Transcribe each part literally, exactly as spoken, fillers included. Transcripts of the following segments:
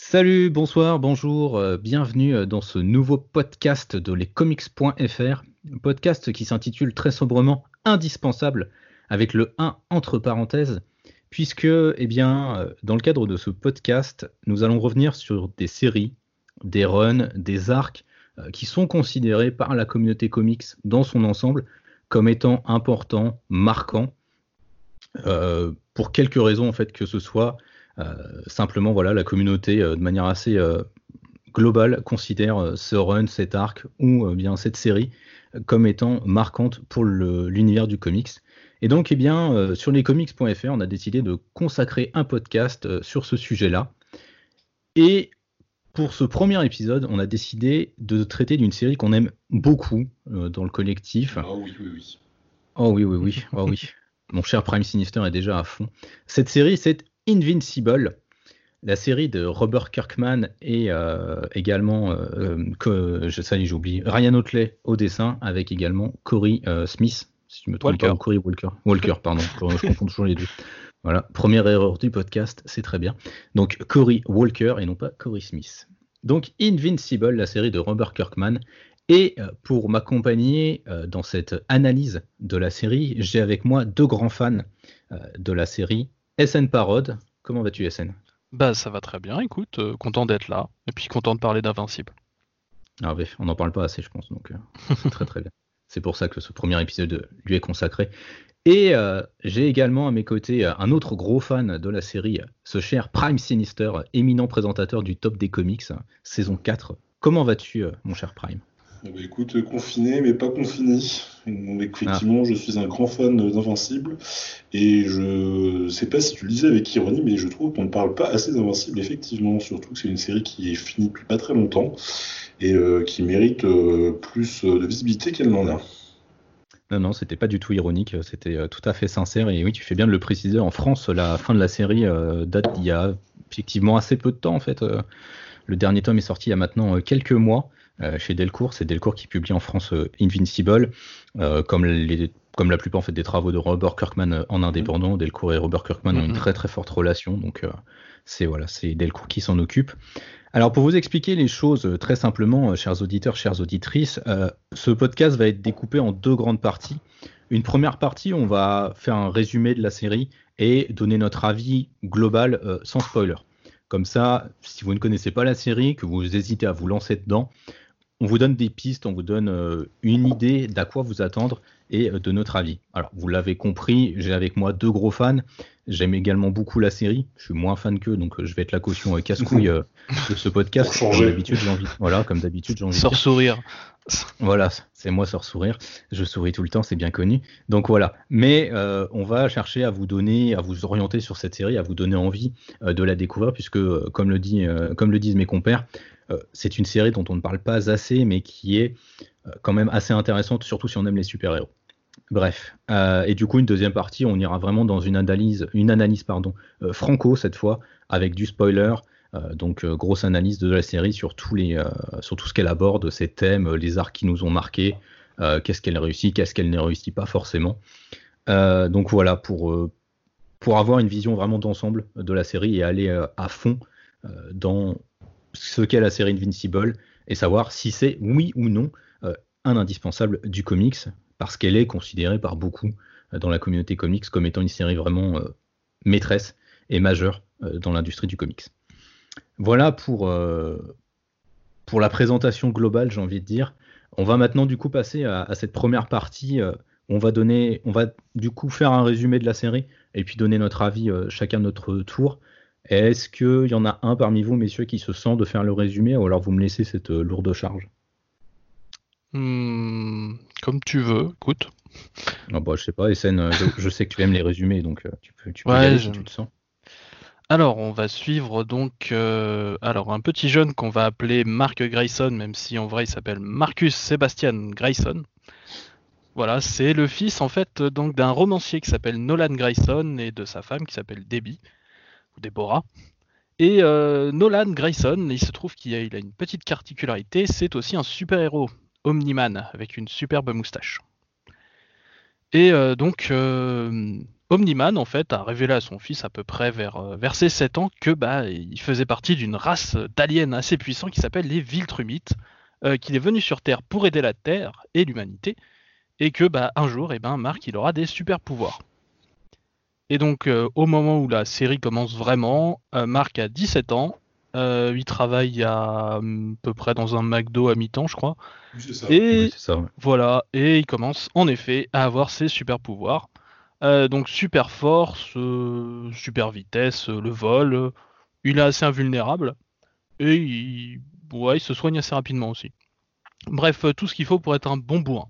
Salut, bonsoir, bonjour, euh, bienvenue euh, dans ce nouveau podcast de lescomics.fr, un podcast qui s'intitule très sobrement Indispensable, avec le un entre parenthèses, puisque, eh bien, euh, dans le cadre de ce podcast, nous allons revenir sur des séries, des runs, des arcs euh, qui sont considérés par la communauté comics dans son ensemble comme étant importants, marquants, euh, pour quelques raisons en fait, que ce soit euh, simplement voilà, la communauté euh, de manière assez euh, globale considère euh, ce run, cet arc ou euh, bien cette série euh, comme étant marquante pour le- l'univers du comics. Et donc, eh bien, euh, sur lescomics.fr, on a décidé de consacrer un podcast euh, sur ce sujet-là. Et pour ce premier épisode, on a décidé de traiter d'une série qu'on aime beaucoup euh, dans le collectif. Ah oui, oui, oui. Oh oui, oui, oui, oh oui. Mon cher Prime Sinister est déjà à fond. Cette série, c'est Invincible, la série de Robert Kirkman et euh, également, euh, que, je, ça y est, j'ai oublié, Ryan Otley au dessin, avec également Corey euh, Smith, si je me trompe pas, Walker. ou Corey Walker. Walker, pardon, je confonds toujours les deux. Voilà, première erreur du podcast, c'est très bien. Donc Corey Walker et non pas Corey Smith. Donc Invincible, la série de Robert Kirkman. Et euh, pour m'accompagner euh, dans cette analyse de la série, j'ai avec moi deux grands fans euh, de la série. S N Parod, comment vas-tu S N? Bah ça va très bien, écoute, euh, content d'être là, et puis content de parler d'Invincible. Ah ouais, on n'en parle pas assez, je pense, donc euh, c'est très très bien. C'est pour ça que ce premier épisode lui est consacré. Et euh, j'ai également à mes côtés euh, un autre gros fan de la série, ce cher Prime Sinister, éminent présentateur du Top des Comics, saison quatre. Comment vas-tu, euh, mon cher Prime? Eh ben, écoute, euh, confiné, mais pas confiné. Donc, Ah, effectivement, je suis un grand fan d'Invincible. Et je sais pas si tu le disais avec ironie, mais je trouve qu'on ne parle pas assez d'Invincible, effectivement. Surtout que c'est une série qui est finie depuis pas très longtemps et euh, qui mérite euh, plus euh, de visibilité qu'elle n'en a. non, non, c'était pas du tout ironique, c'était euh, tout à fait sincère. Et oui, tu fais bien de le préciser. En France, la fin de la série euh, date d'il y a effectivement assez peu de temps, en fait. Euh, le dernier tome est sorti il y a maintenant euh, quelques mois euh, chez Delcourt. C'est Delcourt qui publie en France euh, Invincible, euh, comme, les, comme la plupart en fait, des travaux de Robert Kirkman euh, en indépendant. Delcourt et Robert Kirkman ont une Mm-mm. très très forte relation, donc euh, c'est voilà, c'est Delcourt qui s'en occupe. Alors pour vous expliquer les choses euh, très simplement, euh, chers auditeurs, chères auditrices, euh, ce podcast va être découpé en deux grandes parties. Une première partie, on va faire un résumé de la série et donner notre avis global euh, sans spoiler. Comme ça, si vous ne connaissez pas la série, que vous hésitez à vous lancer dedans, on vous donne des pistes, on vous donne euh, une idée d'à quoi vous attendre et euh, de notre avis. Alors, vous l'avez compris, j'ai avec moi deux gros fans. J'aime également beaucoup la série. Je suis moins fan qu'eux, donc euh, je vais être la caution euh, casse-couille euh, de ce podcast. Pour Comme changer. d'habitude, j'ai envie. Voilà, comme d'habitude, j'ai envie de Sors dire. sourire. Voilà, c'est moi sur sourire. Je souris tout le temps, c'est bien connu. Donc voilà. Mais euh, on va chercher à vous donner, à vous orienter sur cette série, à vous donner envie euh, de la découvrir, puisque euh, comme le dit, euh, comme le disent mes compères, euh, c'est une série dont on ne parle pas assez, mais qui est euh, quand même assez intéressante, surtout si on aime les super-héros. Bref. Euh, et du coup, une deuxième partie, on ira vraiment dans une analyse, une analyse pardon, euh, franco cette fois, avec du spoiler. Euh, donc, euh, grosse analyse de la série sur, tous les, euh, sur tout ce qu'elle aborde, ses thèmes, euh, les arcs qui nous ont marqués, euh, qu'est-ce qu'elle réussit, qu'est-ce qu'elle ne réussit pas forcément. Euh, donc voilà, pour, euh, pour avoir une vision vraiment d'ensemble de la série et aller euh, à fond euh, dans ce qu'est la série Invincible et savoir si c'est oui ou non euh, un indispensable du comics parce qu'elle est considérée par beaucoup euh, dans la communauté comics comme étant une série vraiment euh, maîtresse et majeure euh, dans l'industrie du comics. Voilà pour, euh, pour la présentation globale, j'ai envie de dire. On va maintenant du coup passer à, à cette première partie. Euh, on va donner, on va du coup faire un résumé de la série et puis donner notre avis euh, chacun de notre tour. Est-ce qu'il y en a un parmi vous, messieurs, qui se sent de faire le résumé ou alors vous me laissez cette euh, lourde charge? Hmm, comme tu veux, écoute. Ah bah, je sais pas, Essen, euh, je, je sais que tu aimes les résumés, donc euh, tu peux, tu peux y Ouais, aller si je- tu te sens. Alors, on va suivre donc euh, alors un petit jeune qu'on va appeler Mark Grayson, même si en vrai il s'appelle Marcus Sebastian Grayson. Voilà, c'est le fils en fait donc d'un romancier qui s'appelle Nolan Grayson et de sa femme qui s'appelle Debbie, ou Deborah. Et euh, Nolan Grayson, il se trouve qu'il a, il a une petite particularité, c'est aussi un super-héros, Omni-Man, avec une superbe moustache. Et euh, donc, euh, Omni-Man, en fait, a révélé à son fils à peu près vers, euh, vers ses sept ans que bah, il faisait partie d'une race d'aliens assez puissants qui s'appelle les Viltrumites, euh, qu'il est venu sur Terre pour aider la Terre et l'humanité, et que bah, un jour, eh ben, Mark il aura des super pouvoirs. Et donc, euh, au moment où la série commence vraiment, euh, Mark a dix-sept ans, euh, il travaille à, hum, peu près dans un McDo à mi-temps, je crois, Oui, c'est ça. et Ouais, c'est ça. Ouais. voilà, et il commence en effet à avoir ses super pouvoirs. Euh, donc super force, euh, super vitesse, euh, le vol, euh, il est assez invulnérable, et il, ouais, il se soigne assez rapidement aussi. Bref, euh, tout ce qu'il faut pour être un bon bourrin.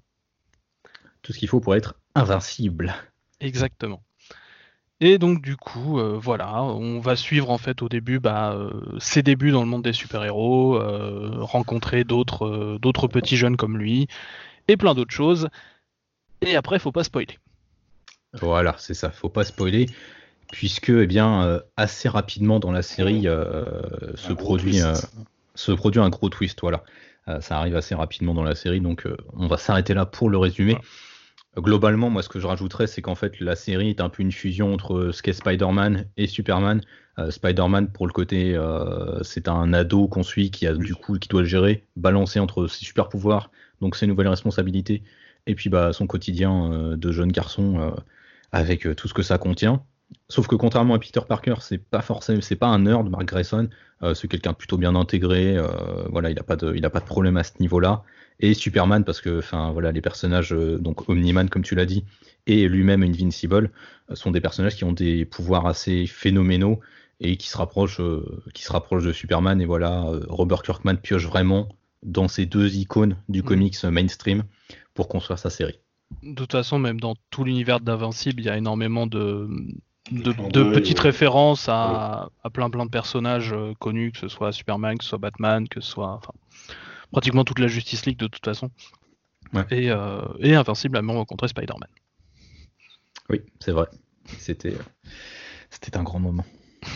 Tout ce qu'il faut pour être invincible. Exactement. Et donc du coup, euh, voilà, on va suivre en fait au début bah, euh, ses débuts dans le monde des super-héros, euh, rencontrer d'autres euh, d'autres petits jeunes comme lui, et plein d'autres choses. Et après, faut pas spoiler. Voilà, c'est ça. Faut pas spoiler, puisque eh bien euh, assez rapidement dans la série euh, se Un gros produit euh, twist. se produit un gros twist. Voilà, Euh, ça arrive assez rapidement dans la série, donc euh, on va s'arrêter là pour le résumé. Voilà. Globalement, moi, ce que je rajouterais, c'est qu'en fait, la série est un peu une fusion entre ce qu'est Spider-Man et Superman. Euh, Spider-Man, pour le côté, euh, c'est un ado qu'on suit qui a Oui. du coup qui doit le gérer, balancer entre ses super pouvoirs, donc ses nouvelles responsabilités, et puis bah son quotidien euh, de jeune garçon euh, avec euh, tout ce que ça contient. Sauf que contrairement à Peter Parker, c'est pas forcément, c'est pas un nerd, Mark Grayson. Euh, c'est quelqu'un de plutôt bien intégré. Euh, voilà, il a pas de, il a pas de problème à ce niveau-là. Et Superman parce que, enfin voilà, les personnages euh, donc Omni-Man comme tu l'as dit et lui-même Invincible euh, sont des personnages qui ont des pouvoirs assez phénoménaux et qui se rapprochent, euh, qui se rapprochent de Superman. Et voilà, euh, Robert Kirkman pioche vraiment dans ces deux icônes du Mm. comics mainstream pour construire sa série. De toute façon, même dans tout l'univers d'Invincible, il y a énormément de, De de, clin de d'œil. petites euh, références ouais. à, à plein plein de personnages euh, connus, que ce soit Superman, que ce soit Batman, que ce soit enfin, pratiquement toute la Justice League de toute façon. Ouais. Et, euh, et Invincible a même rencontré Spider-Man. Oui, c'est vrai. C'était, euh, c'était un grand moment.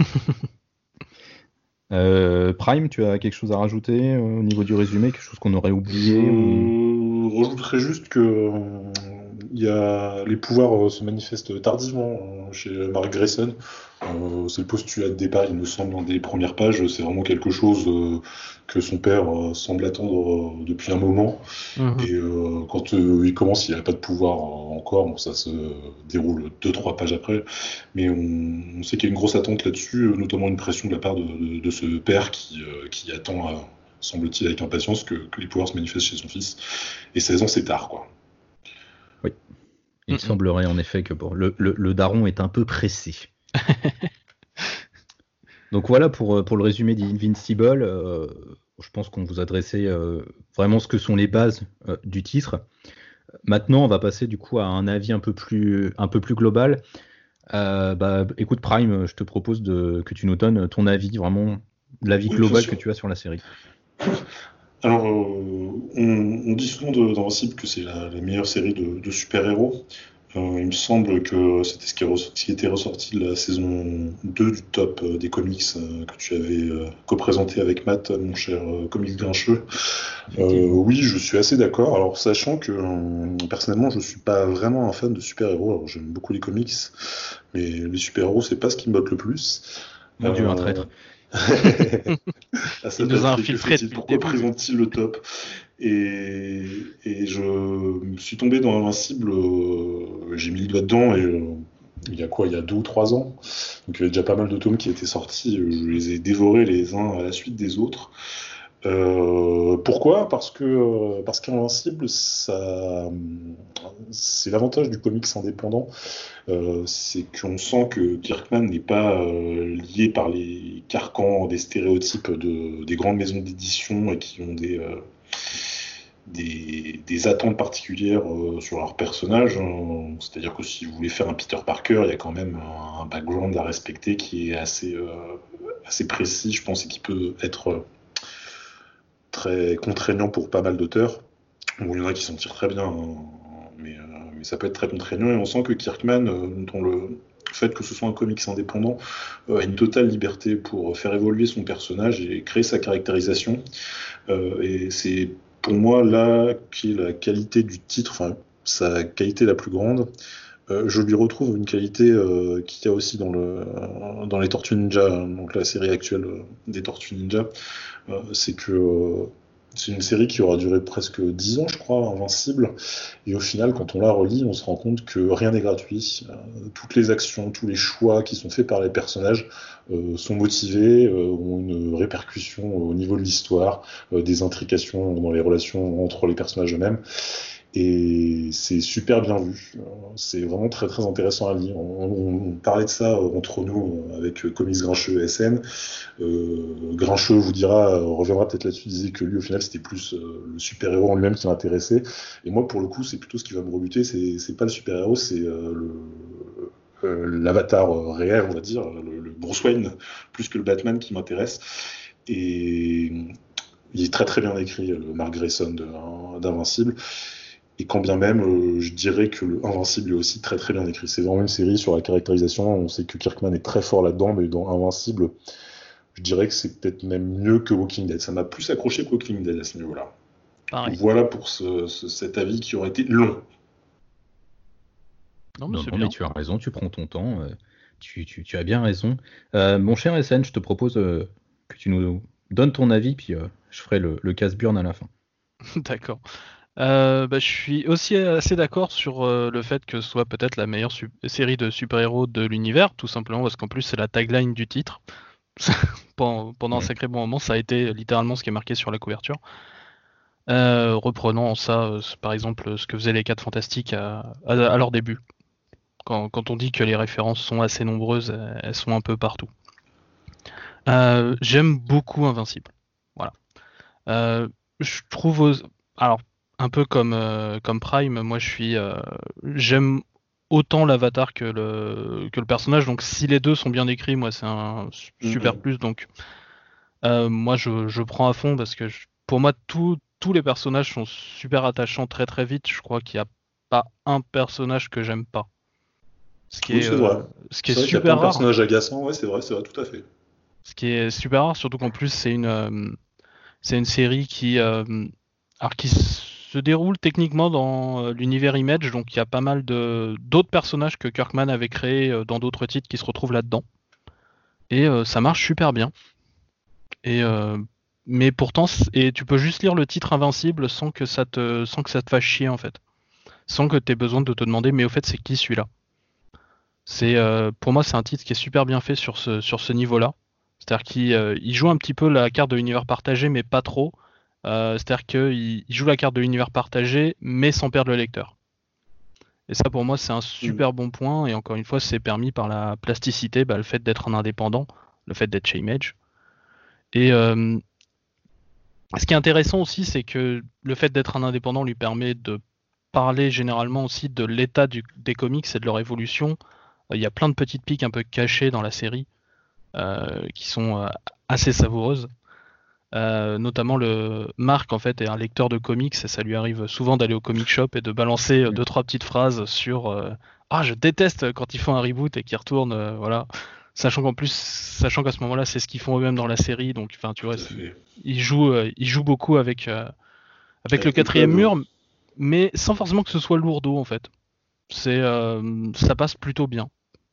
Euh, Prime, tu as quelque chose à rajouter euh, au niveau du résumé, quelque chose qu'on aurait oublié ou... Je rajouterais juste que euh, il y a... les pouvoirs euh, se manifestent tardivement euh, chez Mark Grayson. Euh, c'est le postulat de départ, il me semble, dans des premières pages. C'est vraiment quelque chose euh, que son père euh, semble attendre euh, depuis un moment. Mhm. Et euh, quand euh, il commence, il n'a pas de pouvoir euh, encore. Bon, ça se déroule deux, trois pages après. Mais on, on sait qu'il y a une grosse attente là-dessus, euh, notamment une pression de la part de, de- de ce père qui, euh, qui attend, euh, semble-t-il, avec impatience que, que les pouvoirs se manifestent chez son fils. Et seize ans, c'est tard, quoi. Oui, il Mhm. semblerait en effet que bon, le, le, le daron est un peu pressé. Donc voilà pour, euh, pour le résumé d'Invincible. Euh, je pense qu'on vous a dressé euh, vraiment ce que sont les bases euh, du titre. Maintenant, on va passer du coup à un avis un peu plus, un peu plus global. Euh, bah, écoute Prime, je te propose de, que tu nous donnes ton avis, vraiment l'avis Oui, bien global sûr. que tu as sur la série. Alors, euh, on, on dit souvent de- d'Invincible que c'est la, la meilleure série de, de super-héros. Euh, il me semble que c'était ce qui, est res- ce qui était ressorti de la saison deux du top euh, des comics euh, que tu avais euh, co-présenté avec Matt, mon cher euh, comics grincheux. Euh, Effectivement. oui, je suis assez d'accord. Alors, sachant que euh, personnellement, je suis pas vraiment un fan de super-héros. Alors, j'aime beaucoup les comics, mais les super-héros, c'est pas ce qui me botte le plus. Mon Dieu, un Euh... traître. Ah, ça, Il nous a Patrick, que infiltrés fait-il? depuis le Pourquoi début. présente-t-il le top? Et, et je me suis tombé dans Invincible, euh, j'ai mis le doigt dedans, et euh, il y a quoi? Il y a deux ou trois ans. Donc il y avait déjà pas mal de tomes qui étaient sortis. euh, Je les ai dévorés les uns à la suite des autres. Euh, pourquoi? Parce que euh, parce qu'Invincible, ça, c'est l'avantage du comics indépendant, euh, c'est qu'on sent que Kirkman n'est pas euh, lié par les carcans des stéréotypes de, des grandes maisons d'édition et qui ont des, euh, des, des attentes particulières euh, sur leurs personnages. hein. C'est-à-dire que si vous voulez faire un Peter Parker, il y a quand même un, un background à respecter qui est assez, euh, assez précis, je pense, et qui peut être euh, très contraignant pour pas mal d'auteurs. Bon, il y en a qui s'en tirent très bien, hein, mais, euh, mais ça peut être très contraignant. Et on sent que Kirkman, euh, dans le fait que ce soit un comics indépendant, euh, a une totale liberté pour faire évoluer son personnage et créer sa caractérisation. Euh, et c'est pour moi là qui est la qualité du titre, enfin sa qualité la plus grande. Euh, je lui retrouve une qualité euh, qu'il y a aussi dans, le, dans les Tortues Ninja, hein, donc la série actuelle euh, des Tortues Ninja. Euh, c'est que euh, c'est une série qui aura duré presque dix ans, je crois, Invincible. Et au final, quand on la relit, on se rend compte que rien n'est gratuit. Euh, toutes les actions, tous les choix qui sont faits par les personnages euh, sont motivés, euh, ont une répercussion au niveau de l'histoire, euh, des intrications dans les relations entre les personnages eux-mêmes. Et c'est super bien vu. Euh, C'est vraiment très très intéressant à lire. On, on- on parlait de ça euh, entre nous euh, avec euh, Comics Grincheux S N. Euh, Grincheux vous dira, euh, reviendra peut-être là-dessus, disait que lui au final c'était plus euh, le super-héros en lui-même qui l'intéressait. Et moi pour le coup c'est plutôt ce qui va me rebuter, c'est c'est pas le super-héros, c'est euh, le euh, l'avatar euh, réel, on va dire, le, le Bruce Wayne, plus que le Batman qui m'intéresse. Et il est très très bien écrit, le Mark Grayson de- hein, d'Invincible. Et quand bien même, euh, je dirais que le Invincible est aussi très très bien écrit. C'est vraiment une série sur la caractérisation. On sait que Kirkman est très fort là-dedans, mais dans Invincible, je dirais que c'est peut-être même mieux que Walking Dead. Ça m'a plus accroché que Walking Dead à ce niveau-là. Pareil. Voilà pour ce, ce- cet avis qui aurait été long. Non, mais Non, c'est non, bien. mais tu as raison, tu prends ton temps, euh, tu, tu- tu as bien raison. Euh, mon cher S N, je te propose euh, que tu nous donnes ton avis, puis euh, je ferai le, le casse-burn à la fin. D'accord. Euh, bah, je suis aussi assez d'accord sur euh, le fait que ce soit peut-être la meilleure su- série de super-héros de l'univers, tout simplement parce qu'en plus c'est la tagline du titre. Pendant, pendant un Mm. sacré bon moment, ça a été littéralement ce qui est marqué sur la couverture. Euh, reprenant en ça, euh, c- par exemple, ce que faisaient les quatre Fantastiques à, à- à leur début. Quand, quand on dit que les références sont assez nombreuses, euh, elles sont un peu partout. Euh, j'aime beaucoup Invincible. Voilà. Euh, je trouve, aux- alors un peu comme euh, comme Prime, moi je suis, euh, j'aime autant l'avatar que le que le personnage. Donc si les deux sont bien écrits, moi c'est un su- super Mhm. plus. Donc euh, moi je, je prends à fond parce que je- pour moi tous tous les personnages sont super attachants très très vite. Je crois qu'il n'y a pas un personnage que j'aime pas. Ce qui Oui, est c'est vrai. euh, ce qui est C'est vrai qu'il y a plein super de rare. personnages agaçants. Ouais, c'est vrai, c'est vrai, tout à fait. Ce qui est super rare, surtout qu'en plus c'est une euh, c'est une série qui, euh, alors qui se déroule techniquement dans euh, l'univers Image, donc il y a pas mal de d'autres personnages que Kirkman avait créés euh, dans d'autres titres qui se retrouvent là-dedans. Et euh, ça marche super bien. Et euh, mais pourtant, c- et tu peux juste lire le titre Invincible sans que ça te, sans que ça te fasse chier en fait, sans que tu aies besoin de te demander, mais au fait, c'est qui celui-là? C'est, euh, pour moi, c'est un titre qui est super bien fait sur ce, sur ce niveau-là. C'est-à-dire qu'il euh, il joue un petit peu la carte de l'univers partagé, mais pas trop. Euh, c'est-à-dire qu'il il joue la carte de l'univers partagé, mais sans perdre le lecteur. Et ça, pour moi, c'est un Mhm. super bon point. Et encore une fois, c'est permis par la plasticité, bah, le fait d'être un indépendant, le fait d'être chez Image. Et euh, ce qui est intéressant aussi, c'est que le fait d'être un indépendant lui permet de parler généralement aussi de l'état du- des comics et de leur évolution. Il y a plein de petites piques un peu cachées dans la série euh, qui sont euh, assez savoureuses. Euh, notamment le Marc en fait est un lecteur de comics et ça lui arrive souvent d'aller au comic shop et de balancer euh, Mm. deux trois petites phrases sur euh, ah je déteste quand ils font un reboot et qu'ils retournent euh, voilà, sachant qu'en plus sachant qu'à ce moment-là c'est ce qu'ils font eux-mêmes dans la série, donc enfin tu vois Tout à c'est- fait. ils jouent euh, ils jouent beaucoup avec euh, avec le Avec les quatrième codes. mur, mais sans forcément que ce soit lourdeau en fait. C'est euh, ça passe plutôt bien.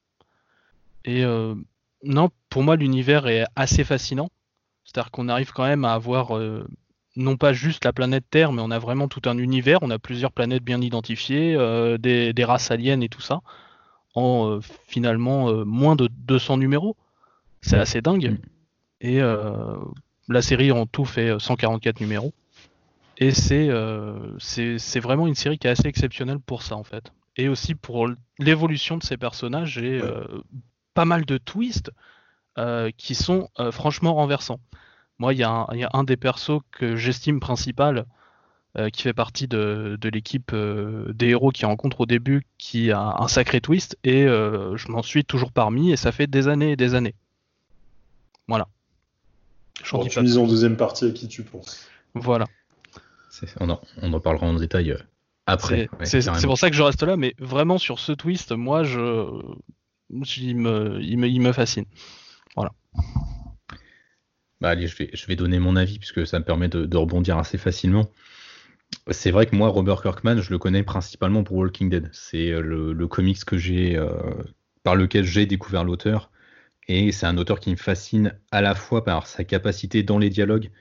Et euh, non, pour moi l'univers est assez fascinant. C'est-à-dire qu'on arrive quand même à avoir euh, non pas juste la planète Terre, mais on a vraiment tout un univers, on a plusieurs planètes bien identifiées, euh, des, des races aliens et tout ça, en euh, finalement euh, moins de deux cents numéros. C'est assez dingue. Mm. Et euh, la série en tout fait cent quarante-quatre numéros. Et c'est euh, c'est c'est vraiment une série qui est assez exceptionnelle pour ça en fait. Et aussi pour l'évolution de ces personnages et Ouais. euh, pas mal de twists euh, qui sont euh, franchement renversants. Moi, il y, a un- il y a un des persos que j'estime principal, euh, qui fait partie de, de l'équipe euh, des héros qu'ils rencontrent au début, qui a un sacré twist, et euh, je m'en suis toujours parmi, et ça fait des années et des années. Voilà, j'en Alors dis tu pas mises en plus. deuxième partie à qui tu penses. Voilà, C'est- On en, on en parlera en détail euh, après, c'est ouais, c'est- c'est carrément. pour ça que je reste là, mais vraiment sur ce twist, moi, je, il me, il me, il me fascine. Voilà. Bah, allez, je vais, je vais donner mon avis puisque ça me permet de, de rebondir assez facilement. C'est vrai que moi, Robert Kirkman, je le connais principalement pour Walking Dead. C'est euh, le, le comics que j'ai, euh, par lequel j'ai découvert l'auteur. Et c'est un auteur qui me fascine à la fois par sa capacité dans les dialogues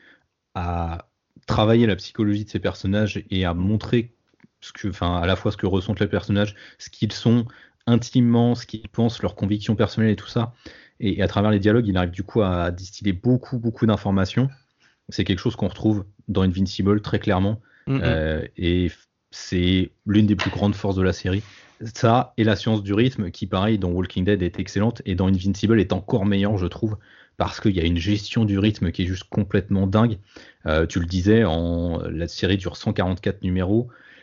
à travailler la psychologie de ses personnages et à montrer ce que, enfin, à la fois ce que ressentent les personnages, ce qu'ils sont intimement, ce qu'ils pensent, leurs convictions personnelles et tout ça. Et, et à travers les dialogues, il arrive du coup à distiller beaucoup, beaucoup d'informations. C'est quelque chose qu'on retrouve dans Invincible très clairement. Mm-hmm. Euh, et c'est l'une des plus grandes forces de la série. Ça et la science du rythme qui, pareil, dans Walking Dead est excellente et dans Invincible est encore meilleure, je trouve, parce qu'il y a une gestion du rythme qui est juste complètement dingue. Euh, tu le disais, en, la série dure cent quarante-quatre numéros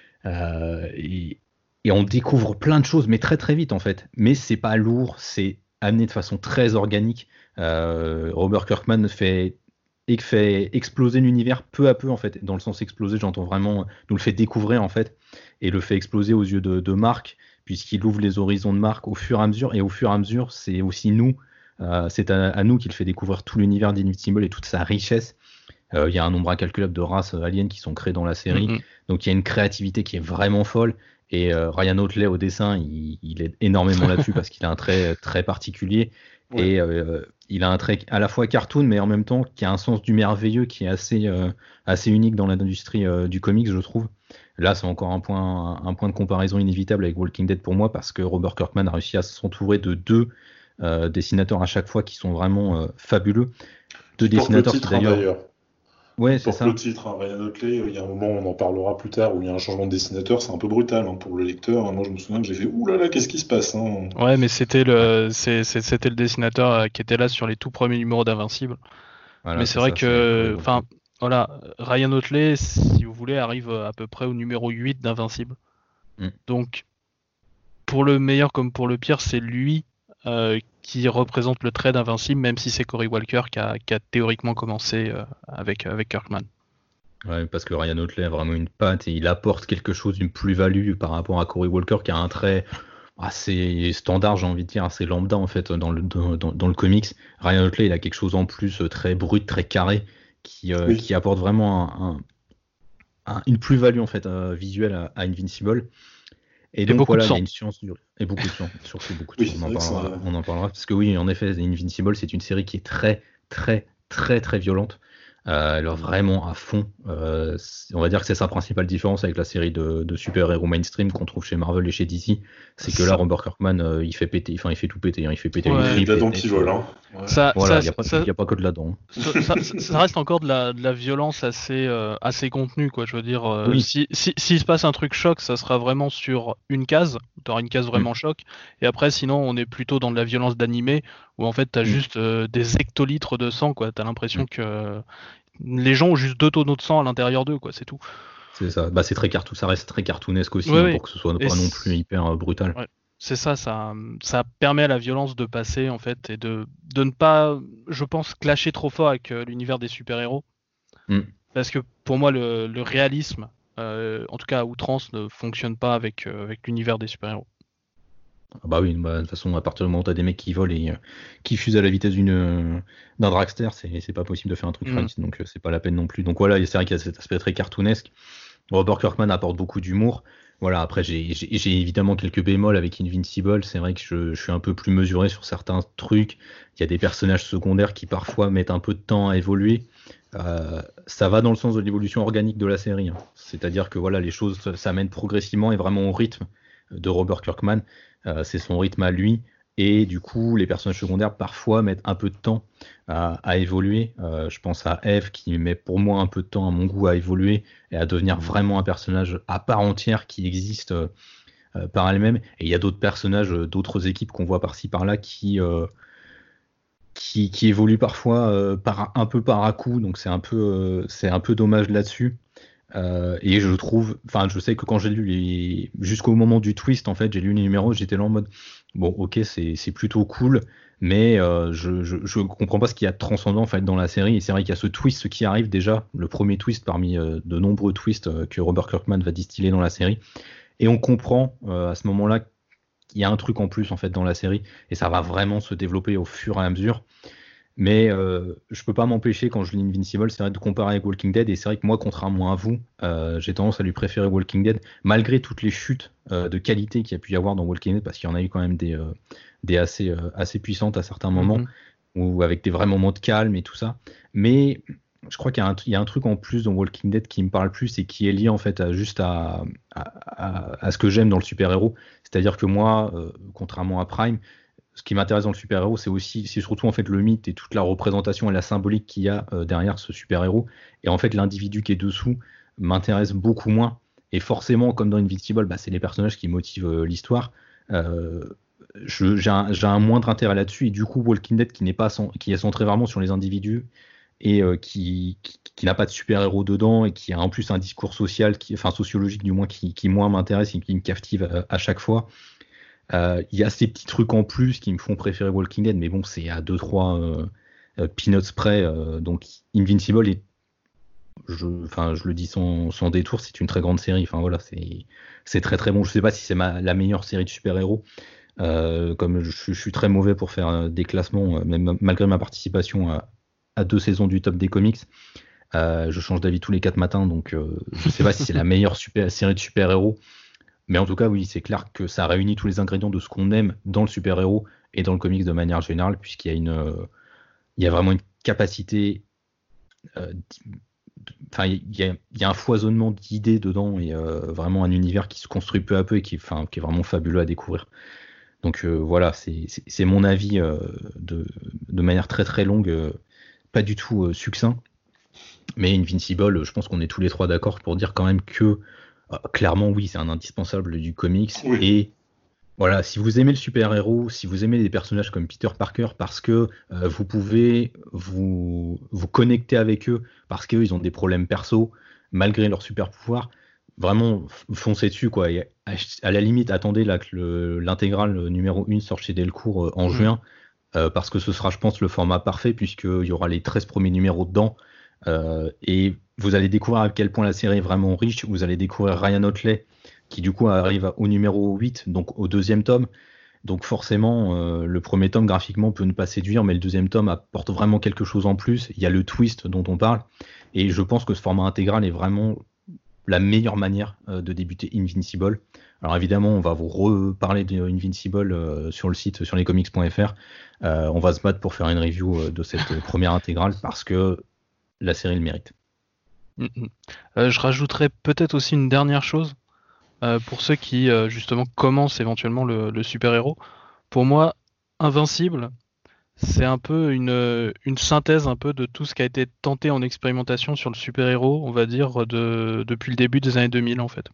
euh, et, et on découvre plein de choses, mais très très vite en fait. Mais c'est pas lourd, c'est amené de façon très organique. Euh, Robert Kirkman fait et fait exploser l'univers peu à peu en fait. Dans le sens exploser, j'entends vraiment nous le fait découvrir en fait et le fait exploser aux yeux de, de Mark, puisqu'il ouvre les horizons de Mark au fur et à mesure. Et au fur et à mesure, c'est aussi nous, euh, c'est à, à nous qu'il fait découvrir tout l'univers d'Invincible et toute sa richesse. Il euh, y a un nombre incalculable de races aliens qui sont créées dans la série, mm-hmm. Donc il y a une créativité qui est vraiment folle. Et euh, Ryan Otley au dessin, il, il aide énormément là-dessus parce qu'il a un trait très particulier. Ouais. Et euh, il a un trait à la fois cartoon, mais en même temps qui a un sens du merveilleux qui est assez, euh, assez unique dans l'industrie euh, du comics, je trouve. Là, c'est encore un point, un point de comparaison inévitable avec Walking Dead pour moi, parce que Robert Kirkman a réussi à s'entourer de deux euh, dessinateurs à chaque fois qui sont vraiment euh, fabuleux. Deux qui dessinateurs titre, qui d'ailleurs... d'ailleurs. Ouais, c'est ça. Le titre, hein, Ryan Otley, il y a un moment, on en parlera plus tard, où il y a un changement de dessinateur, c'est un peu brutal hein, pour le lecteur. Moi, je me souviens que j'ai fait ouh là là, qu'est-ce qui se passe hein. Ouais, mais c'était le, c'est, c'est, c'était le dessinateur euh, qui était là sur les tout premiers numéros d'Invincible. Voilà, mais c'est, c'est vrai ça, que, enfin, voilà, Ryan Otley, si vous voulez, arrive à peu près au numéro huit d'Invincible. Mm. Donc, pour le meilleur comme pour le pire, c'est lui euh, qui représente le trait d'Invincible, même si c'est Cory Walker qui a, qui a théoriquement commencé euh, avec, avec Kirkman. Ouais, parce que Ryan Otley a vraiment une patte et il apporte quelque chose, une plus-value par rapport à Cory Walker qui a un trait assez standard, j'ai envie de dire, assez lambda en fait dans le, dans, dans le comics. Ryan Otley, il a quelque chose en plus très brut, très carré, qui, euh, oui. qui apporte vraiment un, un, un, une plus-value en fait euh, visuelle à, à Invincible. Et, et donc voilà, il y a une science dure. Et beaucoup de sang, surtout beaucoup de oui, sang. On en, parlera, ça... on en parlera. Parce que oui, en effet, Invincible, c'est une série qui est très, très, très, très violente. Euh, elle va vraiment à fond. Euh, on va dire que c'est sa principale différence avec la série de, de super-héros mainstream qu'on trouve chez Marvel et chez D C. C'est que là, Robert Kirkman, euh, il fait péter, enfin, il fait tout péter. Hein, il fait péter ouais, les tripes. Il y a donc qui vole. Hein. Ouais. Ça, voilà, il n'y a, a pas que de là-dedans. Ça, ça, ça reste encore de la, de la violence assez, euh, assez contenue, quoi. Je veux dire, euh, oui. si, si, s'il se passe un truc choc, ça sera vraiment sur une case. Tu auras une case vraiment mm. choc. Et après, sinon, on est plutôt dans de la violence d'animé où en fait, tu as mm. juste euh, des hectolitres de sang, quoi. Tu as l'impression mm. que les gens ont juste deux tonneaux de sang à l'intérieur d'eux, quoi, c'est tout. C'est ça, bah, c'est très cartoon, ça reste très cartoonesque aussi, ouais, hein, oui. pour que ce soit et pas non plus hyper euh, brutal. Ouais. C'est ça, ça, ça permet à la violence de passer, en fait, et de, de ne pas, je pense, clasher trop fort avec euh, l'univers des super-héros. Mm. Parce que pour moi, le, le réalisme, euh, en tout cas à outrance, ne fonctionne pas avec, euh, avec l'univers des super-héros. Ah bah oui, bah, de toute façon, à partir du moment où t'as des mecs qui volent et euh, qui fusent à la vitesse d'une, euh, d'un dragster, c'est, c'est pas possible de faire un truc réaliste, mmh. donc euh, c'est pas la peine non plus. Donc voilà, c'est vrai qu'il y a cet aspect très cartoonesque. Robert Kirkman apporte beaucoup d'humour. Voilà, après, j'ai, j'ai, j'ai évidemment quelques bémols avec Invincible. C'est vrai que je, je suis un peu plus mesuré sur certains trucs. Il y a des personnages secondaires qui parfois mettent un peu de temps à évoluer. Euh, ça va dans le sens de l'évolution organique de la série. Hein. C'est-à-dire que voilà, les choses s'amènent progressivement et vraiment au rythme de Robert Kirkman. Euh, c'est son rythme à lui. Et du coup, les personnages secondaires parfois mettent un peu de temps à, à évoluer. Euh, je pense à Eve qui met pour moi un peu de temps à mon goût à évoluer et à devenir vraiment un personnage à part entière qui existe euh, euh, par elle-même. Et il y a d'autres personnages, euh, d'autres équipes qu'on voit par-ci par-là qui, euh, qui, qui évoluent parfois euh, par, un peu par à coup. Donc c'est un peu, euh, c'est un peu dommage là-dessus. Euh, et je trouve, enfin, je sais que quand j'ai lu les, jusqu'au moment du twist, en fait, j'ai lu les numéros, j'étais là en mode, bon, ok, c'est, c'est plutôt cool, mais euh, je, je, je comprends pas ce qu'il y a de transcendant en fait dans la série. Et c'est vrai qu'il y a ce twist qui arrive déjà, le premier twist parmi euh, de nombreux twists euh, que Robert Kirkman va distiller dans la série. Et on comprend euh, à ce moment-là qu'il y a un truc en plus en fait dans la série, et ça va vraiment se développer au fur et à mesure. Mais euh, je peux pas m'empêcher, quand je lis Invincible, c'est vrai de comparer avec Walking Dead. Et c'est vrai que moi, contrairement à vous, euh, j'ai tendance à lui préférer Walking Dead, malgré toutes les chutes euh, de qualité qu'il y a pu y avoir dans Walking Dead, parce qu'il y en a eu quand même des, euh, des assez, euh, assez puissantes à certains moments, Mhm. ou avec des vrais moments de calme et tout ça. Mais je crois qu'il y a un, il y a un truc en plus dans Walking Dead qui me parle plus et qui est lié en fait à, juste à, à, à- à ce que j'aime dans le super-héros. C'est-à-dire que moi, euh, contrairement à Prime, ce qui m'intéresse dans le super-héros, c'est aussi, c'est surtout en fait le mythe et toute la représentation et la symbolique qu'il y a euh, derrière ce super-héros. Et en fait, l'individu qui est dessous m'intéresse beaucoup moins. Et forcément, comme dans Invincible, bah, c'est les personnages qui motivent euh, l'histoire. Euh, je- j'ai un, j'ai un moindre intérêt là-dessus. Et du coup, Walking Dead, qui n'est pas cen- qui est centré vraiment sur les individus et euh, qui, qui, qui n'a pas de super-héros dedans et qui a en plus un discours social, qui, enfin sociologique du moins, qui, qui moins m'intéresse et qui me captive à, à chaque fois. Euh, Il y a ces petits trucs en plus qui me font préférer Walking Dead, mais bon, c'est à deux trois euh, euh, peanuts près. Euh, donc Invincible, est, je, enfin, je le dis sans, sans détour, c'est une très grande série. Enfin voilà, c'est c'est très très bon. Je sais pas si c'est ma, la meilleure série de super-héros. Euh, comme je, je suis très mauvais pour faire euh, des classements, euh, même malgré ma participation à, à deux saisons du top des comics, euh, je change d'avis tous les quatre matins, donc euh, je sais pas si c'est la meilleure super, série de super-héros. Mais en tout cas, oui, c'est clair que ça réunit tous les ingrédients de ce qu'on aime dans le super-héros et dans le comics de manière générale, puisqu'il y a une, euh, il y a vraiment une capacité, euh, enfin, il y a, il y a un foisonnement d'idées dedans et euh, vraiment un univers qui se construit peu à peu et qui, enfin, qui est vraiment fabuleux à découvrir. Donc euh, voilà, c'est c'est- c'est mon avis euh, de, de manière très très longue, euh, pas du tout euh, succinct, mais Invincible, je pense qu'on est tous les trois d'accord pour dire quand même que euh, clairement, oui, c'est un indispensable du comics Oui. et voilà, si vous aimez le super-héros, si vous aimez des personnages comme Peter Parker, parce que euh, vous pouvez vous, vous connecter avec eux, parce qu'eux, ils ont des problèmes perso, malgré leur super-pouvoir, vraiment, f- foncez dessus, quoi. Et à, à la limite, attendez là, que le- l'intégrale numéro un sorte chez Delcourt euh, en Mhm. juin, euh, parce que ce sera, je pense, le format parfait, puisqu'il y aura les treize premiers numéros dedans, euh, et vous allez découvrir à quel point la série est vraiment riche, vous allez découvrir Ryan Otley, qui du coup arrive au numéro huit, donc au deuxième tome. Donc forcément, euh, le premier tome graphiquement peut ne pas séduire, mais le deuxième tome apporte vraiment quelque chose en plus. Il y a le twist dont on parle, et je pense que ce format intégral est vraiment la meilleure manière euh, de débuter Invincible. Alors évidemment, on va vous reparler de Invincible euh, sur le site, sur lescomics point f r. Euh, on va se battre pour faire une review euh, de cette euh, première intégrale parce que la série le mérite. Mhm. Euh, je rajouterais peut-être aussi une dernière chose euh, pour ceux qui euh, justement commencent éventuellement le, le super-héros. Pour moi, Invincible, c'est un peu une, euh, une synthèse un peu de tout ce qui a été tenté en expérimentation sur le super-héros, on va dire, de, depuis le début des années deux mille en fait.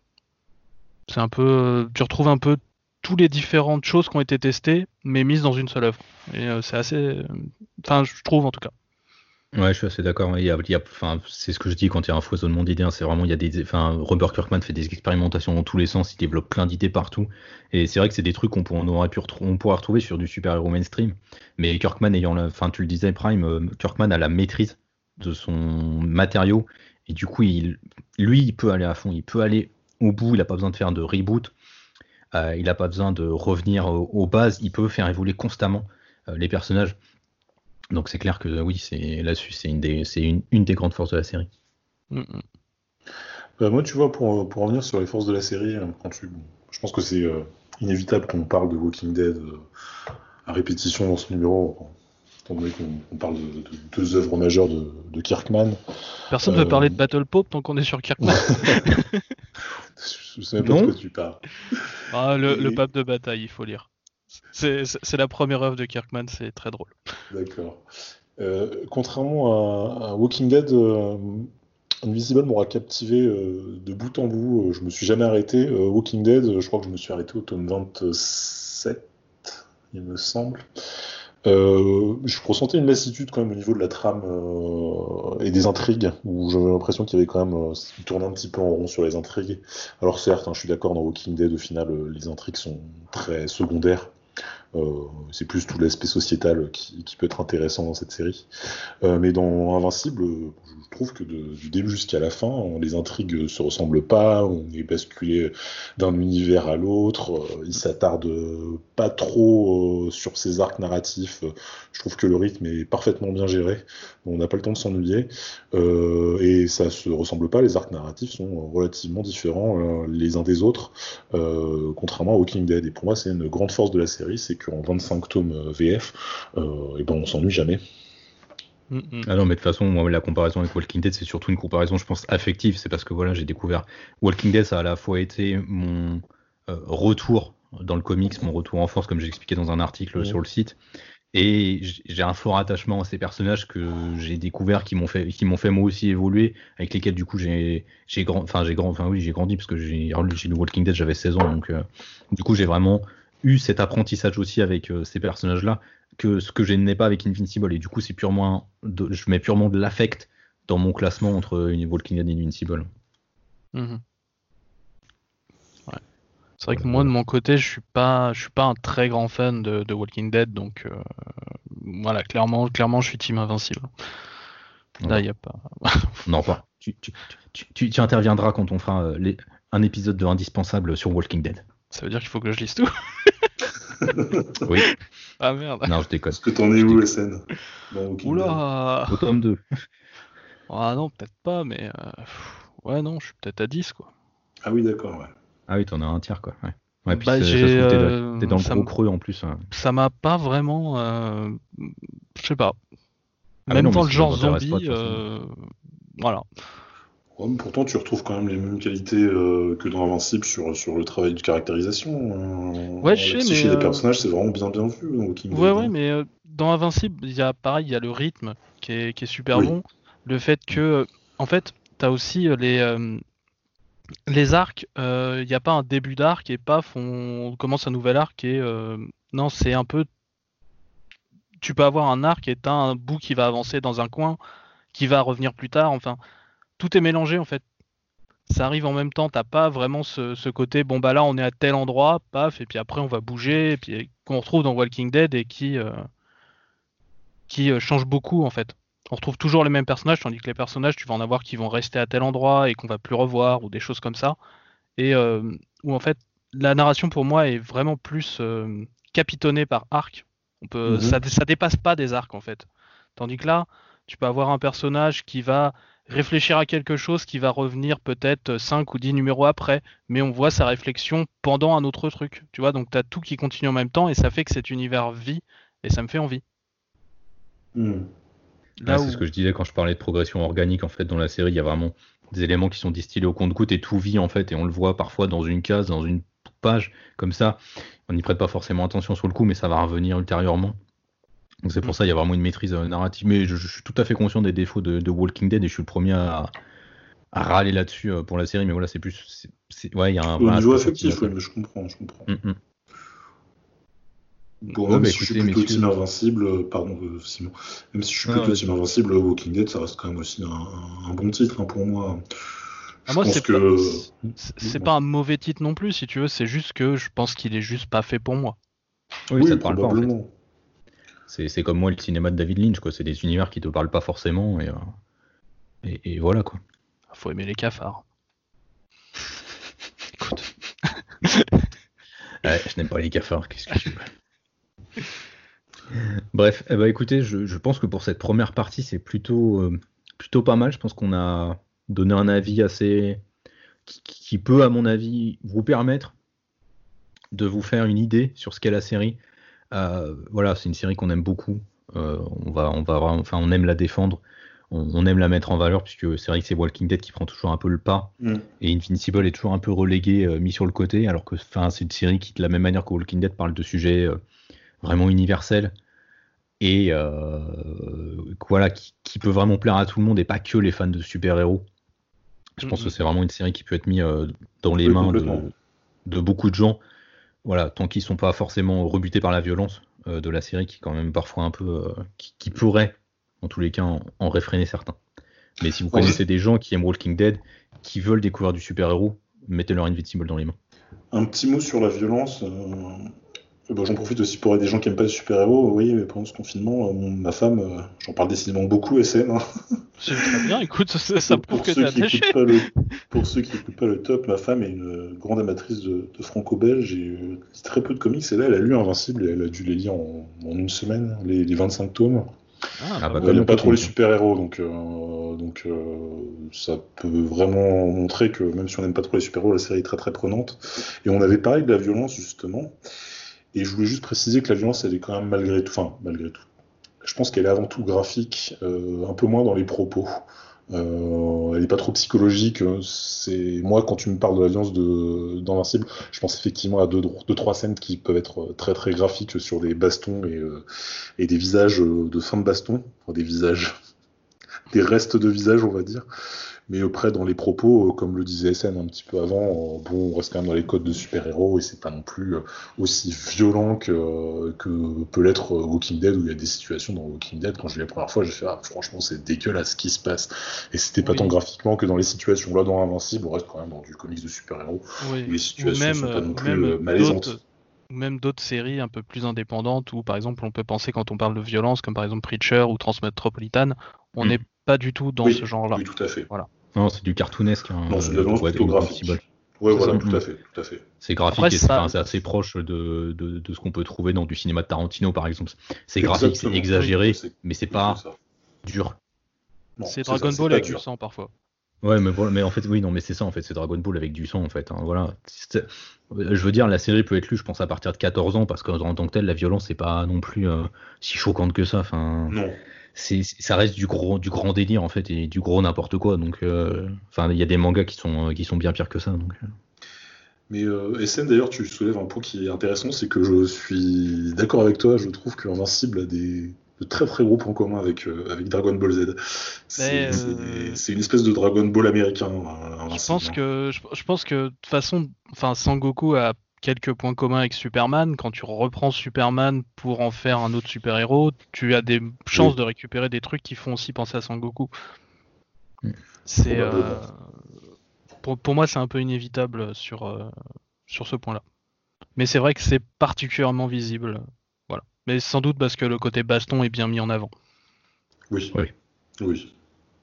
C'est un peu, euh, tu retrouves un peu toutes les différentes choses qui ont été testées, mais mises dans une seule œuvre. Et euh, c'est assez, euh, enfin, je trouve en tout cas. Ouais, je suis assez d'accord. Il y a, il y a- enfin, c'est ce que je dis quand il y a un foisonnement d'idées, hein. C'est vraiment, il y a des, enfin, Robert Kirkman fait des expérimentations dans tous les sens. Il développe plein d'idées partout. Et c'est vrai que c'est des trucs qu'on pour- on aurait pu retrou- on pourrait retrouver sur du super-héros mainstream. Mais Kirkman ayant la, enfin, tu le disais, Prime, euh, Kirkman a la maîtrise de son matériau. Et du coup, il, lui, il peut aller à fond. Il peut aller au bout. Il n'a pas besoin de faire de reboot. Euh, il n'a pas besoin de revenir aux, aux bases. Il peut faire évoluer constamment euh, les personnages. Donc c'est clair que oui, c'est là-dessus, c'est une des, c'est une, une des grandes forces de la série. Mm, Bah, moi, tu vois, pour, pour revenir sur les forces de la série, euh, quand tu... je pense que c'est euh, inévitable qu'on parle de Walking Dead euh, à répétition dans ce numéro, étant donné qu'on on parle de, de deux œuvres majeures de, de Kirkman. Personne ne veut Euh, parler de Battle Pope tant qu'on est sur Kirkman. je sais même pas de quoi Non? tu parles. Ah, le, le Et... pape de bataille, il faut lire. C'est c'est- c'est la première œuvre de Kirkman, c'est très drôle. D'accord. Euh, contrairement à, à Walking Dead, euh, Invisible m'aura captivé euh, de bout en bout. Euh, Je me suis jamais arrêté. Euh, Walking Dead, euh, je crois que je me suis arrêté au tome vingt-sept, il me semble. Euh, je ressentais une lassitude quand même au niveau de la trame euh, et des intrigues, où j'avais l'impression qu'il y avait quand même, euh, il tournait un petit peu en rond sur les intrigues. Alors certes, hein, je suis d'accord, dans Walking Dead, au final, euh, les intrigues sont très secondaires. Euh, c'est plus tout l'aspect sociétal qui, qui peut être intéressant dans cette série. Euh, mais dans Invincible, je trouve que de, du début jusqu'à la fin, les intrigues se ressemblent pas, on est basculé d'un univers à l'autre, euh, il s'attarde pas trop euh, sur ses arcs narratifs. Je trouve que le rythme est parfaitement bien géré, on n'a pas le temps de s'ennuyer, euh, et ça se ressemble pas, les arcs narratifs sont relativement différents euh, les uns des autres, euh, contrairement à Walking Dead. Et pour moi, c'est une grande force de la série, c'est qu'en vingt-cinq tomes euh, V F, euh, et ben on s'ennuie jamais. Mm-mm. Ah non, mais de toute façon, moi, la comparaison avec Walking Dead, c'est surtout une comparaison, je pense, affective. C'est parce que voilà, j'ai découvert Walking Dead, ça a à la fois été mon euh, retour dans le comics, mon retour en force, comme j'ai expliqué dans un article Mmh. sur le site. Et j'ai un fort attachement à ces personnages que j'ai découverts, qui m'ont fait, qui m'ont fait moi aussi évoluer, avec lesquels du coup j'ai, j'ai grand, enfin j'ai grand, enfin oui, j'ai grandi parce que j'ai, j'ai lu Walking Dead, j'avais seize ans, donc euh, du coup j'ai vraiment eu cet apprentissage aussi avec euh, ces personnages-là, que ce que je n'ai pas avec Invincible. Et du coup c'est purement, de, je mets purement de l'affect dans mon classement entre une Walking Dead et Invincible. Mhm. Ouais. C'est vrai Voilà, que moi voilà. de mon côté, je suis pas, je suis pas un très grand fan de, de Walking Dead, donc euh, voilà, clairement, clairement, je suis team Invincible. Là, Voilà. il y a pas. On en reparle. Tu, tu, tu, tu, tu interviendras quand on fera euh, les, un épisode de Indispensable sur Walking Dead. Ça veut dire qu'il faut que je lise tout. Oui. Ah merde. Non, je déconne. Est-ce que t'en es Je où, déconne. S N dans Walking Dead? Oula. Au tome deux. Ah non, peut-être pas, mais euh, pff, ouais, non, je suis peut-être à dix, quoi. Ah oui, d'accord, ouais. Ah oui, t'en as un tiers, quoi. Ouais, ouais puis Bah, ça, ça se j'ai, trouve, t'es dans, euh, t'es dans le ça gros m- creux en plus. Hein. ça m'a pas vraiment, euh, je sais pas. Ah mais Même non, mais dans le si ça genre t'intéresse pas, de zombie, toute façon. euh, voilà. Ouais, mais pourtant, tu retrouves quand même les mêmes qualités euh, que dans Invincible sur, sur le travail de caractérisation. Euh, Ouais, je la sais, mais psyché des euh, personnages, c'est vraiment bien bien vu dans Walking ouais, Dead. ouais, Hein. mais euh, dans Invincible, il y a pareil, il y a le rythme qui est, qui est super Oui. bon. Le fait que, euh, en fait, t'as aussi euh, les, euh, les arcs. Il n'y a pas un début d'arc et paf, on commence un nouvel arc et euh, non, c'est un peu. Tu peux avoir un arc et t'as un bout qui va avancer dans un coin, qui va revenir plus tard. Enfin, tout est mélangé en fait. Ça arrive en même temps. T'as pas vraiment ce, ce côté. Bon bah là, on est à tel endroit, paf, et puis après on va bouger, et puis qu'on retrouve dans Walking Dead et qui euh, qui euh, change beaucoup en fait. On retrouve toujours les mêmes personnages, tandis que les personnages, tu vas en avoir qui vont rester à tel endroit et qu'on va plus revoir ou des choses comme ça. Et euh, où en fait la narration pour moi est vraiment plus euh, capitonnée par arc. On peut, ça, Mhm. ça dépasse pas des arcs en fait. Tandis que là, tu peux avoir un personnage qui va réfléchir à quelque chose qui va revenir peut-être cinq ou dix numéros après, mais on voit sa réflexion pendant un autre truc. Tu vois, donc tu as tout qui continue en même temps et ça fait que cet univers vit et ça me fait envie. Mhm. Là Ouais, c'est ce où que je disais quand je parlais de progression organique. En fait, dans la série, il y a vraiment des éléments qui sont distillés au compte-gouttes et tout vit en fait. Et on le voit parfois dans une case, dans une page, comme ça. On n'y prête pas forcément attention sur le coup, mais ça va revenir ultérieurement. Donc c'est pour ça qu'il y a vraiment une maîtrise euh, narrative. Mais je, je suis tout à fait conscient des défauts de, de Walking Dead et je suis le premier à, à râler là-dessus euh, pour la série. Mais voilà, c'est plus. c'est- c'est- ouais, il y a un Au vrai niveau aspect affectif, oui, sentimental. mais je comprends, je comprends. Hum, hum. Bon, Ouais, même bah si je suis écoutez, plutôt messieurs. Team Invincible, euh, pardon, euh, Simon, même si je suis Non, non, plutôt Team vas-y. Invincible, Walking Dead, ça reste quand même aussi un, un- un bon titre hein, pour moi. Ah, Je moi pense c'est pas que. c'est c'est Dis-moi. pas un mauvais titre non plus si tu veux, c'est juste que je pense qu'il est juste pas fait pour moi. Oui, ça Oui, te parle pas en fait. probablement. C'est c'est comme moi le cinéma de David Lynch, quoi. C'est des univers qui te parlent pas forcément et, euh, et, et voilà quoi. Faut aimer les cafards. Écoute. Ouais, je n'aime pas les cafards, qu'est-ce que tu veux. Bref, eh ben, écoutez, je, je pense que pour cette première partie, c'est plutôt, euh, plutôt pas mal. Je pense qu'on a donné un avis assez. Qui, qui peut, à mon avis, vous permettre de vous faire une idée sur ce qu'est la série. Euh, voilà, c'est une série qu'on aime beaucoup. Euh, on va, on va, vraiment- enfin, on aime la défendre. On, on aime la mettre en valeur puisque c'est vrai que c'est Walking Dead qui prend toujours un peu le pas Mm. et Invincible est toujours un peu relégué, euh, mis sur le côté, alors que, enfin, c'est une série qui, de la même manière que Walking Dead, parle de sujets euh, vraiment universels et euh, voilà, qui, qui peut vraiment plaire à tout le monde et pas que les fans de super-héros. Je pense que Mm-mm. c'est vraiment une série qui peut être mise euh, dans les Oui, mains complètement. de, de beaucoup de gens. Voilà, tant qu'ils sont pas forcément rebutés par la violence euh, de la série, qui est quand même parfois un peu, euh, qui, qui pourrait, en tous les cas, en, en réfréner certains. Mais si vous Alors, connaissez juste des gens qui aiment Walking Dead, qui veulent découvrir du super-héros, mettez leur Invincible dans les mains. un petit mot sur la violence. euh, Bon, j'en profite aussi pour aider des gens qui n'aiment pas les super-héros. Vous voyez, pendant ce confinement, euh, mon- ma femme, euh, j'en parle décidément beaucoup, S N. Hein. C'est très bien, écoute, ça, ça Pour, prouve pour que ceux t'es qui attaché. écoutent pas le, pour ceux qui n'écoutent pas le top, ma femme est une grande amatrice de, de franco-belge et euh, lit très peu de comics. Et là, elle a lu Invincible et elle a dû les lire en, en une semaine, les, les vingt-cinq tomes. Ah, Ah, bah bah, Euh, ouais. Il n'y a comme pas on trop les peut, super-héros, donc, euh, donc euh, ça peut vraiment montrer que même si on n'aime pas trop les super-héros, la série est très très prenante. Et on avait parlé de la violence justement. Et je voulais juste préciser que la violence, elle est quand même malgré tout, enfin malgré tout. Je pense qu'elle est avant tout graphique, euh, un peu moins dans les propos. Euh, elle n'est pas trop psychologique. C'est moi quand tu me parles de la violence de d'Invincible, je pense effectivement à deux, deux trois scènes qui peuvent être très très graphiques sur des bastons et, euh, et des visages de fin de baston, enfin, des visages, des restes de visages, on va dire. Mais après, dans les propos, euh, comme le disait S N un petit peu avant, euh, bon, on reste quand même dans les codes de super-héros et c'est pas non plus euh, aussi violent que, euh, que peut l'être euh, Walking Dead, où il y a des situations dans Walking Dead. Quand je l'ai la première fois, j'ai fait ah, franchement, c'est dégueulasse ce qui se passe. Et c'était pas Oui. tant graphiquement que dans les situations. Là, dans Invincible, on reste quand même dans du comics de super-héros. Oui. Où les Ou situations même, sont pas euh, non ou plus même euh, malaisantes. d'autres, ou même d'autres séries un peu plus indépendantes où, par exemple, on peut penser quand on parle de violence, comme par exemple Preacher ou Transmetropolitan, on Mm. n'est pas du tout dans Oui, ce genre-là. oui, tout à fait. Voilà. Non, c'est du cartoonesque. Hein, Non, c'est de la euh, violence ouais, plutôt Invincible. graphique. Ouais, C'est voilà, ça. tout à fait, tout à fait. C'est graphique Après, et c'est, ça- enfin, c'est assez proche de, de, de ce qu'on peut trouver dans du cinéma de Tarantino, par exemple. C'est graphique, c'est Exactement. exagéré, C'est- mais c'est oui, pas c'est ça. dur. Non, C'est c'est Dragon ça, c'est Ball pas avec du dur. sang parfois. Ouais, mais, voilà, mais en fait, oui, non, mais c'est ça, en fait, c'est Dragon Ball avec du sang, en fait. Hein, voilà. C'est- Je veux dire, la série peut être lue, je pense, à partir de quatorze ans, parce qu'en tant que telle, la violence, c'est pas non plus euh, si choquante que ça. Enfin, Non. c'est, c'est- ça reste du gros, du grand délire, en fait, et du gros n'importe quoi. Donc, euh, enfin, il y a des mangas qui sont, euh, qui sont bien pires que ça. Donc, euh. Mais euh, S N, d'ailleurs, tu soulèves un point qui est intéressant, c'est que je suis d'accord avec toi, je trouve que Invincible a des de très très gros points communs avec, euh, avec Dragon Ball Z. C'est Mais, c'est- euh, c'est une espèce de Dragon Ball américain, euh, Je Invincible. pense hein. que je, je pense que de toute façon, enfin Sangoku a quelques points communs avec Superman. Quand tu reprends Superman pour en faire un autre super-héros, tu as des chances Oui. de récupérer des trucs qui font aussi penser à Sangoku. Mm. C'est euh, Probablement. pour, pour moi c'est un peu inévitable sur euh, sur ce point-là. Mais c'est vrai que c'est particulièrement visible, voilà. Mais sans doute parce que le côté baston est bien mis en avant. Oui. Oui. Oui.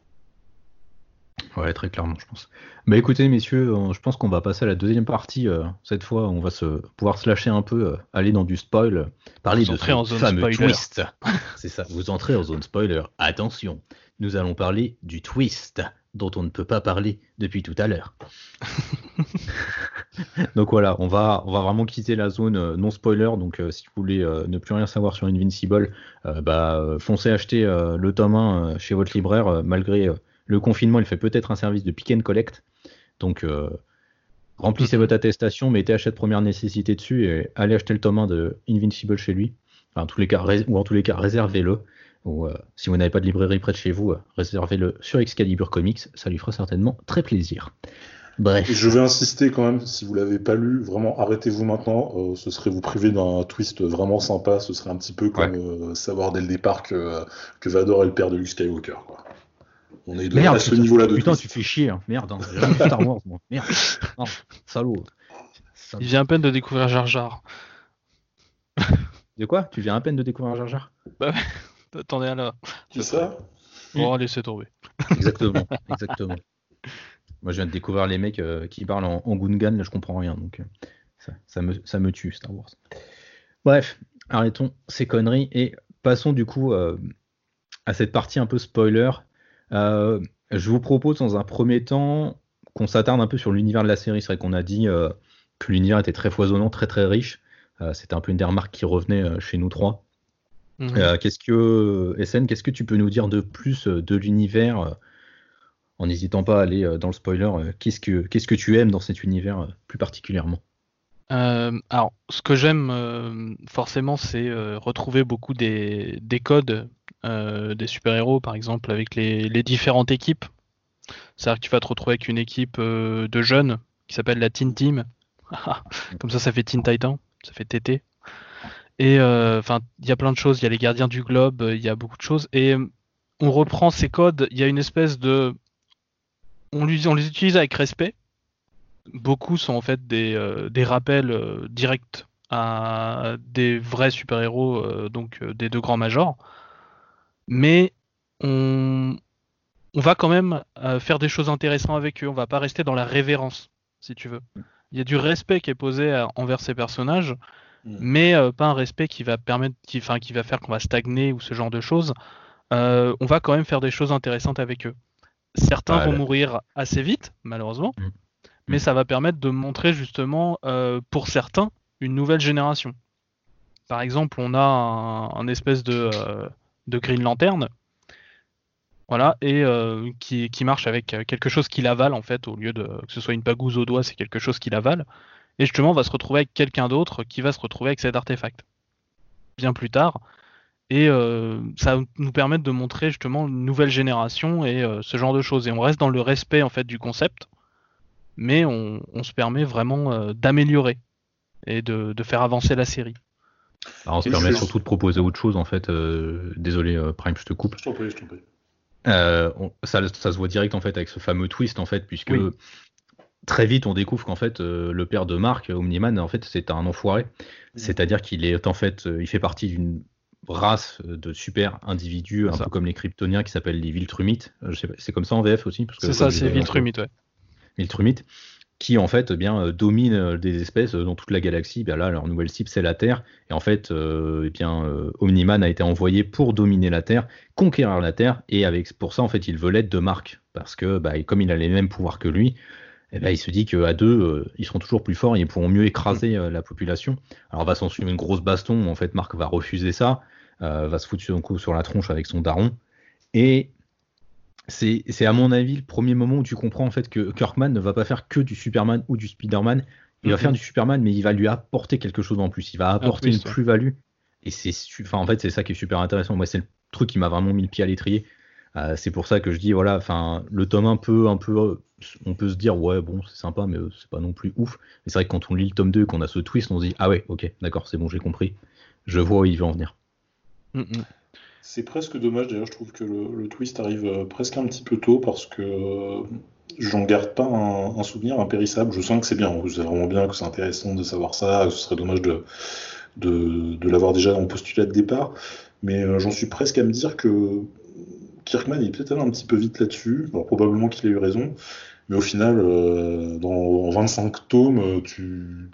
Ouais, très clairement, je pense. Bah écoutez, messieurs, euh, je pense qu'on va passer à la deuxième partie. euh, cette fois, on va se pouvoir se lâcher un peu, euh, aller dans du spoil, euh, parler Vous de entrez ce en zone fameux spoiler. twist. C'est ça, vous entrez en zone spoiler. Attention, nous allons parler du twist dont on ne peut pas parler depuis tout à l'heure. Donc voilà, on va, on va vraiment quitter la zone euh, non spoiler. Donc euh, si vous voulez euh, ne plus rien savoir sur Invincible, euh, bah, euh, foncez acheter euh, le tome un euh, chez votre libraire. euh, malgré euh, le confinement, il fait peut-être un service de pick and collect. Donc euh, remplissez Mhm. votre attestation, mettez achat de première nécessité dessus et allez acheter le tome un de Invincible chez lui. Enfin, en tous les cas, rés- ou en tous les cas, réservez-le. Ou euh, si vous n'avez pas de librairie près de chez vous, euh, réservez-le sur Excalibur Comics. Ça lui fera certainement très plaisir. Et Bref. je vais insister quand même, si vous l'avez pas lu, vraiment arrêtez-vous maintenant. euh, ce serait vous priver d'un twist vraiment sympa. Ce serait un petit peu comme euh, savoir dès le départ que, que Vador est le père de Luke Skywalker. Quoi. On est de, Merde, à ce putain, niveau-là de putain, twist. tu fais chier, hein. Merde, hein. J'ai jamais vu Star Wars, moi. Merde, non, salaud. Salaud. Il vient à peine de découvrir Jar Jar. De quoi? Tu viens à peine de découvrir Jar Jar? Bah ouais, t'en es à là. C'est ça? Bon, laissez tomber. Exactement, exactement. Moi, je viens de découvrir les mecs euh, qui parlent en, en Gungan, là, je comprends rien, donc euh, ça, ça me, ça me tue, Star Wars. Bref, arrêtons ces conneries et passons du coup euh, à cette partie un peu spoiler. Euh, je vous propose dans un premier temps qu'on s'attarde un peu sur l'univers de la série. C'est vrai qu'on a dit euh, que l'univers était très foisonnant, très très riche. Euh, c'était un peu une des remarques qui revenait euh, chez nous trois. Mhm. Euh, qu'est-ce que, S N, qu'est-ce que tu peux nous dire de plus euh, de l'univers euh, en n'hésitant pas à aller euh, dans le spoiler, euh, qu'est-ce que, qu'est-ce que tu aimes dans cet univers euh, plus particulièrement? Euh, alors, ce que j'aime euh, forcément, c'est euh, retrouver beaucoup des, des codes euh, des super-héros, par exemple, avec les, les différentes équipes. C'est-à-dire que tu vas te retrouver avec une équipe euh, de jeunes qui s'appelle la Teen Team. Comme ça, ça fait Teen Titan, ça fait T T. Et enfin, il y a plein de choses. Il y a les Gardiens du Globe, il y a beaucoup de choses. Et euh, on reprend ces codes. Il y a une espèce de, on, lui, on les utilise avec respect. Beaucoup sont en fait des, euh, des rappels euh, directs à des vrais super-héros, euh, donc euh, des deux grands majors, mais on, on va quand même euh, faire des choses intéressantes avec eux. On va pas rester dans la révérence, si tu veux. Il y a du respect qui est posé à- envers ces personnages, Mm. mais euh, pas un respect qui va permettre, qui, enfin, qui va faire qu'on va stagner ou ce genre de choses. Euh, on va quand même faire des choses intéressantes avec eux. Certains Bah, vont le- mourir assez vite, malheureusement, Mm. mais Mm. ça va permettre de montrer justement, euh, pour certains, une nouvelle génération. Par exemple, on a un, un espèce de, euh, de Green Lantern, voilà, et euh, qui, qui marche avec euh, quelque chose qu'il avale en fait, au lieu de que ce soit une pagouze au doigt, c'est quelque chose qu'il avale. Et justement, on va se retrouver avec quelqu'un d'autre qui va se retrouver avec cet artefact bien plus tard. Et euh, ça va nous permettre de montrer justement une nouvelle génération et euh, ce genre de choses. Et on reste dans le respect en fait du concept, mais on, on se permet vraiment euh, d'améliorer et de, de faire avancer la série. bah, on se Oui, je permet suis- surtout de proposer autre chose en fait. euh, Désolé, euh, Prime, je te coupe. Je t'en prie, je t'en prie. Euh, on- ça, ça se voit direct en fait avec ce fameux twist en fait, puisque Oui. très vite on découvre qu'en fait euh, le père de Mark, Omniman, en fait c'est un enfoiré. C'est-à-dire qu'il est en fait, euh, il fait partie d'une race de super individus, C'est un ça. peu comme les Kryptoniens qui s'appellent les Viltrumites. Euh, je sais pas, c'est comme ça en V F aussi, parce que C'est comme ça, je les c'est avais un peu- Viltrumite, ouais. Viltrumites, qui en fait eh bien euh, dominent euh, des espèces euh, dans toute la galaxie. Bien là, leur nouvelle cible c'est la Terre, et en fait, euh, eh bien euh, Omniman a été envoyé pour dominer la Terre, conquérir la Terre, et avec pour ça en fait il veut l'aide de Mark, parce que bah, comme il a les mêmes pouvoirs que lui. Eh ben, il se dit qu'à deux, euh, ils seront toujours plus forts et ils pourront mieux écraser euh, la population. Alors, va s'en suivre une grosse baston. En fait, Mark va refuser ça, euh, va se foutre sur, un coup sur la tronche avec son daron. Et c'est, c'est à mon avis le premier moment où tu comprends en fait que Kirkman ne va pas faire que du Superman ou du Spider-Man. Il va faire Mhm. du Superman, mais il va lui apporter quelque chose en plus. Il va Un apporter une twist, ouais. plus-value. Et c'est, su- enfin, en fait, c'est ça qui est super intéressant. Moi, c'est le truc qui m'a vraiment mis le pied à l'étrier. Euh, c'est pour ça que je dis, voilà, enfin, le tome un peu, un peu, euh, on peut se dire, ouais, bon, c'est sympa, mais euh, c'est pas non plus ouf. Mais c'est vrai que quand on lit le tome deux et qu'on a ce twist, on se dit, ah ouais, ok, d'accord, c'est bon, j'ai compris. Je vois où il veut en venir. Mhm. C'est presque dommage, d'ailleurs, je trouve que le, le twist arrive euh, presque un petit peu tôt parce que euh, j'en garde pas un, un souvenir impérissable. Je sens que c'est bien, c'est vraiment bien, que c'est intéressant de savoir ça. Ce serait dommage de, de, de l'avoir déjà en postulat de départ. Mais euh, j'en suis presque à me dire que Kirkman est peut-être allé un petit peu vite là-dessus. Alors, probablement qu'il a eu raison. Mais au final, euh, dans en vingt-cinq tomes, euh, tu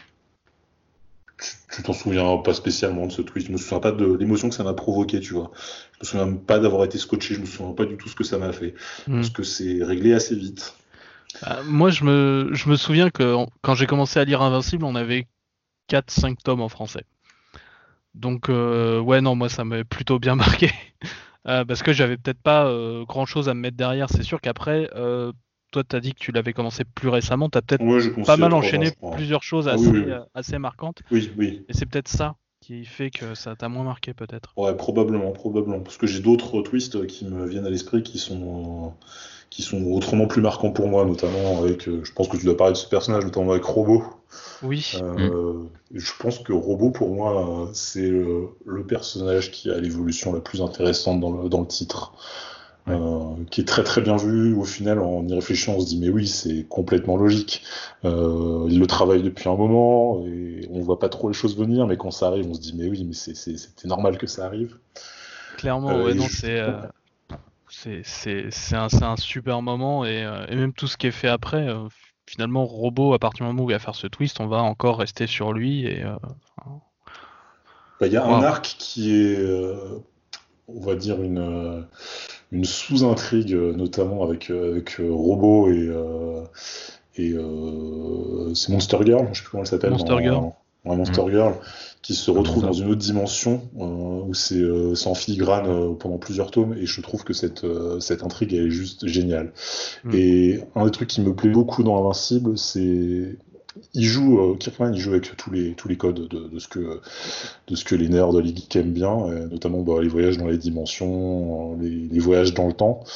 tu tu t'en souviens pas spécialement de ce twist. Je me souviens pas de l'émotion que ça m'a provoqué, tu vois. Je me souviens pas d'avoir été scotché, je me souviens pas du tout ce que ça m'a fait. Parce Mhm. que c'est réglé assez vite. Euh, moi, je me, je me souviens que en- quand j'ai commencé à lire Invincible, on avait quatre cinq tomes en français. Donc, euh, ouais, non, moi, ça m'avait plutôt bien marqué. Euh, parce que j'avais peut-être pas euh, grand-chose à me mettre derrière. C'est sûr qu'après, euh, toi, t'as dit que tu l'avais commencé plus récemment. T'as peut-être Ouais, je pas commençais il y a mal trois ans, enchaîné je crois. plusieurs choses Ah oui, assez, oui, oui. euh, assez marquantes. Oui, oui. Et c'est peut-être ça qui fait que ça t'a moins marqué, peut-être. Ouais, probablement, probablement. Parce que j'ai d'autres twists qui me viennent à l'esprit qui sont, euh, qui sont autrement plus marquants pour moi, notamment avec, euh, je pense que tu dois parler de ce personnage, notamment avec Robo. Oui. Mm. Euh, je pense que Robo, pour moi, euh, c'est le, le personnage qui a l'évolution la plus intéressante dans le, dans le titre. Ouais. Euh, qui est très très bien vu. Au final, en y réfléchissant, on se dit mais oui, c'est complètement logique. Euh, il le travaille depuis un moment et on voit pas trop les choses venir, mais quand ça arrive, on se dit mais oui, mais c'est, c'est, c'était normal que ça arrive. Clairement, Euh, ouais, et non, je- c'est euh, c'est c'est c'est un, c'est un super moment et, euh, et même tout ce qui est fait après, euh, finalement, Robot, à partir du moment où il va faire ce twist, on va encore rester sur lui et euh, enfin, bah, il y a un waouh. arc qui est, euh, on va dire, une, euh, une sous-intrigue, euh, notamment avec, euh, avec euh, Robo et, euh, et euh, c'est Monster Girl, je sais plus comment elle s'appelle Monster Girl. dans ouais, Monster Mm. Girl, qui se Vraiment retrouve ça. dans une autre dimension euh, où c'est euh, c'est en filigrane euh, pendant plusieurs tomes et je trouve que cette, euh, cette intrigue elle est juste géniale. Mm. Et un des trucs qui me plaît beaucoup dans Invincible, c'est il joue euh, Kirkman, il joue avec tous les tous les codes de, de ce que de ce que les nerds de les geeks aiment bien, euh, notamment bah, les voyages dans les dimensions, euh, les, les voyages dans le temps.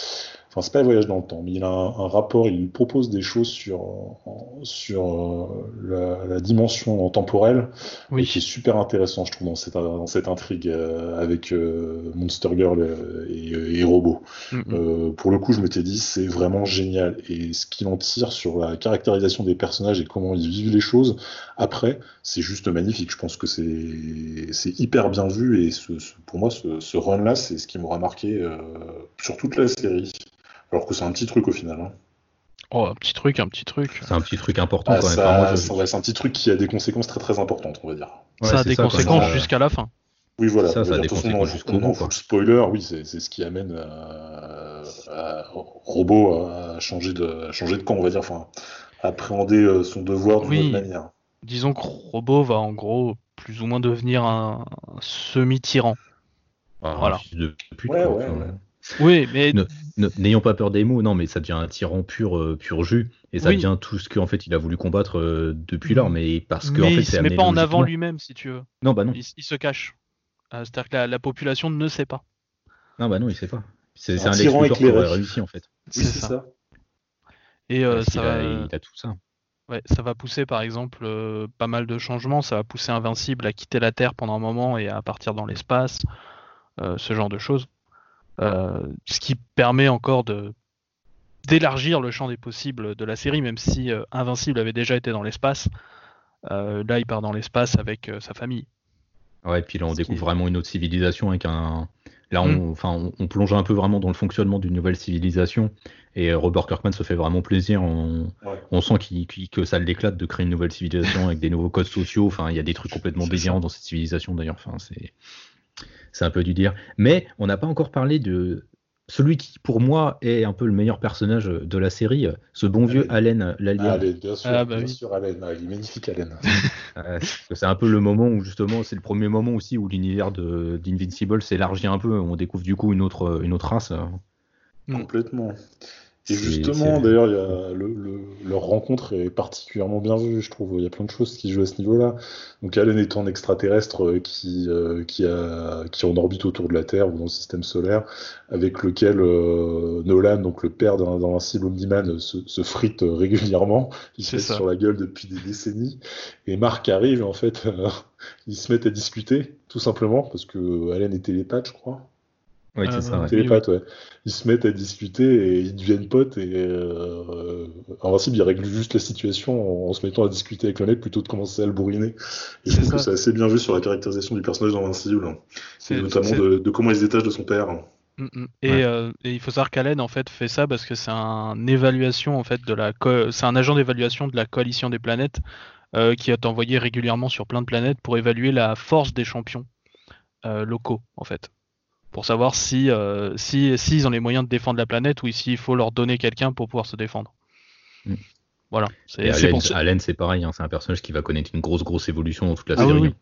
enfin c'est pas le voyage dans le temps, mais il a un, un rapport, il nous propose des choses sur, sur euh, la, la dimension temporelle Oui. euh, qui est super intéressant, je trouve, dans cette, dans cette intrigue euh, avec euh, Monster Girl et, et Robot. Mm-hmm. Euh, pour le coup, je m'étais dit, c'est vraiment génial. Et ce qu'il en tire sur la caractérisation des personnages et comment ils vivent les choses, après, c'est juste magnifique. Je pense que c'est, c'est hyper bien vu. Et ce, ce, pour moi, ce, ce run-là, c'est ce qui m'aura marqué euh, sur toute la série. Alors que c'est un petit truc au final. Hein. Oh, un petit truc, un petit truc. C'est un petit truc important Ah, quand même. ça, Enfin, moi, je- ça, ouais, c'est un petit truc qui a des conséquences très très importantes, on va dire. Ouais, ça a c'est des ça, quand conséquences même. jusqu'à la fin. Oui, voilà. Ça, on ça va a dire, des de toute façon, conséquences on- jusqu'au on est bout, en quoi. full spoiler, oui, c'est, c'est ce qui amène euh, à Robot à changer de, à changer de camp, on va dire, enfin, à appréhender euh, son devoir d'une Oui. autre manière. Disons que Robot va en gros plus ou moins devenir un, un semi-tyran. Ah, Voilà. Un fils de pute, Ouais, quoi. ouais, Enfin, ouais. Oui, mais ne- ne- N'ayons pas peur des mots, non, mais ça devient un tyran pur, euh, pur jus, et ça Oui. devient tout ce qu'en fait il a voulu combattre euh, depuis lors, Mm. mais parce que mais en fait il c'est se met amené pas en avant logiquement. lui-même, si tu veux. Non, bah non, Il, il se cache. Euh, C'est-à-dire que la, la population ne sait pas. non, bah non, il sait pas. C'est C'est c'est un un Lex tyran Luthor qui éclairé. aurait réussi en fait, Oui, c'est ça. Et euh, parce ça qu'il va, a, il a tout ça. ouais, ça va pousser par exemple euh, pas mal de changements. Ça va pousser Invincible à quitter la Terre pendant un moment et à partir dans l'espace, euh, ce genre de choses. Euh, ce qui permet encore de d'élargir le champ des possibles de la série, même si euh, Invincible avait déjà été dans l'espace. Euh, là, il part dans l'espace avec euh, sa famille. Ouais, et puis là on Ce découvre qui- vraiment une autre civilisation avec un. Là, Mm. on, enfin, on, on plonge un peu vraiment dans le fonctionnement d'une nouvelle civilisation, et euh, Robert Kirkman se fait vraiment plaisir. On, Ouais. on sent qu'il, qu'il- que ça l'éclate de créer une nouvelle civilisation avec des nouveaux codes sociaux. Enfin, il y a des trucs complètement C'est délirants ça. dans cette civilisation d'ailleurs. Enfin, c'est, c'est un peu du dire. Mais on n'a pas encore parlé de celui qui, pour moi, est un peu le meilleur personnage de la série, ce bon vieux Allen l'alien. Allez, bien sûr, Ah, bah bien oui. sûr, Allen. Ah, il est magnifique, Allen. Euh, parce que c'est un peu le moment où justement, c'est le premier moment aussi où l'univers de, d'Invincible s'élargit un peu. On découvre du coup une autre, une autre race. Mm. Complètement. Et C'est- justement, c'est- d'ailleurs, il y a le, le- leur rencontre est particulièrement bien vue, je trouve. Il y a plein de choses qui jouent à ce niveau-là. Donc, Allen étant un extraterrestre euh, qui, euh, qui, a, qui est en orbite autour de la Terre ou dans le système solaire, avec lequel euh, Nolan, donc le père d'un d'Invincible Omni-Man, se, se frite euh, régulièrement. Il se C'est met ça. sur la gueule depuis des décennies. Et Mark arrive, et en fait, euh, ils se mettent à discuter, tout simplement, parce que Allen est télépathe, je crois. Oui, c'est Euh, ça. Ouais. oui, Télépathe, ouais. Ils se mettent à discuter et ils deviennent potes et euh, en principe ils règlent juste la situation en, en se mettant à discuter avec le mec plutôt de commencer à le bourriner. Et je C'est trouve ça. que c'est assez bien vu sur la caractérisation du personnage d'Invincible, et C'est- notamment c'est- de, de comment il se détache de son père. Mm, mm. Et, Ouais. euh, et il faut savoir qu'Allen en fait fait ça parce que c'est un évaluation en fait de la co- c'est un agent d'évaluation de la coalition des planètes euh, qui est envoyé régulièrement sur plein de planètes pour évaluer la force des champions euh, locaux en fait, pour savoir si euh, si s'ils ont les moyens de défendre la planète ou s'il faut leur donner quelqu'un pour pouvoir se défendre. Mm. Voilà. Et C'est c'est Allen, pour ça. Allen, c'est pareil. Hein, c'est un personnage qui va connaître une grosse, grosse évolution dans toute la Ah oui, série. oui. hein.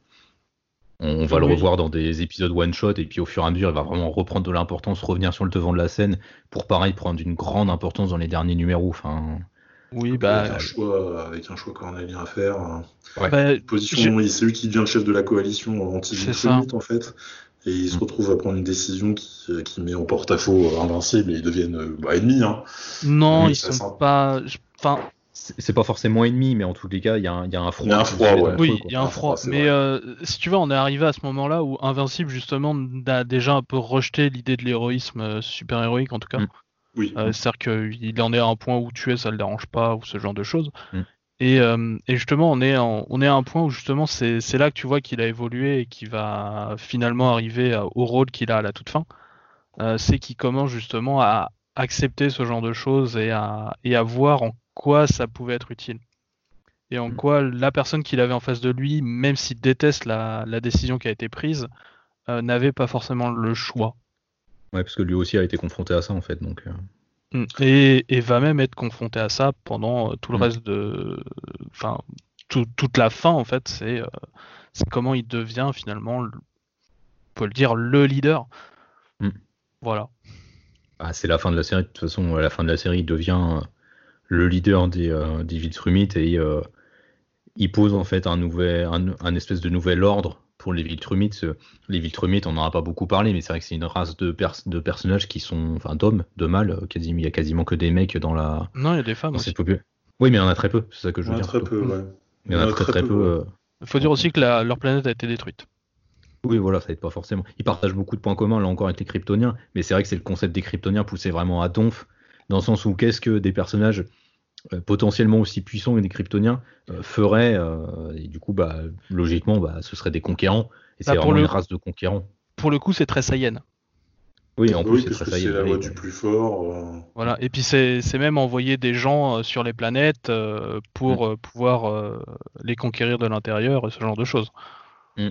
On, on va Oui, le oui. revoir dans des épisodes one-shot et puis au fur et à mesure, il va vraiment reprendre de l'importance, revenir sur le devant de la scène pour pareil prendre une grande importance dans les derniers numéros. Enfin, Oui, bah, avec, un choix, avec un choix cornélien à faire. Ouais. bah, j'ai- Position, il- c'est lui qui devient le chef de la coalition C'est ça. anti-Viltrumite en fait. Et il se Mm. retrouve à prendre une décision qui, qui met en porte-à-faux Invincible et ils deviennent euh, bah, ennemis. Hein. non, Oui, ils ça sont sent. pas. je- Enfin, c'est c'est pas forcément ennemi, mais en tous les cas, il y, a un- il y a un froid. Il y a un qui se froid, fait ouais. entre oui, eux, quoi. il y a un Ah, froid. c'est Mais vrai. euh, si tu veux, on est arrivé à ce moment-là où Invincible, justement, a déjà un peu rejeté l'idée de l'héroïsme euh, super-héroïque, en tout cas. Mm. Oui. Euh, C'est-à-dire qu'il en est à un point où tuer, ça le dérange pas, ou ce genre de choses. Mm. Et, euh, et justement, on est, en- on est à un point où, justement, c'est c'est là que tu vois qu'il a évolué et qu'il va finalement arriver à- au rôle qu'il a à la toute fin. Euh, c'est qu'il commence, justement, à accepter ce genre de choses et à, et à voir en quoi ça pouvait être utile. Et en Mm. quoi la personne qu'il avait en face de lui, même s'il déteste la, la décision qui a été prise, euh, n'avait pas forcément le choix. Ouais, parce que lui aussi a été confronté à ça en fait. Donc, euh, Mm. Et, et va même être confronté à ça pendant euh, tout le Mm. reste de... Enfin, tout- toute la fin, en fait, c'est euh, c'est comment il devient finalement, le- on peut le dire, le leader. Mm. Voilà. ah, c'est la fin de la série. De toute façon, à la fin de la série, il devient euh, le leader des, euh, des Viltrumites et euh, il pose en fait un nouvel, un, un espèce de nouvel ordre pour les Viltrumites, euh, les Viltrumites, on n'en a pas beaucoup parlé, mais c'est vrai que c'est une race de, pers- de personnages qui sont, enfin d'hommes, de mâles, euh, quasiment, il y a quasiment que des mecs dans la Non, il y a des femmes dans aussi. cette population. Oui, mais il y en a très peu, c'est ça que je Il y veux en a dire très plutôt. peu, ouais. Il y en a très très peu. ouais. euh, Il faut dire aussi que la- leur planète a été détruite. Oui, voilà, ça aide pas forcément. Ils partagent beaucoup de points communs, là encore, avec les Kryptoniens, mais c'est vrai que c'est le concept des Kryptoniens poussé vraiment à donf, dans le sens où qu'est-ce que des personnages euh, potentiellement aussi puissants que des Kryptoniens euh, feraient, euh, et du coup, bah, logiquement, bah, ce seraient des conquérants, et c'est Bah, pour vraiment le- une race de conquérants. Pour le coup, c'est très Saiyan. Oui, en plus, Oui, c'est parce très que Saiyan, c'est la oui, loi oui. du plus fort. euh, Voilà. Et puis c'est c'est même envoyer des gens euh, sur les planètes euh, pour euh, pouvoir euh, les conquérir de l'intérieur et ce genre de choses. Mm.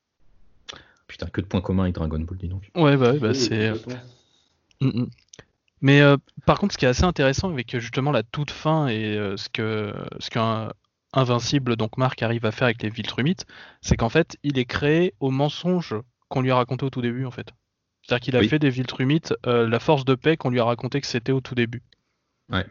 Putain, que de points communs avec Dragon Ball, dis donc. Ouais, bah, ouais, bah oui, c'est. complètement. Mm, mm. Mais euh, par contre, ce qui est assez intéressant avec euh, justement la toute fin et euh, ce que ce qu'un Invincible, donc Marc, arrive à faire avec les Viltrumites, c'est qu'en fait, il est créé au mensonge qu'on lui a raconté au tout début, en fait. C'est-à-dire qu'il a Oui. fait des Viltrumites euh, la force de paix qu'on lui a raconté que c'était au tout début. Ouais.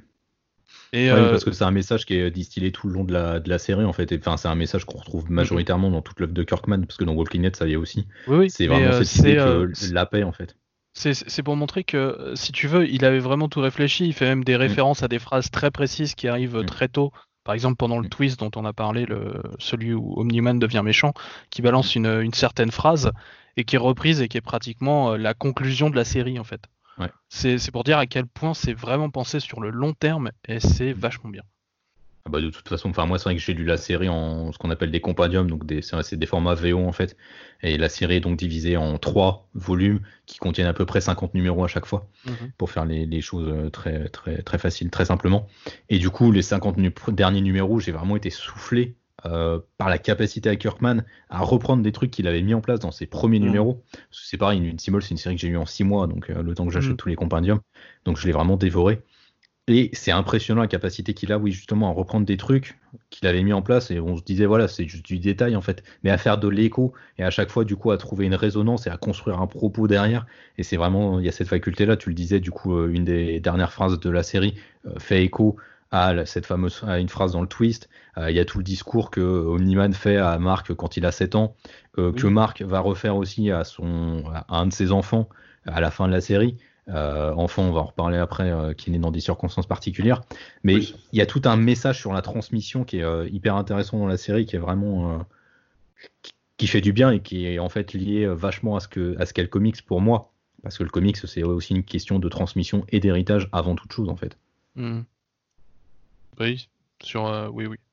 Et Ouais, euh, parce que c'est un message qui est distillé tout le long de la, de la série, en fait. Et, enfin, c'est un message qu'on retrouve majoritairement dans toute l'œuvre de Kirkman, parce que dans Walking Dead, ça y est aussi. oui, oui, C'est mais vraiment euh, cette c'est idée euh, que la paix, en fait. c'est c'est pour montrer que, euh, si tu veux, il avait vraiment tout réfléchi. Il fait même des Mm. références à des phrases très précises qui arrivent Mm. très tôt. Par exemple, pendant le Mm. twist dont on a parlé, le, celui où Omni-Man devient méchant, qui balance une, une certaine phrase et qui est reprise et qui est pratiquement euh, la conclusion de la série, en fait. Ouais. C'est c'est pour dire à quel point c'est vraiment pensé sur le long terme et c'est Mm. vachement bien. Ah bah, de toute façon, enfin moi c'est vrai que j'ai lu la série en ce qu'on appelle des compendiums, donc des, c'est c'est des formats V O en fait, et la série est donc divisée en trois volumes qui contiennent à peu près cinquante numéros à chaque fois, Mhm. pour faire les, les choses euh, très très très faciles, très simplement. Et du coup, les cinquante nu- derniers numéros, j'ai vraiment été soufflé euh, par la capacité à Kirkman à reprendre des trucs qu'il avait mis en place dans ses premiers Mhm. numéros. Parce que c'est pareil, Invincible, c'est une série que j'ai lu en six mois, donc euh, le temps que j'achète Mhm. tous les compendiums, donc je l'ai vraiment dévoré. Et c'est impressionnant la capacité qu'il a, oui, justement, à reprendre des trucs qu'il avait mis en place, et on se disait, voilà, c'est juste du détail, en fait, mais à faire de l'écho, et à chaque fois, du coup, à trouver une résonance et à construire un propos derrière. Et c'est vraiment, il y a cette faculté-là, tu le disais, du coup, euh, une des dernières phrases de la série euh, fait écho à la- cette fameuse, à une phrase dans le twist. Euh, Il y a tout le discours que Omni-Man fait à Mark quand il a sept ans, euh, que Oui. Mark va refaire aussi à, son, à un de ses enfants à la fin de la série. Euh, enfant, on va en reparler après, euh, qui est né dans des circonstances particulières. Mais Oui. il y a tout un message sur la transmission qui est euh, hyper intéressant dans la série, qui est vraiment euh, qui, qui fait du bien et qui est en fait lié euh, vachement à ce que à ce qu'est le comics pour moi, parce que le comics c'est aussi une question de transmission et d'héritage avant toute chose en fait. Mhm. Oui, sur euh, oui, oui.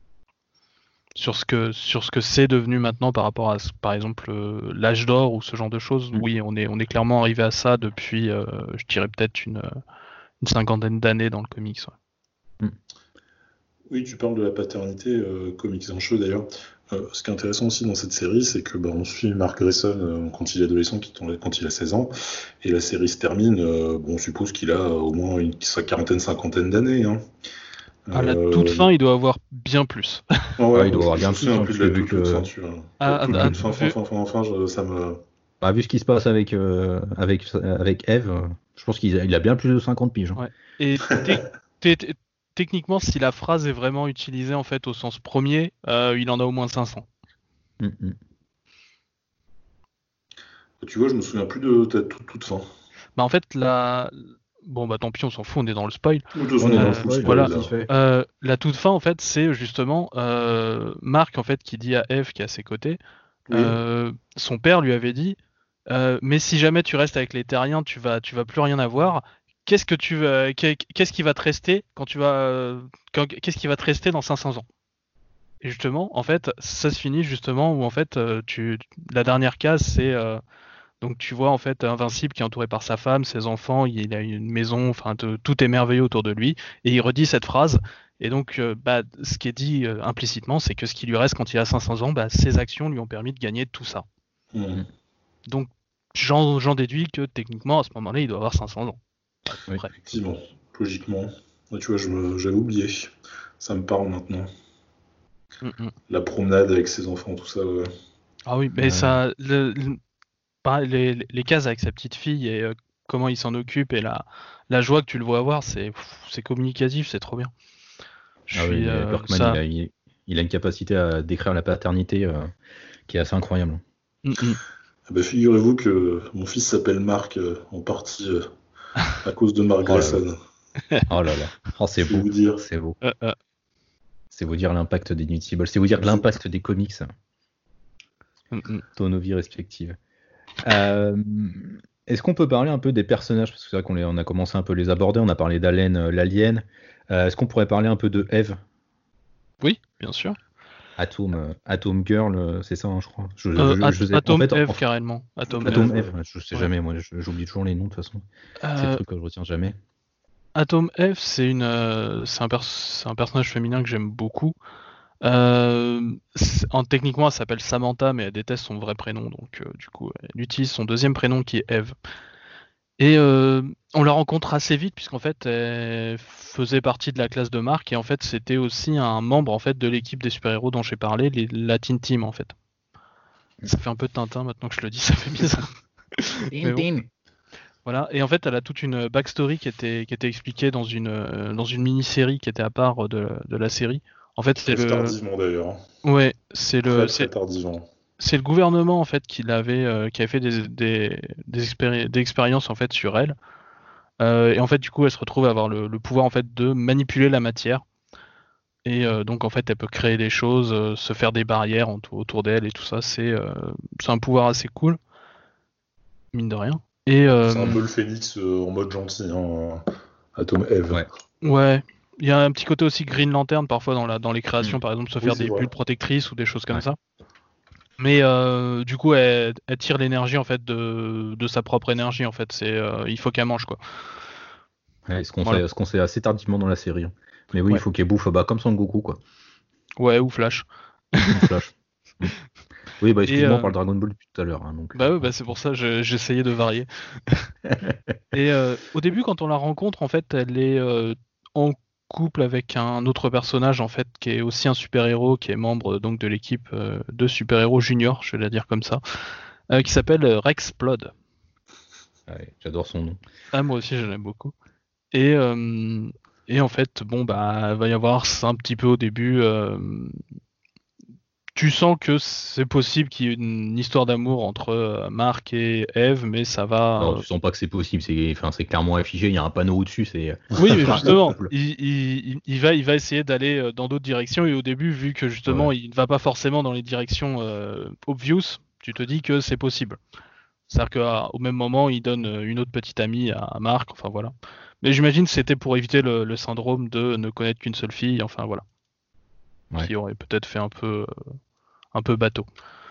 Sur ce que sur ce que c'est devenu maintenant par rapport à ce- par exemple euh, l'âge d'or ou ce genre de choses, Mm. oui, on est on est clairement arrivé à ça depuis, euh, je dirais peut-être une, euh, une cinquantaine d'années dans le comics. Ouais. Oui, tu parles de la paternité, euh, comics en cheveux d'ailleurs. Euh, ce qui est intéressant aussi dans cette série, c'est que bah, on suit Mark Grayson euh, quand il est adolescent, qui- quand il a seize ans, et la série se termine. Euh, bon, on suppose qu'il a au moins une sa quarantaine, cinquantaine d'années. Hein. À la Euh, toute fin, il doit avoir bien plus. ah Ouais, ouais, il doit je, avoir je bien me plus, souviens hein, plus parce de que la vu toute, toute fin, que tu vois. Ah, La toute, ah, toute fin, fin, vu- fin, fin, fin, je- ça me. bah, vu ce qui se passe avec euh, avec avec Eve, euh, je pense qu'il a, il a bien plus de cinquante piges. Hein. Ouais. Et té- té- té- techniquement, si la phrase est vraiment utilisée en fait au sens premier, euh, il en a au moins cinq cents. Mm, mm. Tu vois, je me souviens plus de ta toute, toute fin. Bah en fait, la bon bah tant pis, on s'en fout, on est dans le spoil. De toute façon, On on est est dans dans le le full spoil, spoil Voilà. là. vite fait. Euh, la toute fin, en fait, c'est justement euh, Marc en fait qui dit à Eve qui est à ses côtés, Oui. euh, son père lui avait dit, euh, mais si jamais tu restes avec les terriens, tu vas, tu vas plus rien avoir. Qu'est-ce que tu vas, qu'est- qu'est-ce qui va te rester quand tu vas, euh, quand- qu'est-ce qui va te rester dans cinq cents ans? Et justement, en fait, ça se finit justement où en fait, euh, tu, la dernière case, c'est euh, donc tu vois en fait Invincible qui est entouré par sa femme, ses enfants, il a une maison, enfin te- tout est merveilleux autour de lui, et il redit cette phrase. Et donc, euh, bah, ce qui est dit euh, implicitement, c'est que ce qui lui reste quand il a cinq cents ans, bah, ses actions lui ont permis de gagner tout ça. Hmm. Donc, j'en j'en déduis que techniquement, à ce moment-là, il doit avoir cinq cents ans. À peu Oui. près. Effectivement, logiquement. Ouais, tu vois, je me- j'avais oublié. Ça me parle maintenant. Mm, mm. La promenade avec ses enfants, tout ça. Ouais. Ah oui, mais Ouais. ça, le- le- pareil, les, les cases avec sa petite fille et euh, comment il s'en occupe et la, la joie que tu le vois avoir, c'est pff, c'est communicatif, c'est trop bien. Je Ah oui, suis mais euh, Kirkman, ça. il a, il, il a une capacité à décrire la paternité euh, qui est assez incroyable. Mm-mm. Ah bah, figurez-vous que mon fils s'appelle Marc, euh, en partie euh, à cause de Mark Oh là là. Grayson. Oh là là, oh, c'est C'est beau, vous dire. c'est beau. Euh, euh, C'est vous dire l'impact d'Invincible, c'est vous dire Exact. l'impact des comics mm-mm. dans nos vies respectives. Euh, Est-ce qu'on peut parler un peu des personnages? Parce que c'est vrai qu'on les- on a commencé un peu à les aborder, on a parlé d'Allen, euh, l'alien. Euh, Est-ce qu'on pourrait parler un peu de Eve, Oui, bien sûr. Atom, euh, Atom Girl, euh, c'est ça, hein, je crois. Je, Euh, je- At- je sais- en Atom fait, en- Eve en- carrément. Atom Atom Eve. Eve, ouais, je sais Ouais. jamais, moi, je- j'oublie toujours les noms de toute façon. C'est le Euh, truc que je retiens jamais. Atom Eve, c'est une, euh, c'est un, pers- c'est un personnage féminin que j'aime beaucoup. Euh, c'est- en, techniquement, elle s'appelle Samantha, mais elle déteste son vrai prénom, donc euh, du coup, elle utilise son deuxième prénom qui est Eve. Et euh, on la rencontre assez vite, puisqu'en fait, elle faisait partie de la classe de Mark, et en fait, c'était aussi un membre en fait de l'équipe des super-héros dont j'ai parlé, les Latin Team en fait. Ça fait un peu Tintin maintenant que je le dis, ça fait bizarre. Mais bon. Voilà, et en fait, elle a toute une backstory qui était, qui était expliquée dans une, euh, dans une mini-série qui était à part de, de la série. En fait, c'est Très le, tardivement d'ailleurs. ouais, c'est Très le, très c'est, tardivement. c'est le gouvernement en fait qui l'avait, euh, qui avait fait des, des, des, expéri- des expériences en fait sur elle. Euh, et en fait, du coup, elle se retrouve à avoir le, le pouvoir en fait de manipuler la matière. Et euh, donc, en fait, elle peut créer des choses, euh, se faire des barrières en- autour d'elle et tout ça. C'est, euh, c'est un pouvoir assez cool, mine de rien. Et C'est un euh, peu le phénix euh, en mode gentil, hein, Atom Eve. Ouais. ouais, il y a un petit côté aussi Green Lantern parfois dans, la, dans les créations, Mm. par exemple, se Oui, faire c'est des vrai. bulles protectrices ou des choses comme Ouais. ça. Mais euh, du coup, elle, elle tire l'énergie en fait de, de sa propre énergie en fait. C'est, euh, il faut qu'elle mange quoi. Ouais, ce qu'on Voilà. sait, ce qu'on sait assez tardivement dans la série, hein. Mais oui, il Ouais. faut qu'elle bouffe bah, comme Son Goku, quoi. Ouais, ou Flash. Ou Flash. Mm. Oui, bah Et excuse-moi, on euh, parle Dragon Ball depuis tout à l'heure, hein, donc. bah euh, ouais, bah c'est pour ça que j'essayais de varier. Et euh, au début, quand on la rencontre, en fait, elle est euh, en couple avec un autre personnage en fait qui est aussi un super-héros, qui est membre donc de l'équipe euh, de super-héros junior, je vais la dire comme ça, euh, qui s'appelle euh, Rex Plod. ouais, j'adore son nom. Ah, moi aussi, je l'aime beaucoup. Et, euh, et en fait, bon, bah, il va y avoir ça un petit peu au début. euh, tu sens que c'est possible qu'il y ait une histoire d'amour entre euh, Mark et Eve, mais ça va. Non, euh, tu sens pas que c'est possible, c'est enfin, c'est clairement affiché, il y a un panneau au-dessus, c'est. Oui, mais Enfin, justement, couple. il, il- il- il va, il va essayer d'aller euh, dans d'autres directions. Et au début, vu que justement, Ouais. il ne va pas forcément dans les directions euh, obvious, tu te dis que c'est possible. C'est-à-dire qu'au même moment, il donne euh, une autre petite amie à, à Mark. Enfin voilà. Mais j'imagine que c'était pour éviter le, le syndrome de ne connaître qu'une seule fille. Enfin voilà. Ouais. Qui aurait peut-être fait un peu, euh, un peu bateau.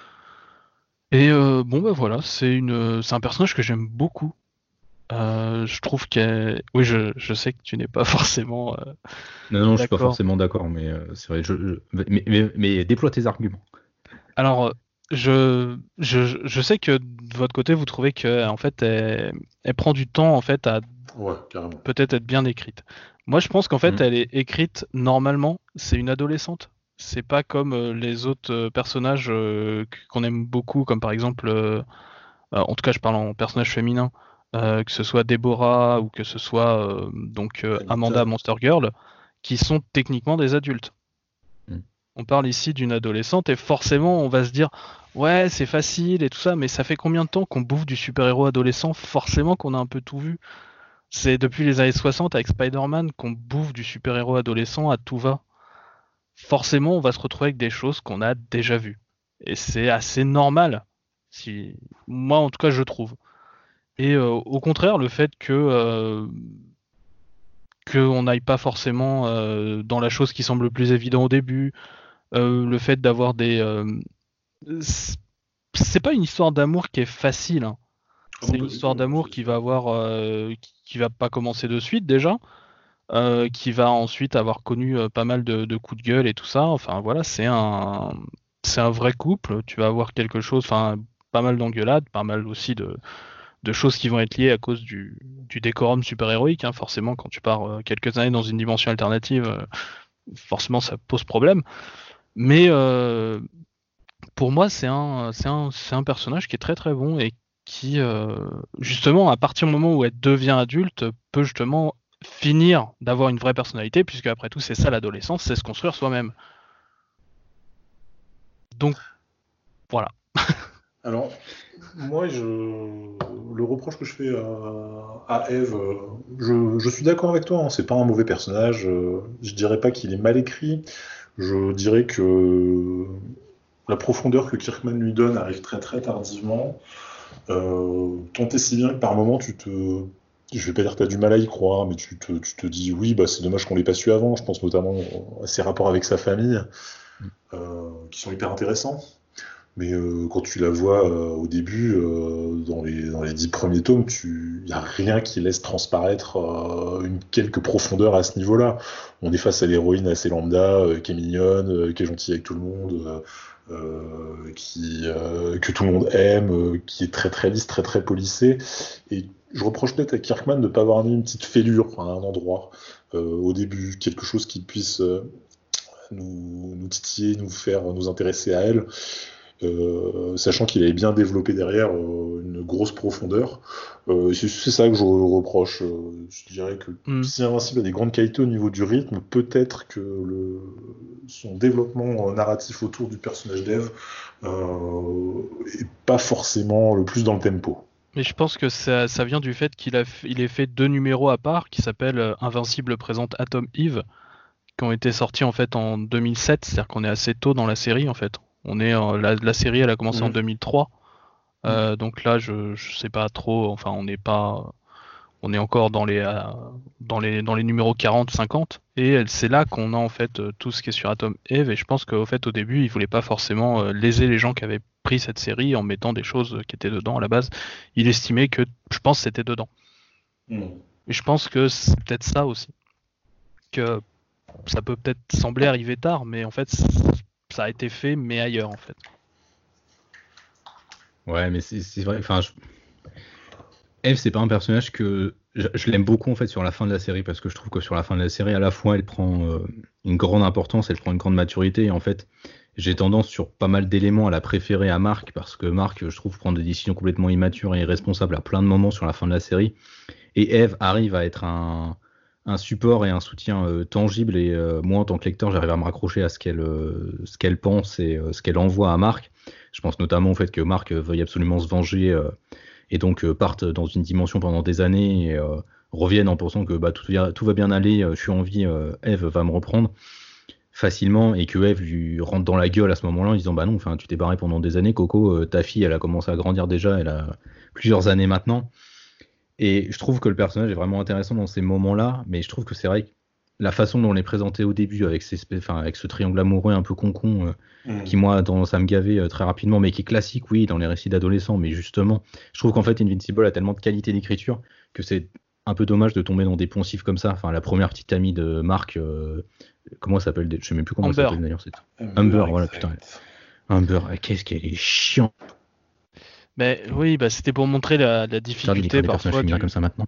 Et euh, bon bah voilà, c'est une, c'est un personnage que j'aime beaucoup. Euh, je trouve qu'elle, oui, je, je sais que tu n'es pas forcément euh, Non, non, je suis pas d'accord. forcément d'accord, mais euh, c'est vrai. Je, je- Mais, mais, mais déploie tes arguments. Alors, euh, je, je, je sais que de votre côté, vous trouvez que en fait, elle, elle prend du temps en fait à Ouais, carrément. peut-être être bien écrite. Moi, je pense qu'en fait, Mm. elle est écrite normalement. C'est une adolescente. C'est pas comme euh, les autres euh, personnages euh, qu'on aime beaucoup, comme par exemple, euh, euh, en tout cas, je parle en personnage féminin, euh, que ce soit Deborah ou que ce soit euh, donc euh, Anita. Amanda Monster Girl, qui sont techniquement des adultes. Mm. On parle ici d'une adolescente et forcément, on va se dire, ouais, c'est facile et tout ça, mais ça fait combien de temps qu'on bouffe du super-héros adolescent? Forcément qu'on a un peu tout vu. C'est depuis les années soixante avec Spider-Man qu'on bouffe du super-héros adolescent à tout va. Forcément, on va se retrouver avec des choses qu'on a déjà vues. Et c'est assez normal. Si... Moi, en tout cas, je trouve. Et euh, au contraire, le fait que euh, qu'on n'aille pas forcément euh, dans la chose qui semble le plus évident au début, euh, le fait d'avoir des... euh, c'est pas une histoire d'amour qui est facile, hein. Ah C'est non, une pas du histoire tout, d'amour c'est qui sûr. va avoir, euh, qui, qui va pas commencer de suite déjà, euh, qui va ensuite avoir connu euh, pas mal de, de coups de gueule et tout ça. Enfin voilà, c'est un, c'est un vrai couple. Tu vas avoir quelque chose, enfin pas mal d'engueulades, pas mal aussi de, de choses qui vont être liées à cause du, du décorum super-héroïque, hein. Forcément, quand tu pars euh, quelques années dans une dimension alternative, euh, forcément ça pose problème. Mais euh, pour moi, c'est un, c'est un, c'est un personnage qui est très très bon et qui, euh, justement, à partir du moment où elle devient adulte, peut justement finir d'avoir une vraie personnalité, puisque après tout, c'est ça l'adolescence, c'est se construire soi-même. Donc, Voilà. Alors, moi, je... le reproche que je fais à, à Eve, euh, je, je suis d'accord avec toi, hein, c'est pas un mauvais personnage. euh, je dirais pas qu'il est mal écrit. Je dirais que la profondeur que Kirkman lui donne arrive très très tardivement. Euh, tant et si bien que par moment, tu te. Je vais pas dire que tu as du mal à y croire, mais tu te, tu te dis oui, bah, c'est dommage qu'on l'ait pas su avant. Je pense notamment à ses rapports avec sa famille, euh, qui sont hyper intéressants. Mais euh, quand tu la vois euh, au début, euh, dans les, dans les dix premiers tomes, il n'y a rien qui laisse transparaître euh, une quelque profondeur à ce niveau-là. On est face à l'héroïne assez lambda, euh, qui est mignonne, euh, qui est gentille avec tout le monde, euh, euh, qui, euh, que tout le monde aime, euh, qui est très très lisse, très très polissée. Et je reproche peut-être à Kirkman de ne pas avoir mis une petite fêlure à un endroit euh, au début, quelque chose qui puisse euh, nous, nous titiller, nous faire nous intéresser à elle. Euh, sachant qu'il avait bien développé derrière euh, une grosse profondeur. Euh, c'est, c'est ça que je reproche. Euh, je dirais que Mm. si Invincible a des grandes qualités au niveau du rythme, peut-être que le, son développement narratif autour du personnage d'Eve euh, est pas forcément le plus dans le tempo. Mais je pense que ça, ça vient du fait qu'il a, f- il ait fait deux numéros à part qui s'appellent euh, Invincible présente Atom Eve, qui ont été sortis en fait en deux mille sept, c'est-à-dire qu'on est assez tôt dans la série en fait. On est en- la, la série elle a commencé en Mhm. deux mille trois, euh, donc là je, je sais pas trop, enfin on n'est pas, on est encore dans les, euh, dans les, dans les numéros quarante cinquante, et elle- c'est là qu'on a en fait euh, tout ce qui est sur Atom Eve, et je pense qu'au fait au début il voulait pas forcément euh, léser les gens qui avaient pris cette série en mettant des choses qui étaient dedans à la base. Il estimait que, je pense, c'était dedans. Mhm. Et je pense que c'est peut-être ça aussi, que ça peut peut-être sembler arriver tard, mais en fait, c- ça a été fait, mais ailleurs, en fait. Ouais, mais c'est c'est vrai. Enfin, je- Eve, c'est pas un personnage que je, je l'aime beaucoup en fait sur la fin de la série parce que je trouve que sur la fin de la série, à la fois, elle prend euh, une grande importance, elle prend une grande maturité et en fait, j'ai tendance sur pas mal d'éléments à la préférer à Marc parce que Marc, je trouve, prend des décisions complètement immatures et irresponsables à plein de moments sur la fin de la série. Et Eve arrive à être un, un support et un soutien euh, tangible. Et euh, moi, en tant que lecteur, j'arrive à me raccrocher à ce qu'elle euh, ce qu'elle pense et euh, ce qu'elle envoie à Marc. Je pense notamment au fait que Marc euh, veuille absolument se venger euh, et donc euh, parte dans une dimension pendant des années et euh, revienne en pensant que bah, tout, va- tout va bien aller, euh, je suis en vie, euh, Eve va me reprendre facilement et que Eve lui rentre dans la gueule à ce moment-là en disant bah non, enfin tu t'es barré pendant des années, Coco, euh, ta fille elle a commencé à grandir déjà, elle a plusieurs années maintenant. Et je trouve que le personnage est vraiment intéressant dans ces moments-là, mais je trouve que c'est vrai que la façon dont on est présenté au début, avec, ces, espèces- enfin, avec ce triangle amoureux un peu con-con, euh, qui Mhm. moi a tendance à me gaver euh, très rapidement, mais qui est classique, oui, dans les récits d'adolescents, mais justement, je trouve qu'en fait Invincible a tellement de qualité d'écriture que c'est un peu dommage de tomber dans des poncifs comme ça. Enfin, la première petite amie de Marc, euh, comment elle s'appelle? Je sais même plus comment elle Amber. s'appelle d'ailleurs. C'est Amber, Amber, voilà, putain. exact. Amber, eh, qu'est-ce qu'elle est chiante. Mais oui, bah, c'était pour montrer la, la Interdit difficulté d'écrire des personnages parfois féminins comme du. ça maintenant.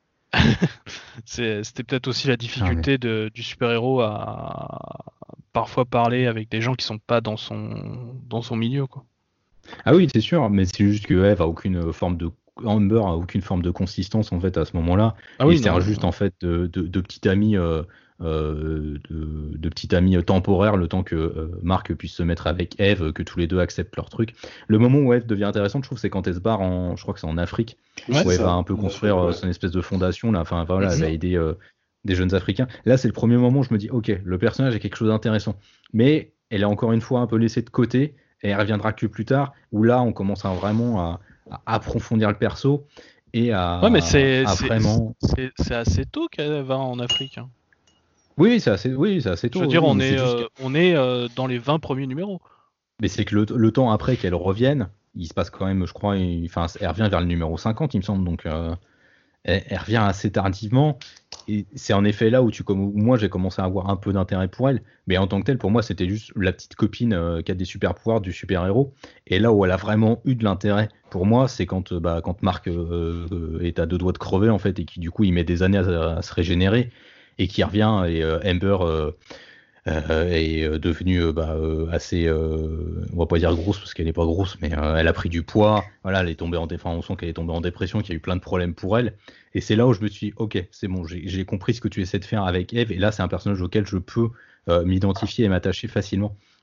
C'est- C'était peut-être aussi la Putain, mais... difficulté de, du super-héros à parfois parler avec des gens qui sont pas dans son, dans son milieu, quoi. Ah oui, c'est sûr, mais c'est juste que Eve a aucune forme de Amber a aucune forme de consistance en fait à ce moment-là Ah et oui, sert non. juste en fait de, de, de petit ami euh, euh, de, de petit ami temporaire le temps que euh, Marc puisse se mettre avec Eve, que tous les deux acceptent leur truc. Le moment où Eve devient intéressante, je trouve, c'est quand elle se barre en, je crois que c'est en Afrique, Oui, Ouais. c'est où elle va ça, un peu en construire Afrique, euh, ouais. son espèce de fondation là. Enfin voilà, C'est elle va ça. aider euh, des jeunes Africains. Là, c'est le premier moment où je me dis, ok, le personnage est quelque chose d'intéressant, mais elle est encore une fois un peu laissée de côté et elle reviendra que plus tard, où là, on commence à vraiment à, à approfondir le perso et Ouais, mais à, c'est à c'est vraiment. c'est c'est assez tôt qu'elle va en Afrique, hein. Oui, c'est assez, oui, c'est assez Je veux tôt, dire, oui, on mais est c'est juste que, euh, on est euh, dans les vingt premiers numéros. mais c'est que le, le temps après qu'elle revienne, il se passe quand même, je crois, il- enfin, elle revient vers le numéro cinquante, il me semble, donc euh, elle, elle revient assez tardivement. Et c'est en effet là où, tu, comme, où moi j'ai commencé à avoir un peu d'intérêt pour elle, mais en tant que telle, pour moi, c'était juste la petite copine euh, qui a des super pouvoirs du super-héros. Et là où elle a vraiment eu de l'intérêt pour moi, c'est quand, euh, bah, quand Marc euh, euh, est à deux doigts de crever en fait, et qui du coup il met des années à, à se régénérer, et qui revient, et euh, Amber euh, euh, est euh, devenue euh, bah, euh, assez, euh, on va pas dire grosse parce qu'elle n'est pas grosse, mais euh, elle a pris du poids. Voilà, elle est tombée en, dé- enfin, on sent qu'elle est tombée en dépression, qu'il y a eu plein de problèmes pour elle. Et c'est là où je me suis dit, ok, c'est bon, j'ai j'ai compris ce que tu essaies de faire avec Eve. Et là, c'est un personnage auquel je peux euh, m'identifier et m'attacher facilement.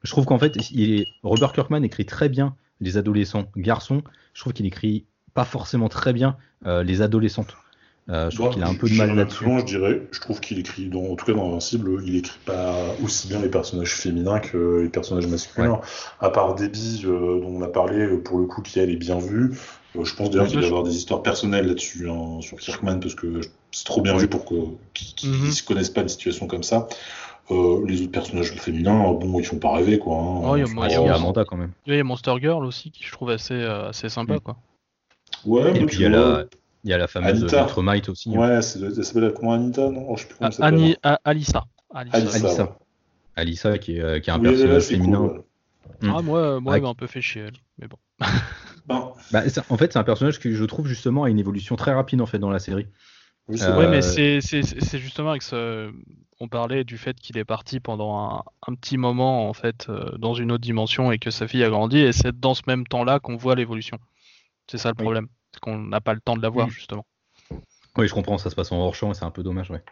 Je trouve qu'en fait, il est... Robert Kirkman écrit très bien les adolescents garçons. Je trouve qu'il écrit pas forcément très bien euh, les adolescentes. Euh, je trouve Bon, qu'il a un peu de j'irais mal même plus là-dessus. loin, je dirais. Je trouve qu'il écrit, dans, en tout cas dans Invincible, il écrit pas aussi bien les personnages féminins que les personnages masculins. Ouais. À part Debbie, euh, dont on a parlé, pour le coup, qui elle est bien vue. Euh, je pense d'ailleurs Ouais, qu'il doit y je- avoir des histoires personnelles là-dessus, hein, sur Kirkman, parce que c'est trop bien Ouais. vu pour que, qu'ils qu'ils Mhm. se connaissent pas une situation comme ça. Euh, les autres personnages féminins, bon, ils font pas rêver, quoi. Hein. Oh, il y a, Enfin, Ah, il y a si, il y a Monst- Amanda quand même. il y a Monster Girl aussi, qui je trouve assez, euh, assez sympa, Mm. quoi. ouais, Et moi, puis tu il y a vois, la, il y a la fameuse Anita. Viltrumite aussi. Hein. Ouais, c'est- elle s'appelle comment, Anita, non? Oh, je sais plus comment Ah, elle s'appelle. Annie, ah, Alissa. Alissa. Alissa, Alissa. ouais. Alissa qui est, euh, qui est un Oui, elle est là, personnage c'est cool. féminin. Ouais. Mm. Ah, moi, moi, Ah, elle m'a un peu fait chier, elle. Mais bon. Ben, bah, c'est- en fait, c'est un personnage que je trouve justement a une évolution très rapide en fait dans la série. oui, c'est Euh, Oui, vrai. mais c'est c'est- c'est justement avec ce. On parlait du fait qu'il est parti pendant un, un petit moment, en fait, euh, dans une autre dimension et que sa fille a grandi, et c'est dans ce même temps-là qu'on voit l'évolution. C'est ça le Oui. problème. C'est qu'on n'a pas le temps de la voir, Mm. justement. Oui, je comprends, ça se passe en hors champ et c'est un peu dommage, ouais.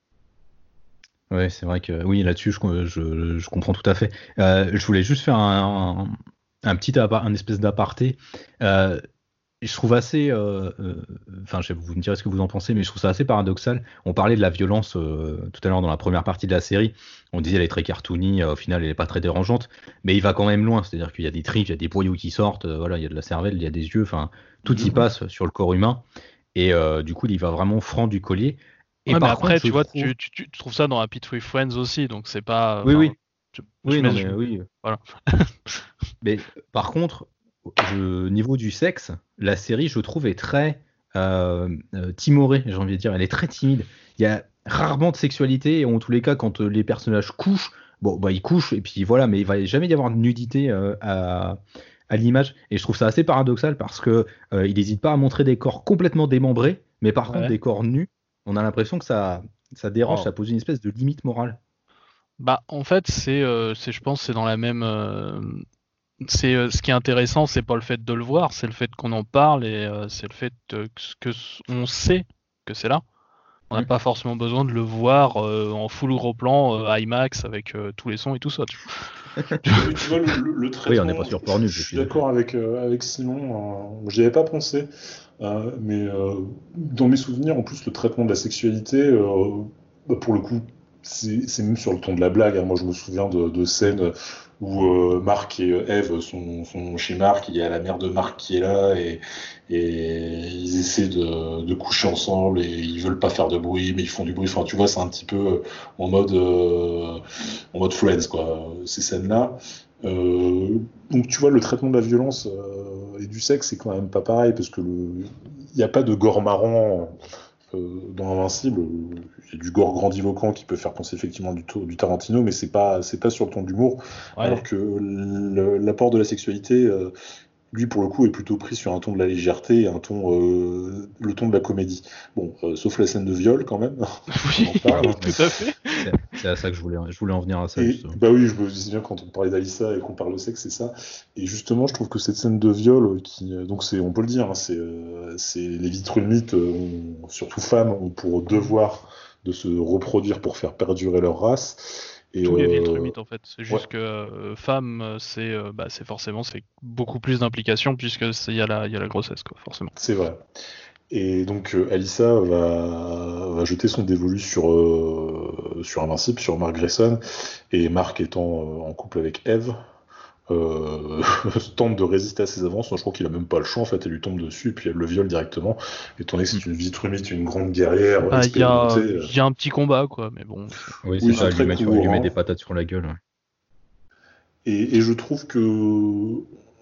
Ouais, c'est vrai que oui, là-dessus, je, je, je comprends tout à fait. Euh, je voulais juste faire un, un, un petit appa- un espèce d'aparté. Euh, je trouve assez, euh, euh, enfin, je- vous me direz ce que vous en pensez, mais je trouve ça assez paradoxal. On parlait de la violence euh, tout à l'heure dans la première partie de la série. On disait elle est très cartoony, euh, au final, elle est pas très dérangeante, mais il va quand même loin. C'est-à-dire qu'il y a des tripes, il y a des boyaux qui sortent, euh, voilà, il y a de la cervelle, il y a des yeux, enfin, tout y Mhm. passe sur le corps humain. Et euh, du coup, il va vraiment franc du collier. Et Ouais, mais par contre, après, je tu vois, trouve. tu, tu, tu trouves ça dans Happy Tree Friends aussi, donc c'est pas. Oui, Enfin, oui, je, je oui, non, mets- mais je- oui. voilà. Mais par contre, je, niveau du sexe, la série, je trouve, est très euh, euh, timorée, j'ai envie de dire. Elle est très timide. Il y a rarement de sexualité, et en tous les cas, quand euh, les personnages couchent, bon, bah, ils couchent, et puis voilà, mais il va jamais y avoir de nudité euh, à, à l'image. Et je trouve ça assez paradoxal parce que euh, il n'hésite pas à montrer des corps complètement démembrés, mais par contre, Ouais. des corps nus, on a l'impression que ça, ça dérange, Oh. ça pose une espèce de limite morale. Bah, en fait, c'est, euh, c'est, je pense, c'est dans la même. euh, c'est euh, ce qui est intéressant, c'est pas le fait de le voir, c'est le fait qu'on en parle et euh, c'est le fait euh, que, que s- on sait que c'est là. On n'a Mm. pas forcément besoin de le voir euh, en full gros plan, euh, IMAX avec euh, tous les sons et tout ça. Tu Oui, tu vois, le, le- le Oui, traitement, on n'est pas sur je, Pornhub, je je suis suis d'accord. d'accord avec, euh, avec Simon. Euh, j'y avais pas pensé. Euh, mais euh, dans mes souvenirs, en plus, le traitement de la sexualité, euh, bah, pour le coup, c'est c'est même sur le ton de la blague. Hein. Moi, je me souviens de, de scènes où euh, Marc et Eve sont, sont chez Marc, il y a la mère de Marc qui est là, et, et ils essaient de, de coucher ensemble, et ils veulent pas faire de bruit, mais ils font du bruit. Enfin, tu vois, c'est un petit peu en mode, euh, en mode Friends, quoi, ces scènes-là. Euh, donc tu vois, le traitement de la violence euh, et du sexe, c'est quand même pas pareil, parce que le... il n'y a pas de gore marrant euh, dans Invincible. Il y a du gore grandiloquent qui peut faire penser effectivement du, to- du Tarantino, mais c'est pas, c'est pas sur le ton de l'humour, alors Ouais. que le- l'apport de la sexualité, euh, lui, pour le coup, est plutôt pris sur un ton de la légèreté et un ton, euh, le ton de la comédie. Bon, euh, sauf la scène de viol, quand même. On en Oui, parle. Voilà, tout à fait. c'est c'est à ça que je voulais, je voulais en venir à ça, Et justement. bah oui, je me disais bien quand on parlait d'Alissa et qu'on parle de sexe, c'est ça. Et justement, je trouve que cette scène de viol, euh, qui, euh, donc c'est, on peut le dire, hein, c'est, euh, c'est les Vitrumites, euh, ont- surtout femmes, ont pour devoir de se reproduire pour faire perdurer leur race. Et Tous les euh, Viltrumites en fait. C'est ouais, juste que euh, femme, euh, c'est euh, bah, c'est forcément c'est beaucoup plus d'implication puisque c'est- il y a la il y a la grossesse quoi, forcément. c'est vrai. Et donc euh, Alissa va, va jeter son dévolu sur, euh, sur Invincible, sur Mark Grayson, et Mark étant euh, en couple avec Eve, euh, tente de résister à ses avances. Moi, je crois qu'il a même pas le choix, en fait, elle lui tombe dessus, et puis elle le viole directement, étant donné que Mm. c'est une Vitrumite, une grande guerrière Bah, il y a expérimentée. il y a un petit combat quoi, mais bon. c'est- Oui, c'est Oui, ça, c'est elle lui très met, sur- elle lui court, met hein. des patates sur la gueule. Ouais. Et, et je trouve que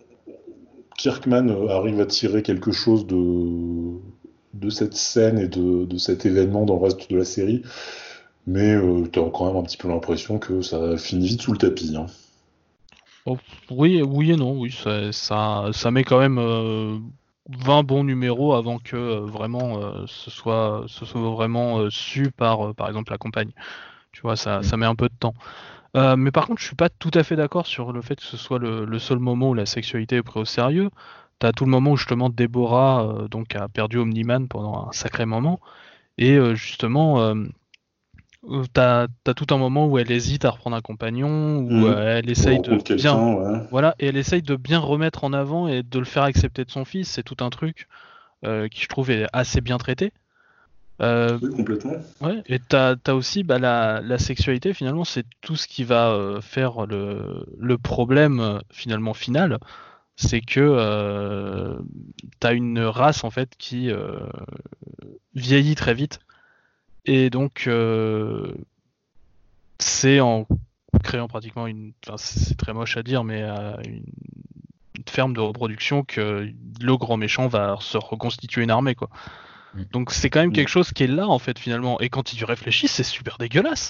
Kirkman euh, arrive à tirer quelque chose de, de cette scène et de, de cet événement dans le reste de la série, mais euh, t'as quand même un petit peu l'impression que ça finit vite sous le tapis, hein. Oh, oui, oui et non, oui, ça, ça, ça met quand même euh, vingt bons numéros avant que euh, vraiment euh, ce soit, ce soit vraiment euh, su par, euh, par exemple, la compagne. Tu vois, ça, Mm. ça met un peu de temps. Euh, mais par contre, je suis pas tout à fait d'accord sur le fait que ce soit le, le seul moment où la sexualité est prise au sérieux. T'as tout le moment où justement Déborah euh, donc a perdu Omni-Man pendant un sacré moment, et euh, justement. euh, euh, t'as, t'as tout un moment où elle hésite à reprendre un compagnon, où Mmh. euh, elle essaye On de rencontre bien, quelqu'un, ouais. voilà, et elle essaye de bien remettre en avant et de le faire accepter de son fils. C'est tout un truc euh, qui je trouve est assez bien traité. Euh, Oui, complètement. ouais, et t'as, t'as aussi bah, la, la sexualité finalement, c'est tout ce qui va euh, faire le, le problème euh, finalement final, c'est que euh, t'as une race en fait qui euh, vieillit très vite et donc euh, c'est en créant pratiquement une, enfin, c'est très moche à dire, mais euh, une, une ferme de reproduction que le grand méchant va se reconstituer une armée quoi. Mm. Donc c'est quand même Mm. quelque chose qui est là en fait finalement. Et quand tu y réfléchis, c'est super dégueulasse.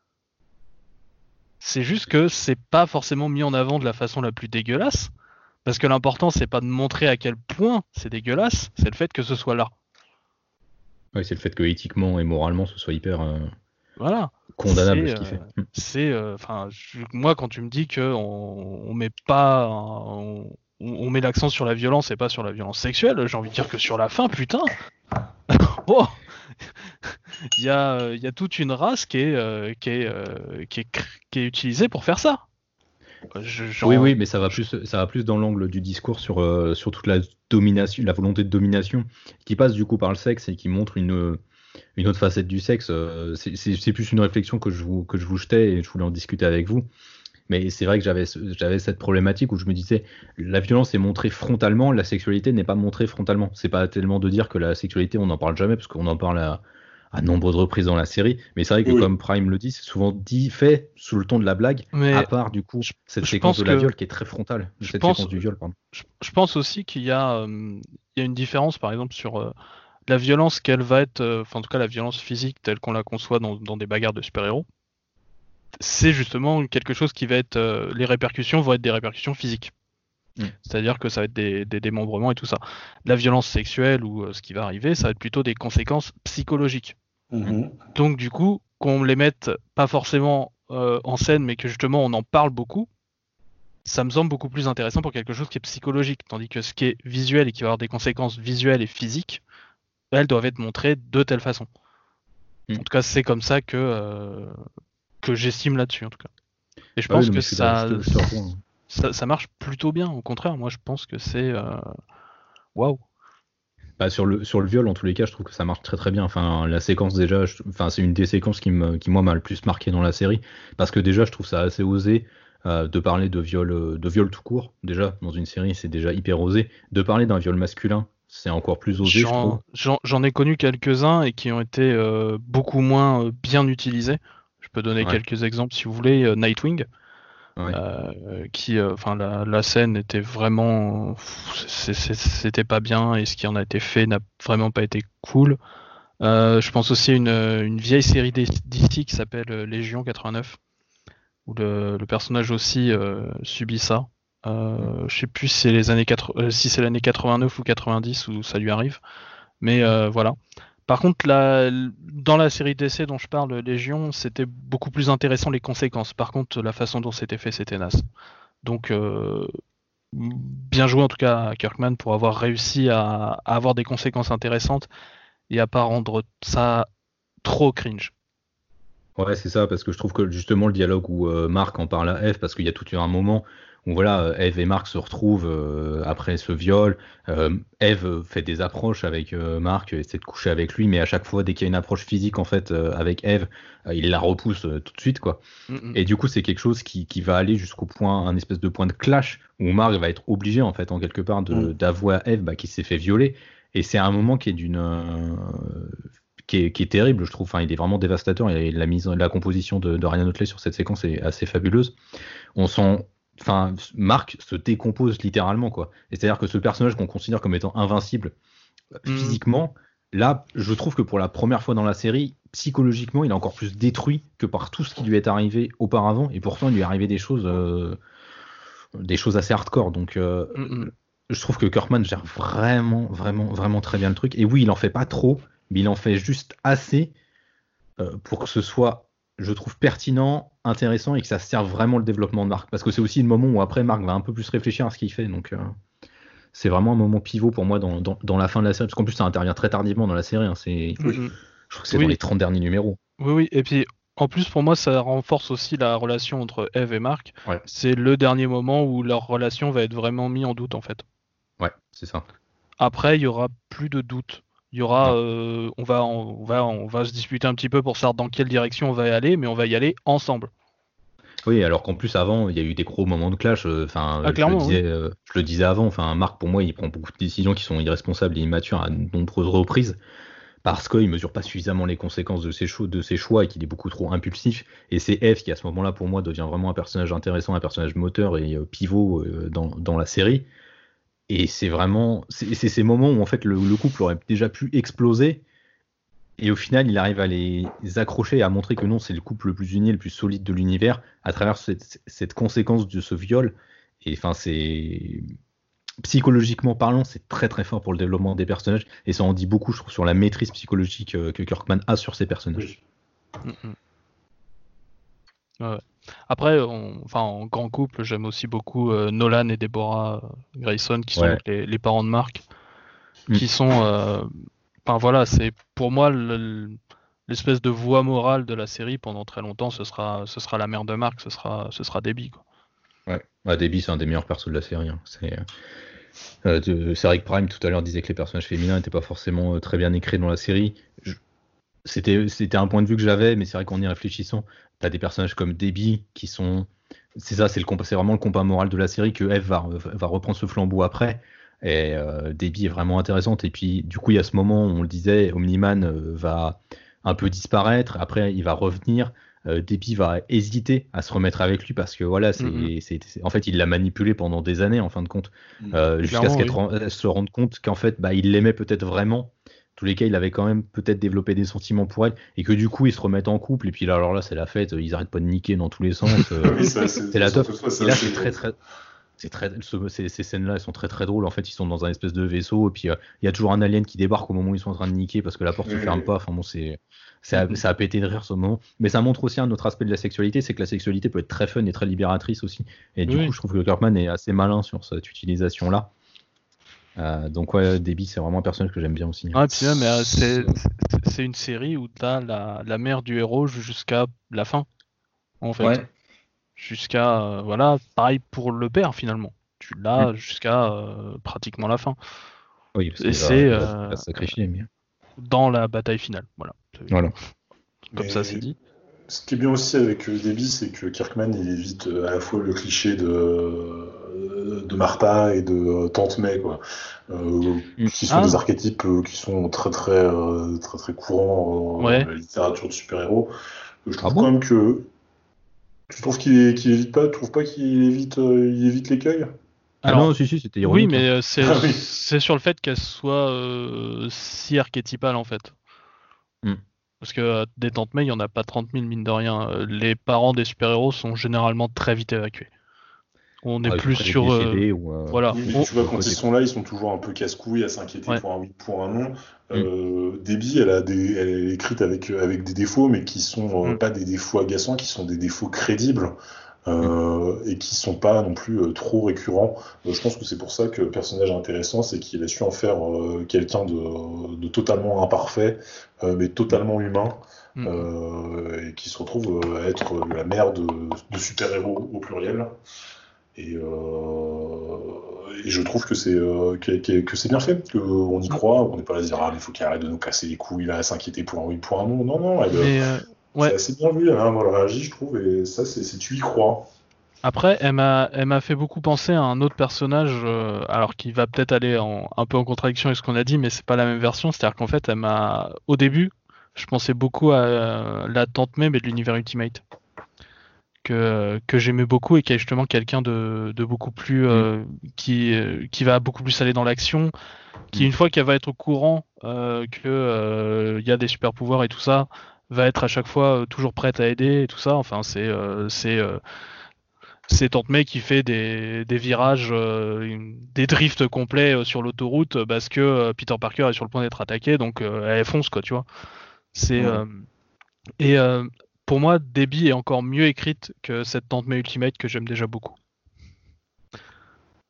C'est juste que c'est pas forcément mis en avant de la façon la plus dégueulasse, parce que l'important c'est pas de montrer à quel point c'est dégueulasse, c'est le fait que ce soit là. Ouais, c'est le fait que éthiquement et moralement ce soit hyper euh, Voilà. condamnable C'est, ce qu'il euh, fait. Mm. c'est, euh, enfin, je- moi quand tu me dis que on, on met pas, on, on met l'accent sur la violence et pas sur la violence sexuelle, j'ai envie de dire que sur la fin, putain, oh, il y a, euh, il y a toute une race qui est, euh, qui est, euh, qui est, cr- qui est utilisée pour faire ça. Je- Oui, j'en- oui, mais ça va plus, ça va plus dans l'angle du discours sur, euh, sur toute la domination, la volonté de domination, qui passe du coup par le sexe et qui montre une, une autre facette du sexe. euh, C'est c'est- c'est plus une réflexion que je vous, que je vous jetais et je voulais en discuter avec vous. Mais c'est vrai que j'avais ce- j'avais cette problématique où je me disais, la violence est montrée frontalement, la sexualité n'est pas montrée frontalement. C'est pas tellement de dire que la sexualité, on n'en parle jamais, parce qu'on en parle à, à nombreuses reprises dans la série. Mais c'est vrai que, Oui, comme Prime le dit, c'est souvent dit, fait sous le ton de la blague, à Mais part du coup je, cette je séquence pense de la que viol qui est très frontale, je cette pense séquence du viol, pardon. je, je pense aussi qu'il y a euh, il y a une différence par exemple sur euh, la violence qu'elle va être euh, enfin en tout cas la violence physique telle qu'on la conçoit dans, dans des bagarres de super-héros. C'est justement quelque chose qui va être euh, les répercussions vont être des répercussions physiques. Mm. C'est-à-dire que ça va être des, des démembrements et tout ça. La violence sexuelle ou euh, ce qui va arriver, ça va être plutôt des conséquences psychologiques. Mhm. Donc du coup, qu'on les mette pas forcément euh, en scène, mais que justement on en parle beaucoup, ça me semble beaucoup plus intéressant pour quelque chose qui est psychologique, tandis que ce qui est visuel et qui va avoir des conséquences visuelles et physiques, elles doivent être montrées de telle façon. Mm. En tout cas, c'est comme ça que, euh, que j'estime là-dessus, en tout cas. Et je Ah oui, pense non, que mais je, suis d'accord, je, ça, te, je te rejoins. ça, ça marche plutôt bien. Au contraire, moi je pense que c'est euh, waouh. Bah, sur le sur le viol, en tous les cas, je trouve que ça marche très très bien. Enfin, la séquence déjà, je- enfin, c'est une des séquences qui me, qui moi m'a le plus marqué dans la série, parce que déjà, je trouve ça assez osé euh, de parler de viol, euh, de viol tout court. Déjà, dans une série, c'est déjà hyper osé. De parler d'un viol masculin, c'est encore plus osé, je trouve. J'en, j'en, j'en ai connu quelques-uns et qui ont été euh, beaucoup moins euh, bien utilisés. Je peux donner Ouais, quelques exemples si vous voulez. Euh, Nightwing. ouais. Euh, qui, euh, enfin, la, la scène était vraiment, c'est- c'est- c'était pas bien et ce qui en a été fait n'a vraiment pas été cool. Euh, je pense aussi à une, une vieille série D- d'ici qui s'appelle euh, Légion quatre-vingt-neuf, où le, le personnage aussi euh, subit ça. Euh, je sais plus si c'est les années quatre, euh, si c'est l'année quatre-vingt-neuf ou quatre-vingt-dix où ça lui arrive, mais euh, voilà. Par contre, la, dans la série d'essais dont je parle, Légion, c'était beaucoup plus intéressant les conséquences. Par contre, la façon dont c'était fait, c'était naze. Donc, euh, bien joué en tout cas à Kirkman pour avoir réussi à, à avoir des conséquences intéressantes et à pas rendre ça trop cringe. Ouais, c'est ça, parce que je trouve que justement le dialogue où euh, Marc en parle à Eve, parce qu'il y a tout un moment où voilà, euh, Eve et Marc se retrouvent euh, après ce viol. Euh, Eve fait des approches avec euh, Marc, essaie de coucher avec lui, mais à chaque fois, dès qu'il y a une approche physique en fait euh, avec Eve, euh, il la repousse euh, tout de suite, quoi. Mm -mm. Et du coup, c'est quelque chose qui, qui va aller jusqu'au point, un espèce de point de clash où Marc va être obligé en fait, en quelque part, de Mhm. d'avouer à Eve bah, qu'il s'est fait violer. Et c'est un moment qui est d'une euh, qui est, qui est terrible, je trouve. Enfin, il est vraiment dévastateur. Et la mise, la composition de, de Ryan Otley sur cette séquence est assez fabuleuse. On sent, enfin, Marc se décompose littéralement, quoi. Et c'est-à-dire que ce personnage qu'on considère comme étant invincible Mm. physiquement, là, je trouve que pour la première fois dans la série, psychologiquement, il est encore plus détruit que par tout ce qui lui est arrivé auparavant. Et pourtant, il lui est arrivé des choses, euh, des choses assez hardcore. Donc, euh, Mm -mm. je trouve que Kirkman gère vraiment, vraiment, vraiment très bien le truc. Et oui, il en fait pas trop, mais il en fait juste assez euh, pour que ce soit, je trouve, pertinent, intéressant et que ça serve vraiment le développement de Marc. Parce que c'est aussi le moment où après Marc va un peu plus réfléchir à ce qu'il fait. Donc euh, c'est vraiment un moment pivot pour moi dans, dans, dans la fin de la série. Parce qu'en plus, ça intervient très tardivement dans la série. Hein. C'est, Mm -mm. je crois que c'est Oui, dans les trente derniers numéros. oui, oui. Et puis En plus, pour moi, ça renforce aussi la relation entre Eve et Mark. Ouais. C'est le dernier moment où leur relation va être vraiment mise en doute, en fait. Ouais, c'est ça. Après, il y aura plus de doute. Il y aura, Non. euh, on va, on va, on va se disputer un petit peu pour savoir dans quelle direction on va y aller, mais on va y aller ensemble. Oui, alors qu'en plus avant, il y a eu des gros moments de clash. Enfin, Ah, je le clairement, oui. disais, euh, je le disais avant. Enfin, Marc, pour moi, il prend beaucoup de décisions qui sont irresponsables et immatures à de nombreuses reprises parce qu'il mesure pas suffisamment les conséquences de ses choix, de ses choix et qu'il est beaucoup trop impulsif. Et c'est Eve qui, à ce moment-là, pour moi, devient vraiment un personnage intéressant, un personnage moteur et euh, pivot euh, dans, dans la série. Et c'est vraiment, c'est c'est ces moments où en fait le, le couple aurait déjà pu exploser. Et au final, il arrive à les accrocher et à montrer que non, c'est le couple le plus uni, le plus solide de l'univers, à travers cette, cette conséquence de ce viol. Et enfin, c'est psychologiquement parlant, c'est très très fort pour le développement des personnages. Et ça en dit beaucoup, je trouve, sur la maîtrise psychologique euh, que Kirkman a sur ses personnages. Oui. Mm, mm. Ouais. Après, on- enfin, en grand couple, j'aime aussi beaucoup euh, Nolan et Deborah euh, Grayson, qui sont Ouais. donc les, les parents de Mark, Mm. qui sont, euh, enfin voilà, c'est pour moi le- l'espèce de voie morale de la série pendant très longtemps. Ce sera, ce sera la mère de Mark, ce sera, ce sera Debbie, quoi. Ouais. Bah, Debbie, c'est un des meilleurs persos de la série. Hein. C'est euh, de- c'est vrai que Prime tout à l'heure disait que les personnages féminins n'étaient pas forcément euh, très bien écrits dans la série. Je- C'était, c'était un point de vue que j'avais, mais c'est vrai qu'en y réfléchissant, t'as des personnages comme Debbie qui sont. C'est ça, c'est le compas- c'est vraiment le combat moral de la série que Eve va, va reprendre ce flambeau après. Et euh, Debbie est vraiment intéressante. Et puis, du coup, il y a ce moment où on le disait, Omni-Man euh, va un peu disparaître. Après, il va revenir. Euh, Debbie va hésiter à se remettre avec lui parce que voilà, Mm, mm. c'est, c'est, c'est- en fait, il l'a manipulé pendant des années en fin de compte, Mm. Euh, jusqu'à ce Clairement, qu'elle oui. te ren- elle se rende compte qu'en fait, bah, il l'aimait peut-être vraiment tous les cas, il avait quand même peut-être développé des sentiments pour elle, et que du coup, ils se remettent en couple, et puis là, alors là, c'est la fête, ils arrêtent pas de niquer dans tous les sens, euh, Oui, c'est assez- c'est la teuf. surtout ça, c'est Et là, assez c'est très, drôle. très, c'est très, ce- ces, ces scènes-là, elles sont très, très drôles. En fait, ils sont dans un espèce de vaisseau, et puis euh, il y a toujours un alien qui débarque au moment où ils sont en train de niquer parce que la porte se Oui, ferme oui. pas. Enfin bon, c'est, ça, a- ça a pété de rire ce moment. Mais ça montre aussi un autre aspect de la sexualité, c'est que la sexualité peut être très fun et très libératrice aussi. Et du coup, Oui. je trouve que Kirkman est assez malin sur cette utilisation-là. Euh, donc ouais, Debbie, c'est vraiment un personnage que j'aime bien aussi. Ah, et puis même, euh, c'est c'est c'est une série où t'as la, la mère du héros jusqu'à la fin, en fait. Ouais. Jusqu'à, euh, voilà, pareil pour le père, finalement. Tu Mm. l'as jusqu'à euh, pratiquement la fin. Oui, parce Et qu'il va, c'est il va, il euh, va se sacrifier, mais dans la bataille finale. Voilà. C'est- voilà. Comme ça, c'est Mais dit. ce qui est bien aussi avec euh, Debbie, c'est que Kirkman, il évite euh, à la fois le cliché de, euh, de Martha et de euh, Tante May, quoi. Euh, Mm. qui sont des Ah, archétypes euh, qui sont très très euh, très très courants euh, dans ouais. la littérature de super-héros. Euh, Je Ah trouve quand bon? même que tu trouves qu'il qu'il évite pas, tu trouves pas qu'il évite euh, il évite l'écueil? Ah Alors, non, si, si, c'était oui, ironique, hein. mais euh, c'est Ah oui. c'est sur le fait qu'elle soit euh, si archétypale, en fait. Mm. Parce que euh, des Tantes May, il n'y en a pas trente mille, mine de rien. Euh, Les parents des super-héros sont généralement très vite évacués. On est Ah, ils sont plus très vite sur... euh, décédés ou, euh, voilà. Oui, mais On- tu ou vois, sur le quand ils côté, quoi. sont là, ils sont toujours un peu casse-couilles à s'inquiéter ouais. pour un oui, pour un non. Mm. Euh, Debbie, elle a des, elle est écrite avec, avec des défauts, mais qui sont euh, Mm. pas des défauts agaçants, qui sont des défauts crédibles Mm. euh, et qui sont pas non plus euh, trop récurrents. Euh, je pense que c'est pour ça que le personnage est intéressant, c'est qu'il a su en faire euh, quelqu'un de, de totalement imparfait, euh, mais Mm. totalement humain. Mm, mm. Euh, et qui se retrouve euh, à être la mère de, de super-héros au pluriel. Et, euh, et je trouve que c'est euh, que, que- que c'est bien fait, qu'on y Mm. croit, on n'est pas là à se dire ah mais faut qu'il arrête de nous casser les couilles, là, à s'inquiéter pour un oui, pour un non. Non, non, elle, euh, Mais euh, c'est ouais. assez bien vu, hein, moi, elle réagit, je trouve, et ça, c'est c'est- tu y crois. Après, elle m'a, elle m'a fait beaucoup penser à un autre personnage, euh, alors qui va peut-être aller en, un peu en contradiction avec ce qu'on a dit, mais c'est pas la même version. C'est-à-dire qu'en fait, elle m'a, au début, je pensais beaucoup à euh, la Tante May, mais de l'univers Ultimate, que que j'aimais beaucoup et qui est justement quelqu'un de, de beaucoup plus, Mm. euh, qui euh, qui va beaucoup plus aller dans l'action, qui Mm. une fois qu'elle va être au courant euh, que euh, il y a des super pouvoirs et tout ça, va être à chaque fois euh, toujours prête à aider et tout ça. Enfin, c'est euh, c'est euh, c'est Tante May qui fait des, des virages, euh, une- des drifts complets euh, sur l'autoroute euh, parce que euh, Peter Parker est sur le point d'être attaqué, donc euh, elle fonce quoi, tu vois. C'est Mm. euh, et euh, pour moi, Debbie est encore mieux écrite que cette Tante May Ultimate que j'aime déjà beaucoup.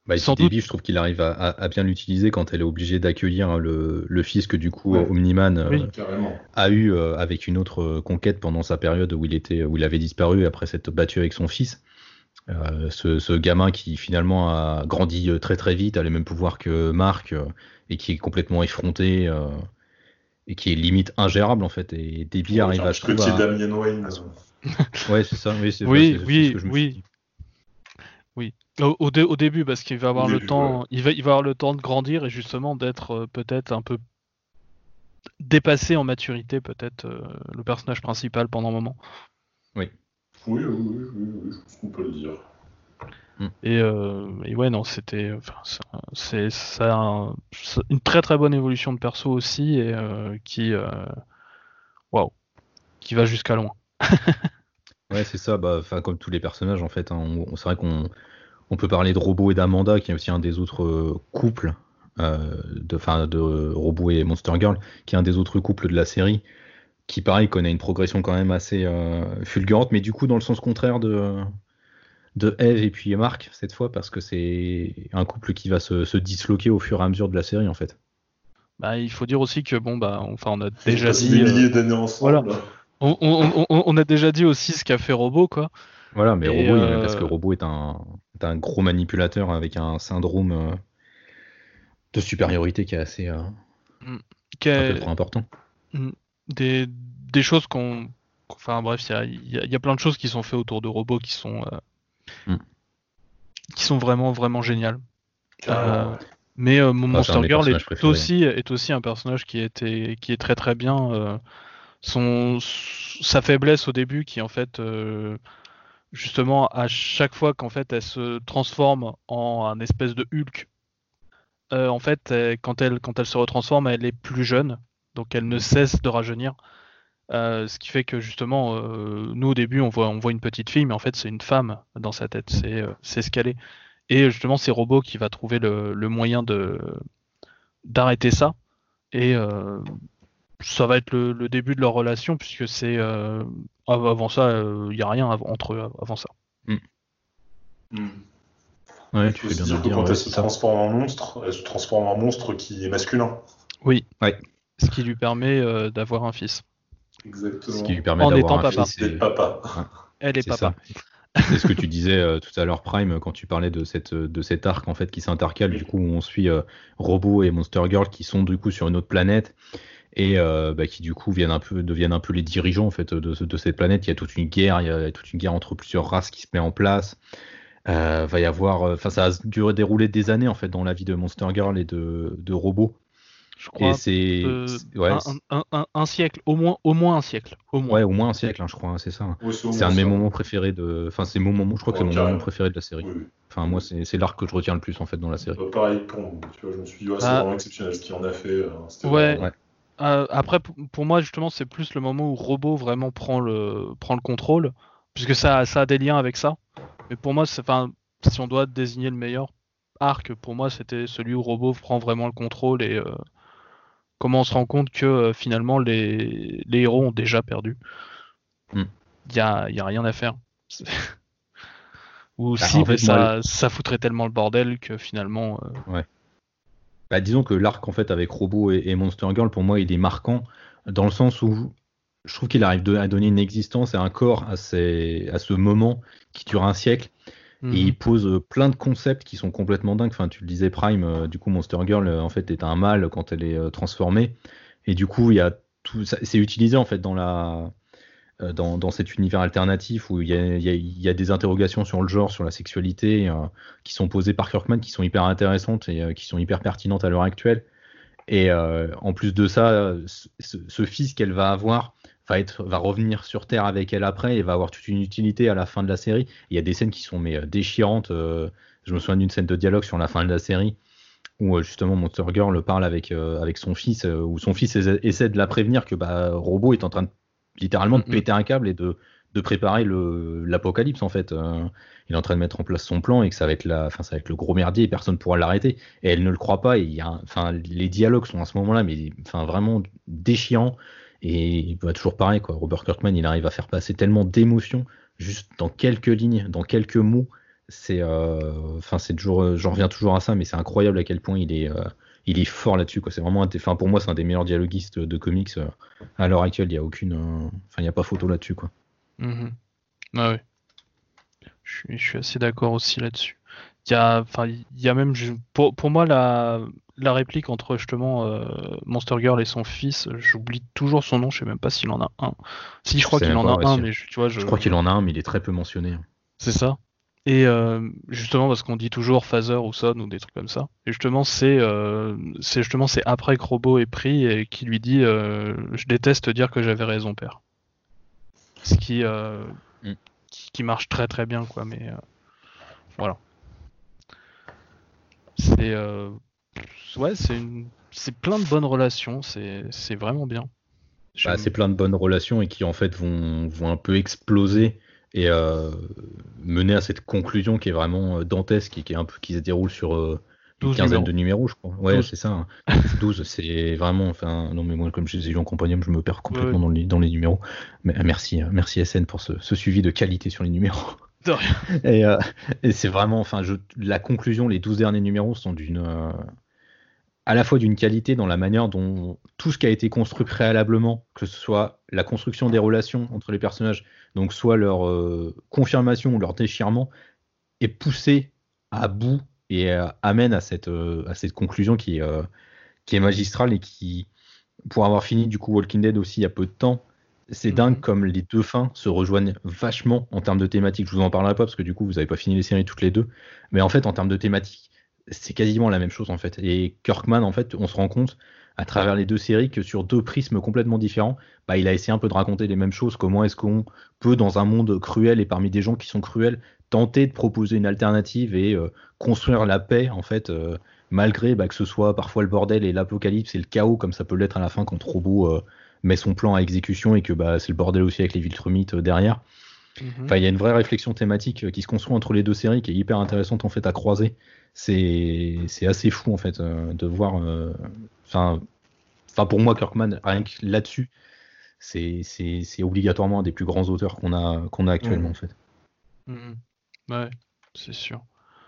Bah, et Sans puis doute. Debbie, je trouve qu'il arrive à, à- à bien l'utiliser quand elle est obligée d'accueillir hein, le, le fils que du coup Ouais. Omni-Man euh, Oui. Carrément. a eu euh, avec une autre euh, conquête pendant sa période où il était, où il avait disparu après s'être battu avec son fils. Euh, ce, ce gamin qui finalement a grandi euh, très très vite, a les mêmes pouvoirs que Mark euh, et qui est complètement effronté euh, et qui est limite ingérable en fait. Et Debbie Ouais, arrive un à, petit je trouve, côté à... Damien Wayne. à se- euh. Ouais, c'est ça, oui, c'est bah, Oui, c'est- c'est ce oui, que je me suis oui, dit. oui. Au, au, dé- au début, parce qu'il va Au avoir le début, temps, ouais. il va, il va avoir le temps de grandir et justement d'être euh, peut-être un peu dépassé en maturité, peut-être euh, le personnage principal pendant un moment. Oui. Oui, oui, oui, oui, oui, je pense qu'on peut le dire. Et, euh, et ouais, non, c'était, enfin, c'est c'est ça un- c'est une très très bonne évolution de perso aussi et euh, qui, euh, waouh, qui va jusqu'à loin. Ouais, c'est ça, bah, enfin, comme tous les personnages en fait, hein, on- on- c'est vrai qu'on on peut parler de Robo et d'Amanda, qui est aussi un des autres euh, couples, euh, de, enfin, de Robo et Monster Girl, qui est un des autres couples de la série, qui pareil connaît une progression quand même assez euh, fulgurante, mais du coup dans le sens contraire de, de Eve et puis Mark cette fois, parce que c'est un couple qui va se, se disloquer au fur et à mesure de la série en fait. Bah, il faut dire aussi que bon bah, enfin, on a Ils ont déjà passé dit, des euh, milliers d'années voilà, ensemble. on, on, on, on a déjà dit aussi ce qu'a fait Robo quoi. Voilà, mais Et Robo, il- parce que euh, Robo est un, est un gros manipulateur avec un syndrome euh, de supériorité qui est assez euh, mm, un peu qu'est- trop important. mm, des, des choses qu'on, enfin bref, il y a, il y a- il y a plein de choses qui sont faites autour de Robo qui sont, euh, Mm. qui sont vraiment vraiment géniales. Carrément, Euh, ouais. mais euh, mon Ah, c'est un de Monster mes Girl personnages est préférés. aussi est aussi un personnage qui était qui est très très bien. euh, son sa faiblesse au début qui en fait euh, justement à chaque fois qu'en fait elle se transforme en un espèce de Hulk, euh, en fait elle- quand elle quand elle se retransforme elle est plus jeune donc elle ne cesse de rajeunir. Euh, ce qui fait que justement euh, nous au début on voit on voit une petite fille mais en fait c'est une femme dans sa tête, c'est euh, c'est ce qu'elle est. Et justement c'est Robot qui va trouver le, le moyen de d'arrêter ça. Et euh, ça va être le, le début de leur relation, puisque c'est. Euh, av- avant ça, il n'y a rien av- entre eux av- avant ça. Mm. Hmm. Ouais, Il tu faut fais aussi bien de dire le que dire, quand ouais, elle c'est se ça. transforme en monstre, elle se transforme en monstre qui est masculin. Oui. Ouais. Ce qui lui permet euh, d'avoir un fils. Ce Exactement. qui lui permet En d'avoir étant un papa. fils. D'être Et... papa. Ouais, Elle est c'est papa. ça. C'est ce que tu disais euh, tout à l'heure, Prime, quand tu parlais de, cette, de cet arc en fait qui s'intercale, du coup, où on suit euh, Robo et Monster Girl qui sont du coup sur une autre planète et euh, bah, qui du coup viennent un peu, deviennent un peu les dirigeants en fait de, de cette planète. Il y a toute une guerre, il y a toute une guerre entre plusieurs races qui se met en place. Euh, va y avoir, enfin, ça a duré déroulé des années en fait dans la vie de Monster Girl et de, de Robo. Je Et crois c'est, euh, c'est- ouais, un, c'est- un, un, un siècle, au moins, au moins un siècle. Au moins. ouais, au moins un siècle, hein, je crois, hein, c'est ça. hein. Oui, c'est au C'est moins un de mes ça. moments préférés de, enfin, c'est mon moment, je crois que Ouais, c'est mon carrément. moment préféré de la série. Oui, oui. Enfin, moi, c'est c'est l'arc que je retiens le plus en fait dans la série. Bah, pareil pour moi. Tu vois, je me suis dit, ouais, c'est Ah, vraiment exceptionnel ce qu'il en a fait. euh, C'était ouais. vraiment... Ouais. Euh, après, p- pour moi, justement, c'est plus le moment où Robot vraiment prend le, prend le contrôle, puisque ça, ça a des liens avec ça. Mais pour moi, c'est, enfin, si on doit désigner le meilleur arc, pour moi, c'était celui où Robot prend vraiment le contrôle et euh, comment on se rend compte que euh, finalement les, les héros ont déjà perdu. Mm. Il y a, y a rien à faire. C'est- Ou Bah, si, en mais fait, moi, ça, ça foutrait tellement le bordel que finalement. euh, ouais. Bah, disons que l'arc en fait avec Robo et, et Monster Girl, pour moi, il est marquant dans le sens où je trouve qu'il arrive de- à donner une existence et un corps à, ces, à ce moment qui dure un siècle. Et mhm. il pose euh, plein de concepts qui sont complètement dingues. Enfin, tu le disais, Prime, euh, du coup, Monster Girl, euh, en fait, est un mâle quand elle est euh, transformée. Et du coup, il y a tout ça, c'est utilisé, en fait, dans la, euh, dans, dans cet univers alternatif où il y a, il y a- il y a des interrogations sur le genre, sur la sexualité, euh, qui sont posées par Kirkman, qui sont hyper intéressantes et euh, qui sont hyper pertinentes à l'heure actuelle. Et euh, en plus de ça, ce, ce- ce fils qu'elle va avoir va être, va revenir sur Terre avec elle après et va avoir toute une utilité à la fin de la série. Il y a des scènes qui sont mais euh, déchirantes. euh, je me souviens d'une scène de dialogue sur la fin de la série où euh, justement Monster Girl parle avec euh, avec son fils, euh, où son fils essa- essaie de la prévenir que bah, Robo est en train de littéralement de Mhm. péter un câble et de de préparer le l'apocalypse en fait. Euh, il est en train de mettre en place son plan et que ça va être la, enfin ça va être le gros merdier et personne pourra l'arrêter. Et elle ne le croit pas. Et il y a, un- enfin les dialogues sont à ce moment-là, mais enfin vraiment déchirants. Et bah, toujours pareil quoi. Robert Kirkman, il arrive à faire passer tellement d'émotions juste dans quelques lignes, dans quelques mots. c'est, enfin, euh, c'est toujours, j'en reviens toujours à ça, mais c'est incroyable à quel point il est, euh, il est fort là-dessus, quoi. C'est vraiment, enfin, pour moi, c'est un des meilleurs dialoguistes de comics euh, à l'heure actuelle. Il y a aucune, enfin, euh, il y a pas photo là-dessus, quoi. Mmh. Ah ouais. Je suis, je suis assez d'accord aussi là-dessus. Il y a, enfin, il y a même, pour, pour moi, la, la réplique entre justement euh, Monster Girl et son fils, j'oublie toujours son nom, je sais même pas s'il en a un. Si, je Je crois sais qu'il même en pas, a ouais, un, si. mais je, tu vois, je. Je crois qu'il en a un, mais il est très peu mentionné. C'est ça. Et euh, justement parce qu'on dit toujours Phaser ou Son ou des trucs comme ça. Et justement c'est euh, c'est justement c'est après que Robo est pris et qui lui dit euh, je déteste dire que j'avais raison père. Ce qui, euh, Mm. qui qui marche très très bien quoi. Mais euh, voilà. C'est euh, ouais c'est une c'est plein de bonnes relations. C'est c'est vraiment bien. Bah, J'aime. c'est plein de bonnes relations et qui en fait vont, vont un peu exploser et euh, mener à cette conclusion qui est vraiment euh, dantesque et qui est un peu qui se déroule sur euh, une douze quinzaine numéros. de numéros, je crois. Ouais, douze. c'est ça. Hein. douze, c'est vraiment. Enfin, non, mais moi, comme je les ai lus en compagnon, je me perds Ouais, ouais. complètement dans les, dans les numéros. Mais euh, merci, euh, merci S N pour ce, ce suivi de qualité sur les numéros. De rien. Et, euh, et c'est vraiment. Enfin, je, la conclusion, les douze derniers numéros sont d'une. Euh, à la fois d'une qualité dans la manière dont tout ce qui a été construit préalablement, que ce soit la construction des relations entre les personnages, donc soit leur euh, confirmation ou leur déchirement, est poussé à bout et euh, amène à cette, euh, à cette conclusion qui, euh, qui est magistrale et qui, pour avoir fini du coup Walking Dead aussi il y a peu de temps, c'est Mhm. dingue comme les deux fins se rejoignent vachement en termes de thématiques. Je vous en parlerai pas parce que du coup vous n'avez pas fini les séries toutes les deux, mais en fait en termes de thématiques, c'est quasiment la même chose en fait. Et Kirkman en fait, on se rend compte à travers les deux séries que sur deux prismes complètement différents, bah, il a essayé un peu de raconter les mêmes choses. Comment est-ce qu'on peut dans un monde cruel et parmi des gens qui sont cruels tenter de proposer une alternative et euh, construire la paix en fait. Euh, malgré bah, que ce soit parfois le bordel et l'apocalypse et le chaos comme ça peut l'être à la fin quand Robo euh, met son plan à exécution et que bah, c'est le bordel aussi avec les Viltrumites euh, derrière. Mhm. Enfin, il y a une vraie réflexion thématique euh, qui se construit entre les deux séries qui est hyper intéressante en fait à croiser. C'est, c'est assez fou en fait euh, de voir. euh, Enfin, enfin pour moi Kirkman rien que là-dessus, c'est, c'est, c'est obligatoirement un des plus grands auteurs qu'on a qu'on a actuellement Mm. en fait. Mhm. Ouais, c'est sûr.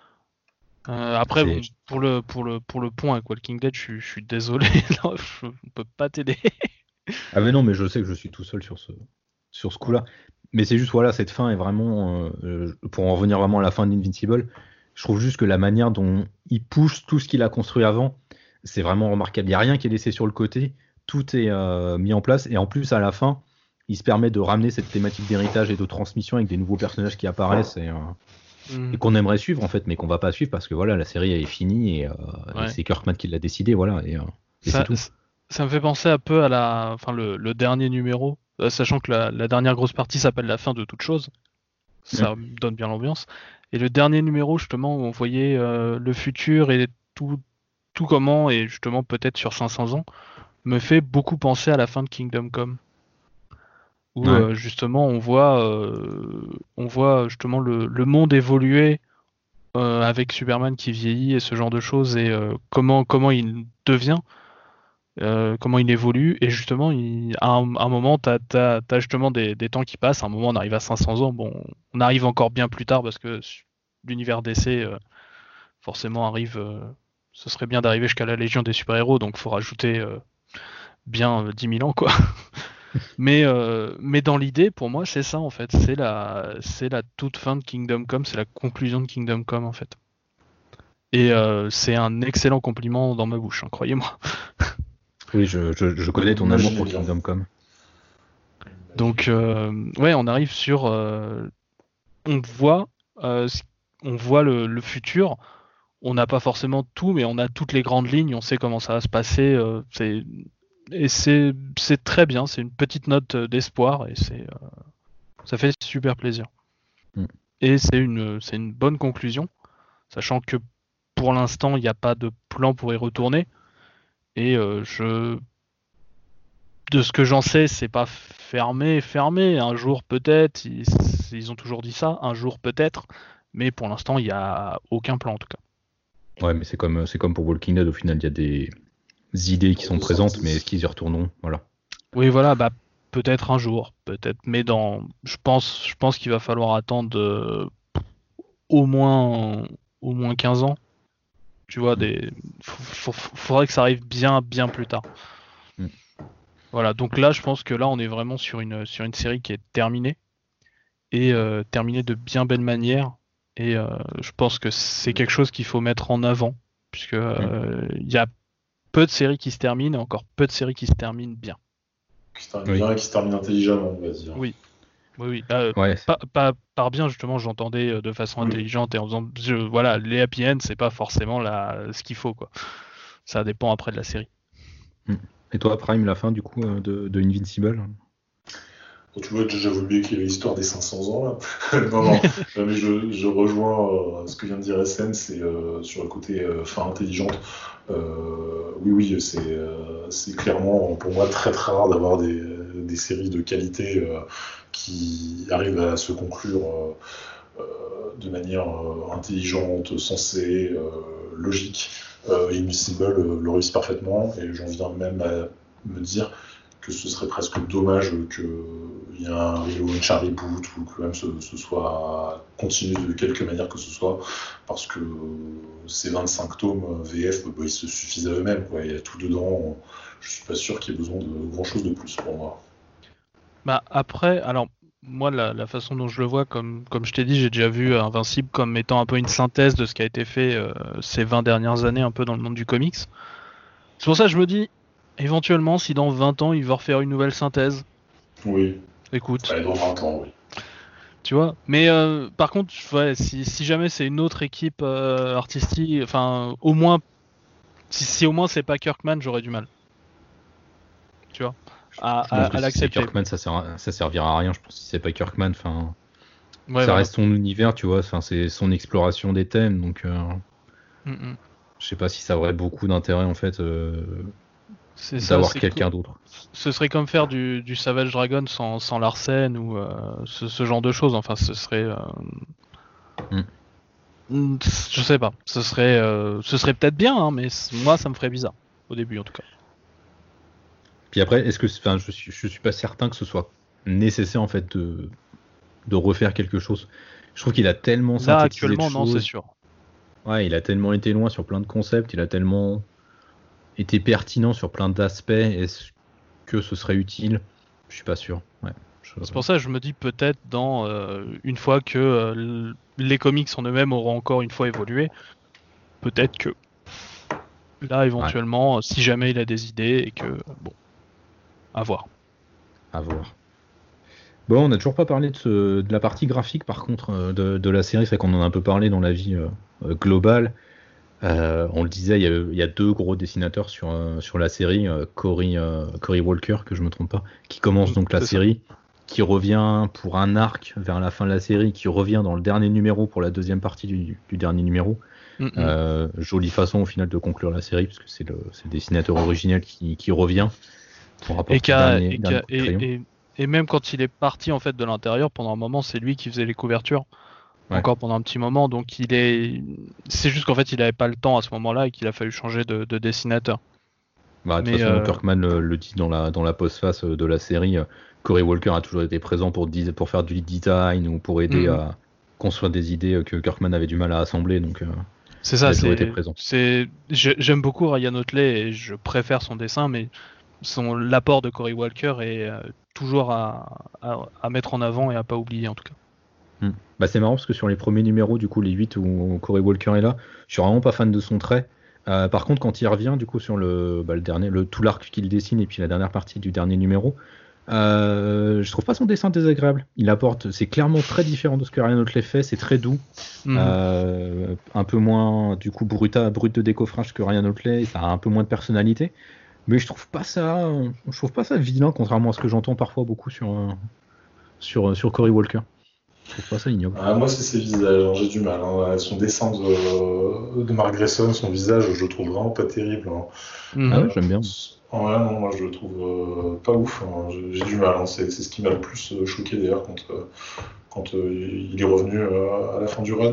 Euh, après, C'est, bon, pour le, pour le, pour le point avec Walking Dead, je, suis- je suis désolé, non, je ne peux pas t'aider. Ah mais non, mais je sais que je suis tout seul sur ce, sur ce coup-là. Mais c'est juste, voilà, cette fin est vraiment, euh, euh, pour en revenir vraiment à la fin d'Invincible, je trouve juste que la manière dont il pousse tout ce qu'il a construit avant, c'est vraiment remarquable. Il n'y a rien qui est laissé sur le côté, tout est euh, mis en place, et en plus, à la fin, il se permet de ramener cette thématique d'héritage et de transmission avec des nouveaux personnages qui apparaissent et, euh, et Mhm. qu'on aimerait suivre, en fait, mais qu'on va pas suivre parce que voilà, la série elle est finie et, euh, et Ouais. c'est Kirkman qui l'a décidé, voilà, et, euh, et c'est Ça, tout. ça me fait penser un peu à la, enfin, le, le dernier numéro, euh, sachant que la, la dernière grosse partie s'appelle La fin de toute chose. Ça Mm. donne bien l'ambiance. Et le dernier numéro, justement, où on voyait euh, le futur et tout, tout comment, et justement peut-être sur cinq cents ans, me fait beaucoup penser à la fin de Kingdom Come. Où Ouais. euh, justement on voit, euh, on voit justement le, le monde évoluer euh, avec Superman qui vieillit et ce genre de choses et euh, comment, comment il devient, euh, comment il évolue. Et justement, il, à, un, à un moment, tu as justement des, des temps qui passent. À un moment, on arrive à cinq cents ans. Bon, on arrive encore bien plus tard parce que l'univers D C, euh, forcément, arrive. Euh, ce serait bien d'arriver jusqu'à la Légion des super-héros, donc faut rajouter euh, bien euh, dix mille ans, quoi. Mais, euh, mais dans l'idée, pour moi, c'est ça en fait. C'est la, c'est la toute fin de Kingdom Come, c'est la conclusion de Kingdom Come en fait. Et euh, c'est un excellent compliment dans ma bouche, hein, croyez-moi. Oui, je, je, je connais ton amour pour Imaginez bien. Kingdom Come. Donc, euh, ouais, on arrive sur. Euh, on voit, euh, ce- on voit le, le futur. On n'a pas forcément tout, mais on a toutes les grandes lignes. On sait comment ça va se passer. Euh, c'est, et c'est, c'est très bien. C'est une petite note euh, d'espoir et c'est, euh, ça fait super plaisir. Mm. Et c'est une, c'est une bonne conclusion, sachant que pour l'instant, il n'y a pas de plan pour y retourner. Et euh, je, de ce que j'en sais, c'est pas fermé, fermé. Un jour peut-être, ils, ils ont toujours dit ça, un jour peut-être, mais pour l'instant, il n'y a aucun plan en tout cas. Ouais, mais c'est comme, c'est comme pour Walking Dead, au final, il y a des idées qui Porte sont de présentes, mais est-ce sortie. qu'ils y retourneront? Voilà. Oui, voilà, bah peut-être un jour, peut-être, mais dans, je pense, je pense qu'il va falloir attendre euh, au moins, au moins quinze ans. Tu vois, des... F- f- faudrait que ça arrive bien, bien plus tard. Mm. Voilà, donc là, je pense que là, on est vraiment sur une, sur une série qui est terminée, et euh, terminée de bien belle manière. Et euh, je pense que c'est quelque chose qu'il faut mettre en avant, puisque euh, il y a peu de séries qui se terminent, et encore peu de séries qui se terminent bien. Qui se termine Oui. bien et qui se termine intelligemment, on va dire. Oui, oui, oui. Euh, Ouais, c'est- pas, pas, par bien, justement, j'entendais euh, de façon Oui. intelligente et en faisant, je- voilà, les happy ends, c'est pas forcément la, ce qu'il faut, quoi. Ça dépend après de la série. Mm. Et toi, Prime, la fin du coup euh, de, de Invincible? Bon, tu vois, j'avais oublié qu'il y avait l'histoire des cinq cents ans, là. Non, non, non, mais je, je rejoins euh, ce que vient de dire S N, c'est euh, sur le côté euh, fin intelligente. Euh, oui, oui, c'est euh, c'est clairement pour moi très très rare d'avoir des, des séries de qualité euh, qui arrivent à se conclure euh, euh, de manière euh, intelligente, sensée, euh, logique. Euh, Invincible euh, le réussit parfaitement et j'en viens même à me dire que ce serait presque dommage qu'il y ait un relaunch, un reboot ou que même ce, ce soit continu de quelque manière que ce soit, parce que ces vingt-cinq tomes V F, bah, ils se suffisent à eux-mêmes, quoi. Il y a tout dedans. Je suis pas sûr qu'il y ait besoin de grand chose de plus pour moi. Bah après, alors moi la, la façon dont je le vois, comme, comme je t'ai dit, j'ai déjà vu Invincible comme étant un peu une synthèse de ce qui a été fait euh, ces vingt dernières années un peu dans le monde du comics. C'est pour ça que je me dis, éventuellement, si dans vingt ans il va refaire une nouvelle synthèse, Oui, écoute, ouais, dans vingt ans, oui. tu vois. Mais euh, par contre, ouais, si, si jamais c'est une autre équipe euh, artistique, enfin au moins, si, si au moins c'est pas Kirkman, j'aurais du mal, tu vois, à, Je à, pense que à si c'est l'accepter. Kirkman, ça, sert à- ça servira à rien. Je pense que si c'est pas Kirkman, enfin, Ouais, ça voilà. reste son univers, tu vois. Enfin, c'est son exploration des thèmes, donc euh, Mm, mm. je sais pas si ça aurait beaucoup d'intérêt en fait euh, C'est ça, d'avoir c'est co- quelqu'un d'autre. ce serait comme faire du, du Savage Dragon sans, sans Larsen ou euh, ce, ce genre de choses. Enfin, ce serait, euh, Mm. mm, je sais pas. Ce serait, euh, ce serait peut-être bien, hein, mais c- moi, ça me ferait bizarre au début, en tout cas. Puis après, est-ce que, enfin, je suis, je suis pas certain que ce soit nécessaire en fait de, de refaire quelque chose. Je trouve qu'il a tellement Là, synthétisé de actuellement, non, c'est choses. sûr. Ouais, il a tellement été loin sur plein de concepts. Il a tellement été pertinent sur plein d'aspects. Est-ce que ce serait utile? Je suis pas sûr. Ouais. Je- C'est pour ça que je me dis peut-être dans euh, une fois que euh, l- les comics en eux-mêmes auront encore une fois évolué, peut-être que là, Ouais, éventuellement, si jamais il a des idées et que bon, à voir. à voir. Bon, on n'a toujours pas parlé de, ce- de la partie graphique, par contre, euh, de, de la série. C'est vrai qu'on en a un peu parlé dans la vie euh, euh, globale. Euh, on le disait, il y, a, il y a deux gros dessinateurs sur, euh, sur la série. euh, Cory, euh, Cory Walker, que je me trompe pas, qui commence Mm, donc la c'est ça. série, qui revient pour un arc vers la fin de la série, qui revient dans le dernier numéro pour la deuxième partie du, du dernier numéro. Mm, mm. Euh, jolie façon au final de conclure la série, puisque c'est le, c'est le dessinateur originel qui, qui revient pour Et, apporter le qu'a- dernier, et, dernier qu'a- coup de et, crayon. et, et même quand il est parti en fait de l'intérieur, pendant un moment, c'est lui qui faisait les couvertures, Ouais. encore pendant un petit moment. Donc il est, c'est juste qu'en fait il avait pas le temps à ce moment-là et qu'il a fallu changer de, de dessinateur. Bah, de toute Mais façon, euh, Kirkman euh, le dit dans la, dans la postface euh, de la série. euh, Cory Walker a toujours été présent pour, dis- pour faire du lead design ou pour aider mm, mm. à construire des idées euh, que Kirkman avait du mal à assembler. Donc, euh, c'est il ça, a toujours été c'est, présent. c'est, j'ai- j'aime beaucoup Ryan Otley et je préfère son dessin, mais son l'apport de Cory Walker est euh, toujours à, à, à mettre en avant et à pas oublier en tout cas. Hmm. Bah, c'est marrant parce que sur les premiers numéros, du coup, les huit où Cory Walker est là, je suis vraiment pas fan de son trait. Euh, par contre, quand il revient, du coup, sur le, bah, le dernier, le, tout l'arc qu'il dessine et puis la dernière partie du dernier numéro, euh, je trouve pas son dessin désagréable. Il apporte, c'est clairement très différent de ce que Ryan Otley fait, c'est très doux. Mhm. Euh, un peu moins du coup bruta, brut de décoffrage que Ryan Otley, ça a un peu moins de personnalité, mais je trouve pas ça, je trouve pas ça vilain contrairement à ce que j'entends parfois beaucoup sur euh, sur sur Cory Walker. Je trouve pas ça ignoble. Ah, moi, c'est ses visages, hein, j'ai du mal. Hein. Son dessin de, de Mark Grayson, son visage, je le trouve vraiment pas terrible. Hein. Ah Mhm. ouais, j'aime bien. Ouais, non, moi je le trouve euh, pas ouf. Hein. J'ai j'ai du mal. Hein. C'est c'est ce qui m'a le plus euh, choqué d'ailleurs quand, euh, quand euh, il est revenu euh, à la fin du run.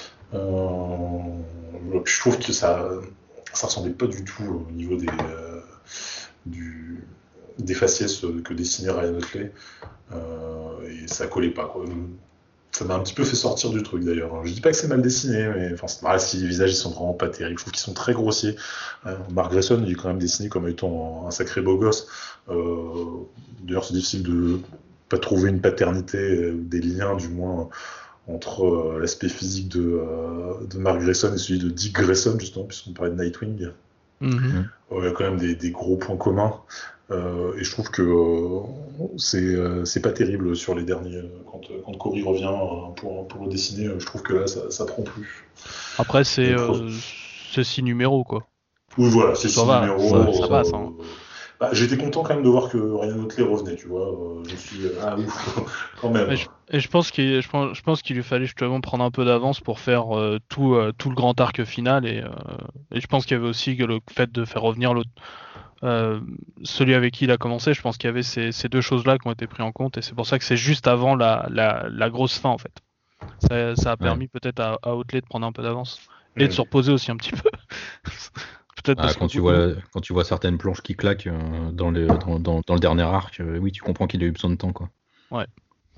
Euh, puis je trouve que ça, ça ressemblait pas du tout au niveau des, euh, du, des faciès que dessinait Ryan Otley. Euh, et ça collait pas, quoi. Ça m'a un petit peu fait sortir du truc d'ailleurs. Je dis pas que c'est mal dessiné, mais enfin, c'est pareil, si les visages ils sont vraiment pas terribles. Je trouve qu'ils sont très grossiers. Euh, Mark Grayson, il est quand même dessiné comme étant un sacré beau gosse. Euh, d'ailleurs, c'est difficile de pas trouver une paternité, euh, des liens du moins entre euh, l'aspect physique de, euh, de Mark Grayson et celui de Dick Grayson, justement, puisqu'on parlait de Nightwing. Mm-hmm. Il y a quand même des, des gros points communs. Euh, et je trouve que euh, c'est, euh, c'est pas terrible sur les derniers. Quand, quand Cory revient euh, pour, pour le dessiner, je trouve que là, ça, ça prend plus. Après, c'est, euh, c'est six numéros, quoi. Oui, voilà, c'est ça six va, numéros. Ça, euh, ça passe, hein. Bah, j'étais content quand même de voir que Ryan Otley revenait, tu vois. Euh, je suis ah ouf, quand même. Et je, et je pense qu'il, je pense, je pense qu'il lui fallait justement prendre un peu d'avance pour faire euh, tout, euh, tout le grand arc final. Et, euh, et je pense qu'il y avait aussi que le fait de faire revenir l'autre, euh, celui avec qui il a commencé. Je pense qu'il y avait ces, ces deux choses-là qui ont été prises en compte. Et c'est pour ça que c'est juste avant la, la, la grosse fin, en fait. Ça, ça a permis ouais. peut-être à, à Otley de prendre un peu d'avance et ouais. de se reposer aussi un petit peu. Peut-être ah, quand, tu vois, quand tu vois certaines planches qui claquent euh, dans, le, dans, dans, dans le dernier arc, euh, oui, tu comprends qu'il a eu besoin de temps, quoi. Ouais.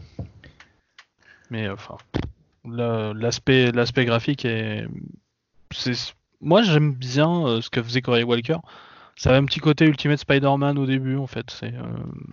Mais enfin, euh, l'aspect, l'aspect graphique est, c'est, moi j'aime bien euh, ce que faisait Cory Walker. Ça avait un petit côté Ultimate Spider-Man au début, en fait. C'est euh...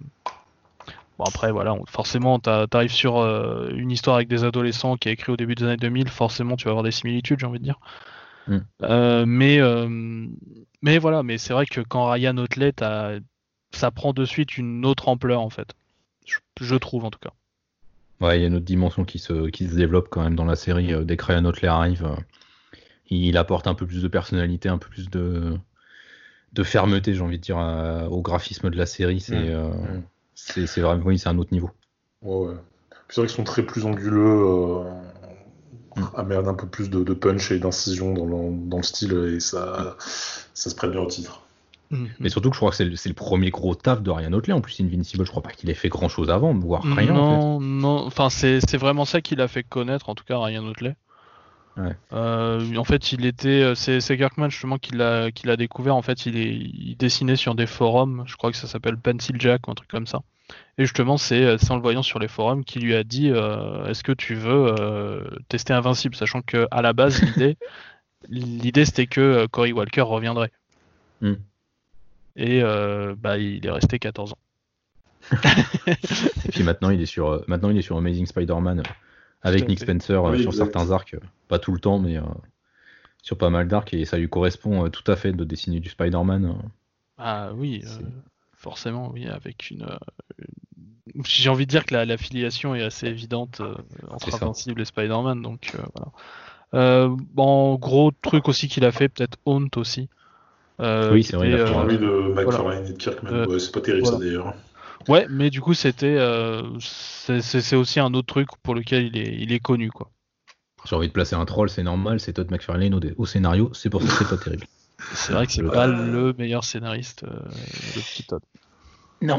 bon après voilà, on, forcément t'arrives sur euh, une histoire avec des adolescents qui est écrite au début des années deux mille, forcément tu vas avoir des similitudes, j'ai envie de dire. Mm. Euh, mais euh, mais voilà, mais c'est vrai que quand Ryan Otley, ça prend de suite une autre ampleur en fait. Je, je trouve en tout cas. Ouais, il y a une autre dimension qui se qui se développe quand même dans la série. Dès que Ryan Otley arrive, euh, il apporte un peu plus de personnalité, un peu plus de de fermeté, j'ai envie de dire, à, au graphisme de la série. C'est mm. euh, mm. c'est, c'est vraiment oui, c'est un autre niveau. Ouais, ouais. C'est vrai qu'ils sont très plus anguleux. Euh... amène un peu plus de, de punch et d'incision dans le, dans le style et ça, ça se prête bien au titre. Mm-hmm. Mais surtout que je crois que c'est le, c'est le premier gros taf de Ryan Otley. En plus, Invincible, je crois pas qu'il ait fait grand chose avant, voire rien. Non, en fait. non. Enfin, c'est, c'est vraiment ça qui l'a fait connaître, en tout cas, Ryan Otley. Ouais. Euh, en fait, il était, c'est, c'est Kirkman justement qui l'a, qui l'a découvert. En fait, il, est, il dessinait sur des forums. Je crois que ça s'appelle Pencil Jack ou un truc comme ça. Et justement, c'est, c'est en le voyant sur les forums qu'il lui a dit euh, est-ce que tu veux euh, tester Invincible, sachant que à la base l'idée, l'idée c'était que euh, Cory Walker reviendrait. Mm. Et euh, bah il est resté quatorze ans. Et puis maintenant il est sur, euh, maintenant il est sur Amazing Spider-Man euh, avec Nick Spencer euh, oui, sur exact. certains arcs, euh, pas tout le temps, mais euh, sur pas mal d'arcs, et ça lui correspond euh, tout à fait de dessiner du Spider-Man. Euh. Ah oui. Euh... Forcément, oui, avec une. Euh, j'ai envie de dire que la, la filiation est assez évidente euh, entre Invincible et Spider-Man, donc euh, voilà. Euh, bon, gros truc aussi qu'il a fait, peut-être Haunt aussi. Euh, oui, c'est vrai. Il a fait euh, de McFarlane voilà. et de Kirkman. Euh, ouais, c'est pas terrible voilà. ça d'ailleurs. Ouais, mais du coup, c'était. Euh, c'est, c'est, c'est aussi un autre truc pour lequel il est, il est connu, quoi. J'ai envie de placer un troll, c'est normal, c'est Todd McFarlane au, au scénario, c'est pour ça que c'est pas terrible. C'est vrai que c'est pas le meilleur scénariste, euh, le petit Todd. Non.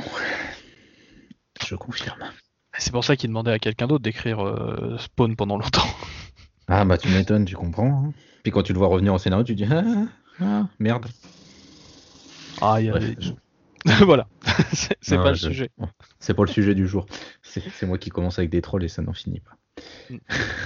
Je confirme. C'est pour ça qu'il demandait à quelqu'un d'autre d'écrire euh, Spawn pendant longtemps. Ah bah tu m'étonnes, tu comprends. Hein. Puis quand tu le vois revenir au scénario, tu te dis ah, ah merde. Ah il y a des... je... voilà. c'est c'est non, pas je... le sujet. C'est pas le sujet du jour. C'est, c'est moi qui commence avec des trolls et ça n'en finit pas. Mm.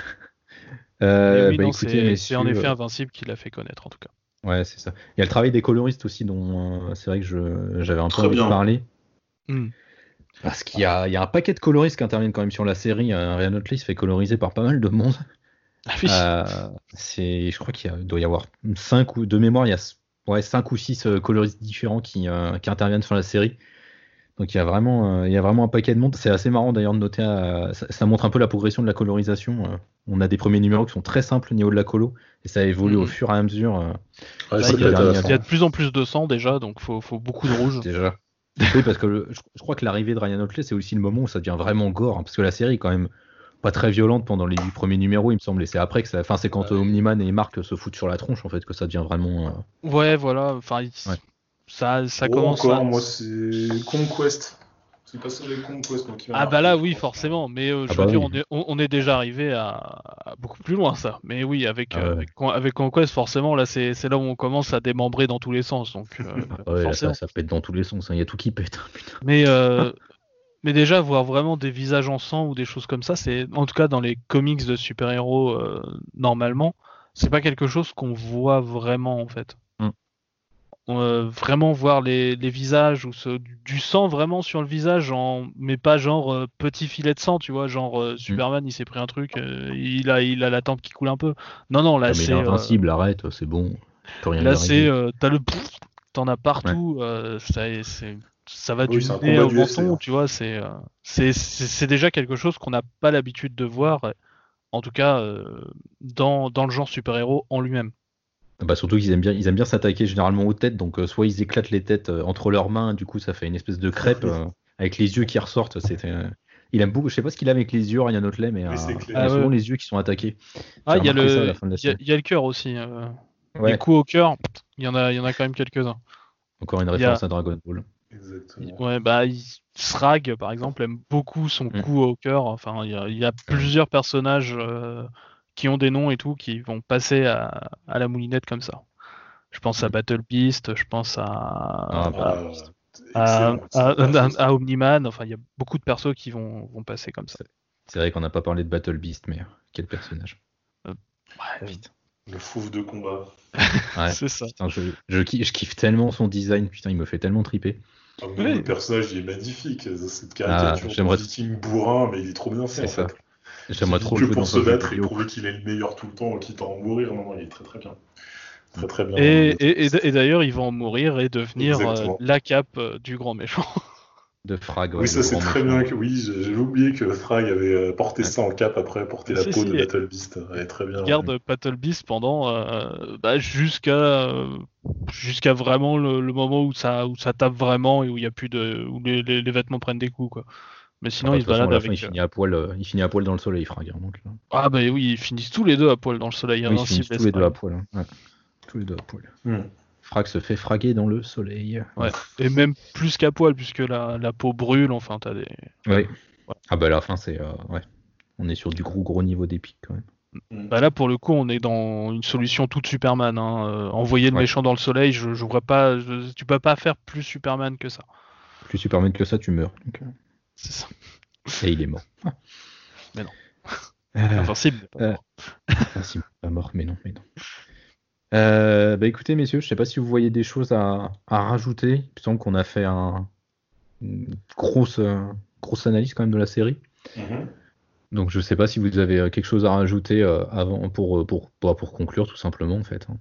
euh, oui, bah, non, écoutez, c'est, messieurs, c'est en effet Invincible qui l'a fait connaître en tout cas. Ouais, c'est ça. Il y a le travail des coloristes aussi, dont euh, c'est vrai que je, j'avais un peu Très envie bien. de parler. Mm. Parce qu'il y a, il y a un paquet de coloristes qui interviennent quand même sur la série. Euh, Ryan Otley se fait coloriser par pas mal de monde. Ah oui. Euh, c'est, je crois qu'il y a, doit y avoir cinq ou de mémoire, il y a ouais, cinq ou six euh, coloristes différents qui, euh, qui interviennent sur la série. Donc il y a vraiment, euh, il y a vraiment un paquet de monde. C'est assez marrant d'ailleurs de noter. Euh, ça, ça montre un peu la progression de la colorisation. Euh, on a des premiers numéros qui sont très simples au niveau de la colo et ça évolue mmh. au fur et à mesure. Euh, ouais, Là, il, y a, il y a de plus en plus de sang déjà, donc faut, faut beaucoup de rouge. Déjà. Oui, parce que le, je, je crois que l'arrivée de Ryan Otley, c'est aussi le moment où ça devient vraiment gore, hein, parce que la série est quand même pas très violente pendant les huit premiers numéros, il me semble, et c'est après que ça, enfin, c'est quand ouais. Omniman et Mark se foutent sur la tronche en fait que ça devient vraiment. Euh... Ouais, voilà, enfin, il... ouais. ça, ça oh, commence. Encore, à... moi, c'est Conquest. C'est passé avec Conquest, moi, qui m'a Ah marqué, bah là, oui, forcément, mais euh, je ah veux bah dire, oui. on est, on, on est déjà arrivé à... à beaucoup plus loin, ça. Mais oui, avec, ah ouais. euh, avec, avec Conquest, forcément, là, c'est, c'est là où on commence à démembrer dans tous les sens. Donc, euh, ah ouais, là, forcément. ça, ça pète dans tous les sens, il hein. Y a tout qui pète. Putain. Mais euh, mais déjà, voir vraiment des visages en sang ou des choses comme ça, c'est en tout cas dans les comics de super-héros euh, normalement, c'est pas quelque chose qu'on voit vraiment en fait. Mm. Euh, vraiment voir les, les visages ou ce, du, du sang vraiment sur le visage, en, mais pas genre euh, petit filet de sang, tu vois, genre euh, Superman il s'est pris un truc, euh, il a il a la tempe qui coule un peu. Non non, là Ah, mais il c'est est euh, invincible, arrête, c'est bon, il peut rien lui là c'est arriver. euh, t'as le pfff, t'en as Ouais. partout, euh, ça, c'est ça va Oui, du c'est un nez combat au du U F C. menton, Hein. tu vois, c'est euh, c'est c'est c'est déjà quelque chose qu'on n'a pas l'habitude de voir, en tout cas euh, dans dans le genre super-héros en lui-même. Bah, surtout qu'ils aiment bien, ils aiment bien s'attaquer généralement aux têtes, donc euh, soit ils éclatent les têtes euh, entre leurs mains, du coup ça fait une espèce de crêpe euh, avec les yeux qui ressortent. C'est, euh, il aime beaucoup, je sais pas ce qu'il a avec les yeux, Ryan Otley, mais euh, Oui, c'est il y a clair. Ah souvent ouais. les yeux qui sont attaqués. Ah, J'ai il y a remarqué ça à la le fin de la il y a, série. il y a le cœur aussi. euh. Les Ouais, coups au cœur, il y en a il y en a quand même quelques-uns. encore une Il y a référence à Dragon Ball. Exactement. ouais bah il- Srag par exemple aime beaucoup son Mm. coup au cœur. Enfin il y a, il y a Ah oui. plusieurs personnages euh, qui ont des noms et tout qui vont passer à, à la moulinette comme ça. Je pense à Mm. Battle Beast, je pense à Ah, à, Battle Ah, Beast. à, excellent. C'est à, un perso, à- ça. à Omni-Man. Enfin il y a beaucoup de persos qui vont vont passer comme ça. C'est c'est vrai qu'on n'a pas parlé de Battle Beast, mais euh, quel personnage. Euh, ouais, Putain. Le fouve de combat. Ouais. c'est ça. Putain, je, je, kiffe, je kiffe tellement son design, putain, il me fait tellement triper. Ah, même le Oui. personnage, il est magnifique. Cette Ah, caricature de j'aimerais, viking bourrin, mais il est trop bien fait, c'est en ça. fait. Qui J'aimerais vit trop que le jouer pour dans se un jeu battre et vidéo. prouver qu'il est le meilleur tout le temps, quitte à en mourir. Non, non, il est très très bien. Très très bien. Et, euh, et, et, et d'ailleurs, ils vont en mourir et devenir euh, Exactement. la cape euh, du grand méchant. De Frag, Oui, ouais, le ça c'est grand très méchant. bien que oui, j'ai- j'avais oublié que Thrag avait euh, porté Ouais. ça en cap après, porter la Si, peau si, de et Battle Beast. Elle est très il bien. garde Battle Beast pendant euh, bah, jusqu'à euh, jusqu'à vraiment le, le moment où ça où ça tape vraiment et où il y a plus de où les, les, les vêtements prennent des coups quoi. Mais Ah sinon, bah, il de se toute façon, à balade la fin, il avec. euh, finit à poil, euh, il finit à poil dans le soleil, Frag. Hein, donc, là. Ah bah oui, ils finissent tous les deux à poil dans le soleil, Oui, ils finissent invincible et tous les deux à Srag. poil. Hein. Ouais. Tous les deux à poil. Hmm. Frag se fait fraguer dans le soleil. Ouais. Et même plus qu'à poil puisque la, la peau brûle. Enfin, t'as des. Ouais. Voilà. Ah bah à la fin, c'est euh, ouais. On est sur du gros gros niveau d'épique quand même. Hmm. Bah là, pour le coup, on est dans une solution toute Superman. Hein. Euh, envoyer le Ouais. méchant dans le soleil, je, je vois pas. je- tu peux pas faire plus Superman que ça. Plus Superman que ça, tu meurs. Donc, euh, C'est ça. et il est mort. Ah. Mais non. Euh, Invincible, mais pas euh, mort. enfin, si, pas mort, mais non, mais non. Euh, bah écoutez, messieurs, je sais pas si vous voyez des choses à, à rajouter. Il me semble qu'on a fait un, une grosse, euh, grosse analyse quand même de la série. Mhm. Donc je sais pas si vous avez euh, quelque chose à rajouter euh, avant pour, euh, pour, pour, pour conclure tout simplement en fait. Hein.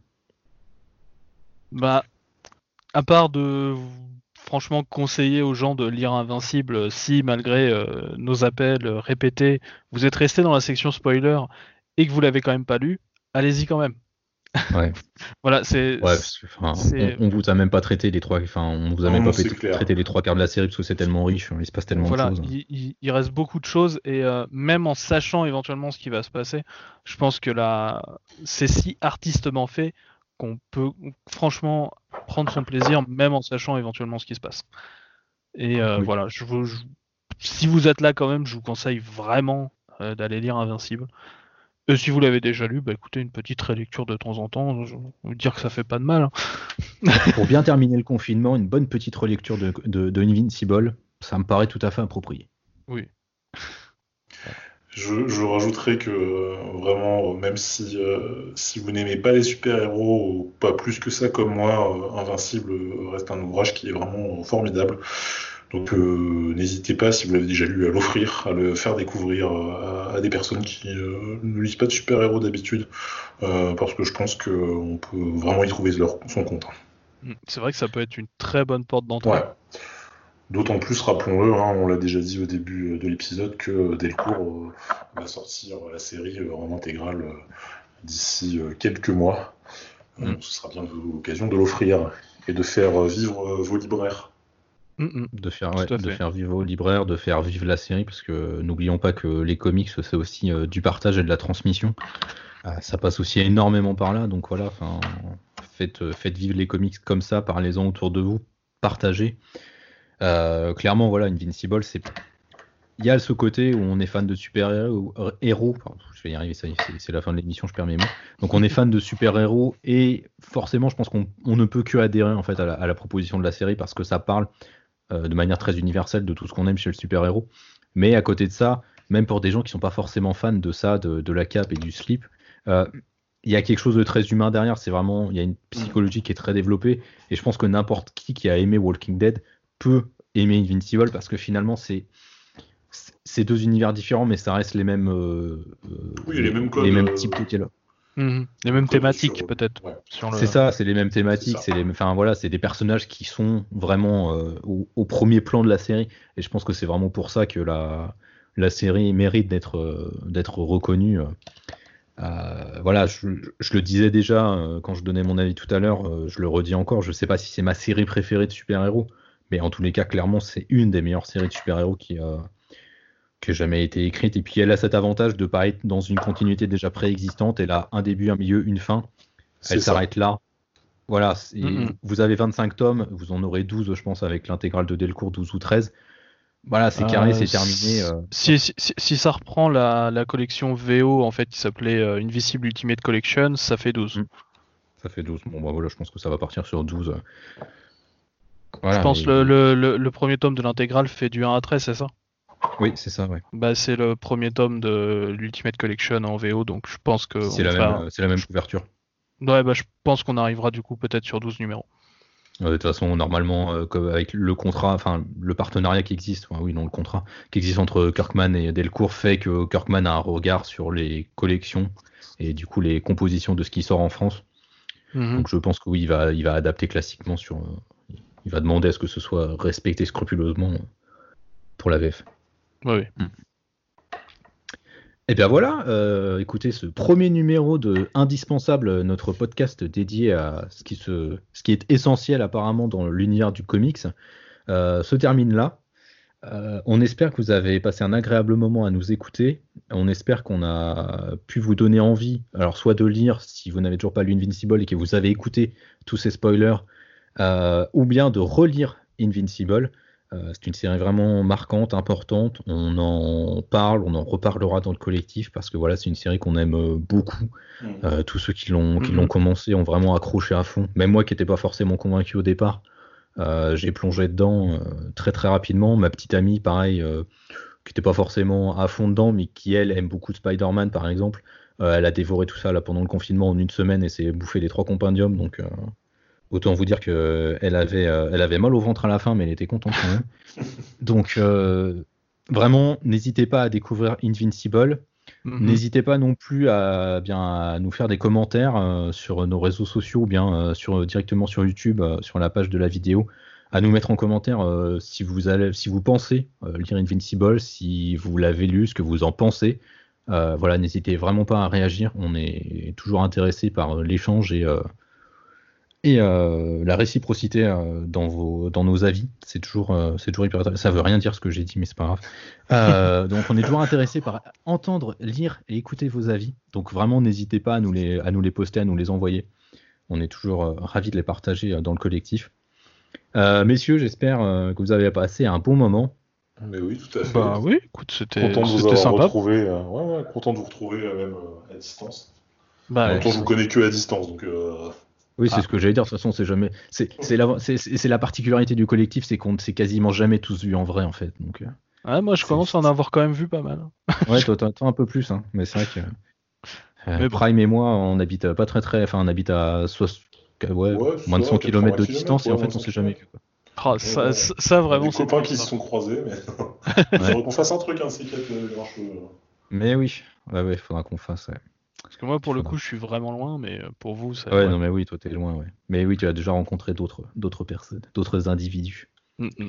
Bah, à part de franchement conseiller aux gens de lire Invincible, euh, si malgré euh, nos appels euh, répétés, vous êtes resté dans la section spoiler et que vous l'avez quand même pas lu, allez-y quand même. Ouais. Voilà, c'est Ouais, parce que, enfin, on, c'est on vous a même pas traité les trois, enfin, on vous a Non, même non, pas c'est pété- clair. traité les trois quarts de la série parce que c'est tellement riche, il se passe tellement voilà, de choses. il, il- il reste beaucoup de choses et euh, même en sachant éventuellement ce qui va se passer, je pense que là, c'est si artistement fait qu'on peut franchement prendre son plaisir même en sachant éventuellement ce qui se passe. Et euh, Oui. voilà, je vous, je- si vous êtes là quand même, je vous conseille vraiment euh, d'aller lire Invincible. Et si vous l'avez déjà lu, bah écoutez, une petite rélecture de temps en temps, je vais vous dire que ça fait pas de mal. Hein. Pour bien terminer le confinement, une bonne petite relecture de, de, de Invincible, ça me paraît tout à fait approprié. Oui. Je, je rajouterais que euh, vraiment, euh, même si, euh, si vous n'aimez pas les super-héros, ou pas plus que ça comme moi, euh, Invincible euh, reste un ouvrage qui est vraiment euh, formidable. Donc euh, n'hésitez pas, si vous l'avez déjà lu, à l'offrir, à le faire découvrir euh, à, à des personnes qui euh, ne lisent pas de super-héros d'habitude, euh, parce que je pense qu'on peut vraiment y trouver leur, son compte. Mm. C'est vrai que ça peut être une très bonne porte d'entrée. Ouais. D'autant plus, rappelons-le, hein, on l'a déjà dit au début de l'épisode, que Delcourt euh, va sortir la série euh, en intégrale euh, d'ici euh, quelques mois. Euh, Mm. Ce sera bien l'occasion de l'offrir et de faire vivre euh, vos libraires. Mm, mm. De faire, ouais, Tout à de fait. faire vivre aux libraires, de faire vivre la série, parce que n'oublions pas que les comics, c'est aussi euh, du partage et de la transmission. Euh, ça passe aussi énormément par là, donc voilà, enfin, faites, euh, faites vivre les comics comme ça, parlez-en autour de vous, partagez. Euh, clairement, voilà, Invincible, c'est. Il y a ce côté où on est fan de super-héros, héros, pardon, je vais y arriver, ça y est, c'est, c'est la fin de l'émission, je perds mes mots. Donc on est fan de super-héros et forcément, je pense qu'on on ne peut que adhérer en fait à la, à la proposition de la série parce que ça parle euh, de manière très universelle de tout ce qu'on aime chez le super-héros. Mais à côté de ça, même pour des gens qui sont pas forcément fans de ça, de, de la cape et du slip, euh, il y a quelque chose de très humain derrière. C'est vraiment, il y a une psychologie qui est très développée. Et je pense que n'importe qui qui a aimé Walking Dead peut aimer Invincible parce que finalement, c'est, c'est deux univers différents, mais ça reste les mêmes, euh, Oui, les, les mêmes codes, les mêmes euh, types de dialogues. Mmh. Les mêmes Codes thématiques sur- peut-être. ouais. Sur le... C'est ça, c'est les mêmes thématiques, C'est c'est les, enfin voilà, c'est des personnages qui sont vraiment euh, au, au premier plan de la série. Et je pense que c'est vraiment pour ça que la, la série mérite d'être euh, d'être reconnue. Euh, voilà, je, je le disais déjà euh, quand je donnais mon avis tout à l'heure, euh, je le redis encore. Je sais pas si c'est ma série préférée de super-héros, mais en tous les cas, clairement, c'est une des meilleures séries de super-héros qui euh, qui ait jamais été écrite. Et puis elle a cet avantage de pas être dans une continuité déjà préexistante. Elle a un début, un milieu, une fin. C'est Elle ça. s'arrête là. Voilà, c'est- Mhm. vous avez vingt-cinq tomes, vous en aurez douze, je pense, avec l'intégrale de Delcourt, douze ou treize. Voilà, c'est carré, Euh, c'est terminé. euh. Si, si, si- si ça reprend la, la collection V O en fait qui s'appelait euh, Invisible Ultimate Collection, ça fait douze. Mm. Ça fait douze. Bon, bah voilà, je pense que ça va partir sur douze. Voilà, Je pense et- le, le, le, le premier tome de l'intégrale fait du un à treize, c'est ça? Oui, c'est ça, ouais. Bah c'est le premier tome de l'Ultimate Collection en V O, donc je pense que C'est on la, fera- même, euh, c'est la même couverture. Ouais, bah je pense qu'on arrivera du coup peut-être sur douze numéros. Euh, de toute façon, normalement, euh, comme avec le contrat, enfin le partenariat qui existe, enfin, oui, non, le contrat qui existe entre Kirkman et Delcourt fait que Kirkman a un regard sur les collections et du coup les compositions de ce qui sort en France. Mhm. Donc je pense que oui, il va, il va adapter classiquement sur. euh, il va demander à ce que ce soit respecté scrupuleusement pour la V F. Ouais, oui. Et bien voilà, euh, écoutez, ce premier numéro de Indispensable, notre podcast dédié à ce qui, se, ce qui est essentiel apparemment dans l'univers du comics, euh, se termine là. Euh, on espère que vous avez passé un agréable moment à nous écouter. On espère qu'on a pu vous donner envie, alors soit de lire si vous n'avez toujours pas lu Invincible et que vous avez écouté tous ces spoilers, euh, ou bien de relire Invincible. Euh, c'est une série vraiment marquante, importante. On en parle, on en reparlera dans le collectif parce que voilà, c'est une série qu'on aime euh, beaucoup. Mm. Euh, tous ceux qui l'ont qui Mhm. l'ont commencé ont vraiment accroché à fond. Même moi qui n'étais pas forcément convaincu au départ, euh, j'ai plongé dedans euh, très très rapidement. Ma petite amie, pareil, euh, qui n'était pas forcément à fond dedans, mais qui elle aime beaucoup Spider-Man par exemple. Euh, elle a dévoré tout ça là pendant le confinement en une semaine et s'est bouffé les trois compendiums. Donc euh, autant vous dire que elle avait, euh, elle avait mal au ventre à la fin, mais elle était contente quand même. Donc euh, vraiment, n'hésitez pas à découvrir Invincible. Mhm. N'hésitez pas non plus à, bien, à nous faire des commentaires euh, sur nos réseaux sociaux ou bien euh, sur, directement sur YouTube, euh, sur la page de la vidéo, à nous mettre en commentaire euh, si, vous allez, si vous pensez euh, lire Invincible, si vous l'avez lu, ce que vous en pensez. Euh, voilà, n'hésitez vraiment pas à réagir. On est toujours intéressé par euh, l'échange et, euh, et euh, la réciprocité euh, dans, vos, dans nos avis. C'est toujours, euh, c'est toujours hyper intéressant. Ça veut rien dire ce que j'ai dit, mais c'est pas grave. Euh, donc on est toujours intéressé par entendre, lire et écouter vos avis. Donc vraiment, n'hésitez pas à nous les, à nous les poster, à nous les envoyer. On est toujours euh, ravis de les partager euh, dans le collectif. Euh, messieurs, j'espère euh, que vous avez passé un bon moment. Mais oui, tout à fait. Bah oui, écoute, c'était Content de vous c'était avoir sympa. retrouvé. euh, ouais, ouais, content de vous retrouver euh, même euh, à distance. En Bah, même temps, je vous connais que à distance, donc. euh, Oui, c'est Ah. ce que j'allais dire. De toute façon, c'est jamais. C'est c'est la, c'est- c'est- c'est la particularité du collectif, c'est qu'on ne s'est quasiment jamais tous vus en vrai, en fait. Donc, euh, ouais, moi je c'est- commence à en avoir quand même vu pas mal. ouais, toi, toi, toi, un peu plus, hein. Mais c'est vrai que euh, Mais bon. Prime et moi, on habite euh, pas très très. Enfin, on habite à soix- ouais, Ouais, moins de ça, cent kilomètres de quatre-vingts distance et en ouais, fait, on moins s'est de jamais cent vu. Quoi. Ah, ça, Ouais. ça, ça, vraiment Des c'est copains qui triste, se ça. sont croisés, mais. Ouais. Faudrait qu'on fasse un truc, un de ces quatre euh, grincheux. Mais oui, ouais, ouais, faudra qu'on fasse. Ouais, Parce que moi pour le Faudra. coup je suis vraiment loin, mais euh, pour vous ça. Ouais, non, mais oui, toi, t'es loin, ouais. Mais oui, tu as déjà rencontré d'autres d'autres personnes, d'autres individus. Mm, mm.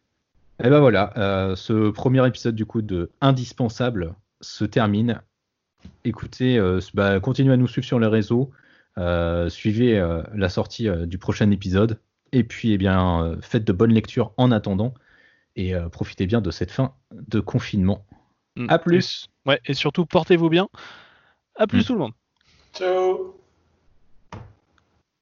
Et ben voilà, euh, ce premier épisode du coup de Indispensable se termine. Écoutez, euh, bah, continuez à nous suivre sur les réseaux, euh, suivez euh, la sortie euh, du prochain épisode, et puis eh bien euh, faites de bonnes lectures en attendant, et euh, profitez bien de cette fin de confinement. Mm. À plus. Et, ouais, et surtout portez-vous bien. À plus Mm. tout le monde. Ciao!